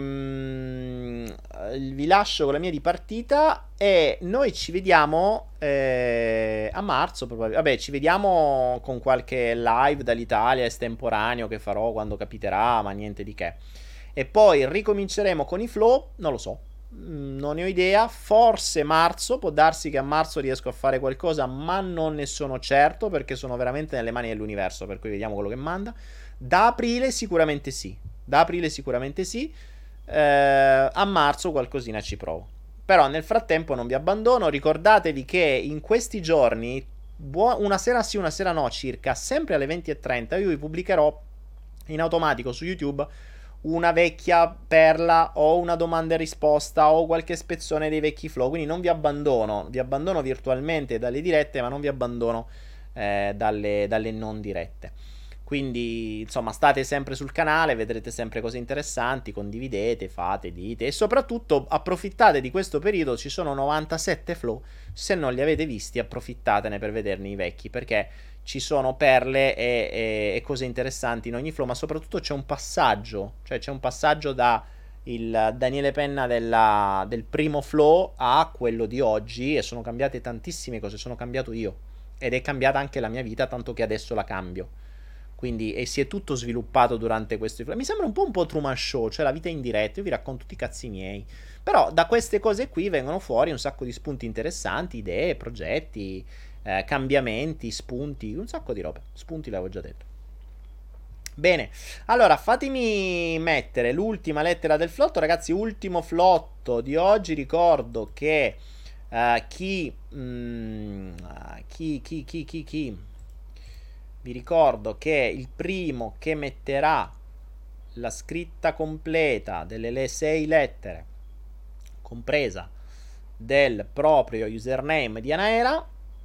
S2: mm, vi lascio con la mia dipartita e noi ci vediamo eh, a marzo. Probabilmente. Vabbè, ci vediamo con qualche live dall'Italia estemporaneo che farò quando capiterà, ma niente di che. E poi ricominceremo con i flow, non lo so. Non ne ho idea, forse marzo, può darsi che a marzo riesco a fare qualcosa, ma non ne sono certo perché sono veramente nelle mani dell'universo, per cui vediamo quello che manda. Da aprile sicuramente sì, da aprile sicuramente sì, eh, a marzo qualcosina ci provo. Però nel frattempo non vi abbandono, ricordatevi che in questi giorni, una sera sì, una sera no circa, sempre alle venti e trenta, io vi pubblicherò in automatico su YouTube una vecchia perla o una domanda e risposta o qualche spezzone dei vecchi flow. Quindi non vi abbandono, vi abbandono virtualmente dalle dirette, ma non vi abbandono eh, dalle, dalle non dirette. Quindi insomma state sempre sul canale, vedrete sempre cose interessanti, condividete, fate, dite e soprattutto approfittate di questo periodo, ci sono novantasette flow, se non li avete visti approfittatene per vederne i vecchi, perché ci sono perle e, e, e cose interessanti in ogni flow, ma soprattutto c'è un passaggio, cioè c'è un passaggio da il Daniele Penna della, del primo flow a quello di oggi e sono cambiate tantissime cose, sono cambiato io ed è cambiata anche la mia vita, tanto che adesso la cambio. Quindi e si è tutto sviluppato durante questo flow. Mi sembra un po' un po' Truman Show, cioè la vita in diretta, io vi racconto tutti i cazzi miei. Però da queste cose qui vengono fuori un sacco di spunti interessanti, idee, progetti, eh, cambiamenti, spunti, un sacco di robe. Spunti l'avevo già detto. Bene, allora fatemi mettere l'ultima lettera del flotto, ragazzi, ultimo flotto di oggi, ricordo che uh, chi, mm, chi, chi, chi, chi, chi, vi ricordo che il primo che metterà la scritta completa delle sei lettere, compresa del proprio username di Anaera,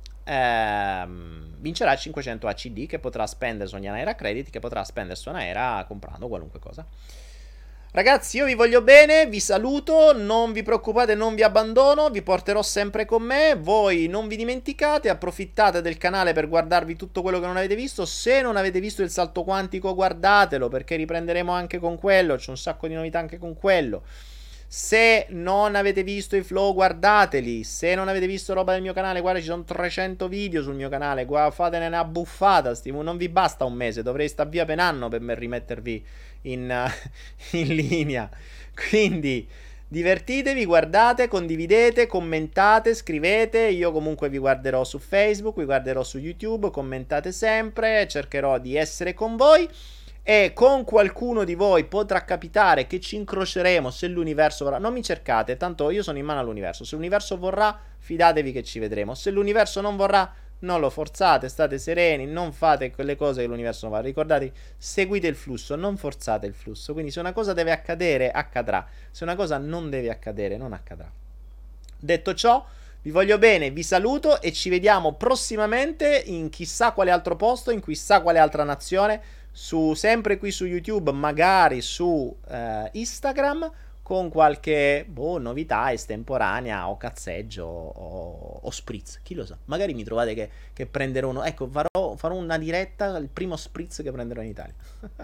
S2: ehm, vincerà cinquecento A C D che potrà spendere su Anaera Credit, che potrà spendere su Anaera comprando qualunque cosa. Ragazzi, io vi voglio bene, vi saluto, non vi preoccupate, non vi abbandono, vi porterò sempre con me. Voi non vi dimenticate, approfittate del canale per guardarvi tutto quello che non avete visto. Se non avete visto il salto quantico, guardatelo, perché riprenderemo anche con quello, c'è un sacco di novità anche con quello. Se non avete visto i flow, guardateli. Se non avete visto roba del mio canale, guarda, ci sono trecento video sul mio canale. Guarda, fatene una buffata. Stimo. Non vi basta un mese, dovrei star via per un anno per rimettervi in, uh, in linea. Quindi divertitevi, guardate, condividete, commentate, scrivete. Io comunque vi guarderò su Facebook, vi guarderò su YouTube. Commentate sempre, cercherò di essere con voi. E con qualcuno di voi potrà capitare che ci incroceremo se l'universo vorrà. Non mi cercate, tanto io sono in mano all'universo. Se l'universo vorrà, fidatevi che ci vedremo. Se l'universo non vorrà, non lo forzate, state sereni, non fate quelle cose che l'universo non fa. Ricordate, seguite il flusso, non forzate il flusso. Quindi se una cosa deve accadere, accadrà. Se una cosa non deve accadere, non accadrà. Detto ciò, vi voglio bene, vi saluto e ci vediamo prossimamente in chissà quale altro posto, in chissà quale altra nazione. Su, sempre qui su YouTube, magari su eh, Instagram, con qualche boh, novità estemporanea o cazzeggio o, o spritz, chi lo sa. Magari mi trovate che, che prenderò uno. Ecco, farò, farò una diretta, il primo spritz che prenderò in Italia.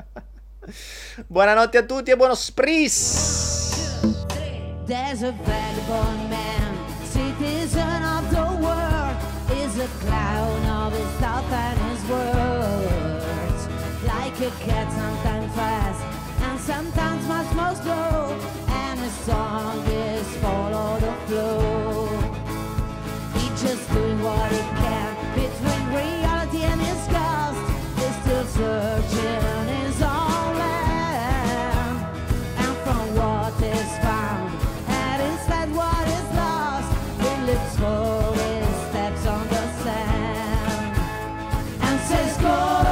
S2: Buonanotte a tutti e buono spritz.
S1: There's a vagabond man, citizen of the world, is a clown of his thought and his words. Like a cat, sometimes fast and sometimes much more slow, and his song is follow the flow. He's just doing what he can between reality and his ghost. He's still searching his own land, and from what is found and instead what is lost, he lives for his steps on the sand and says go.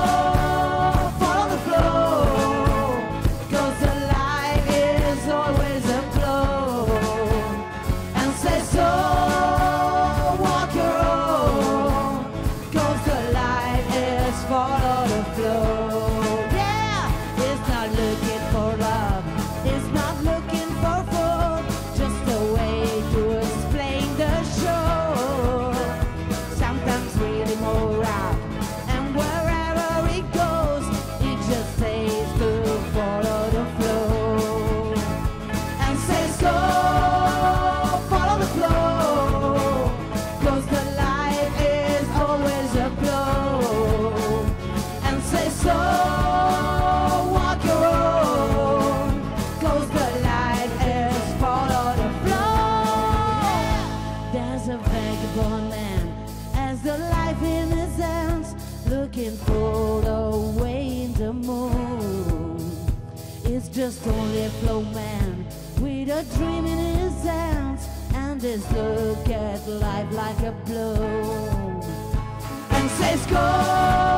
S1: Just only a flow man with a dream in his hands, and his look at life like a blow, and says go.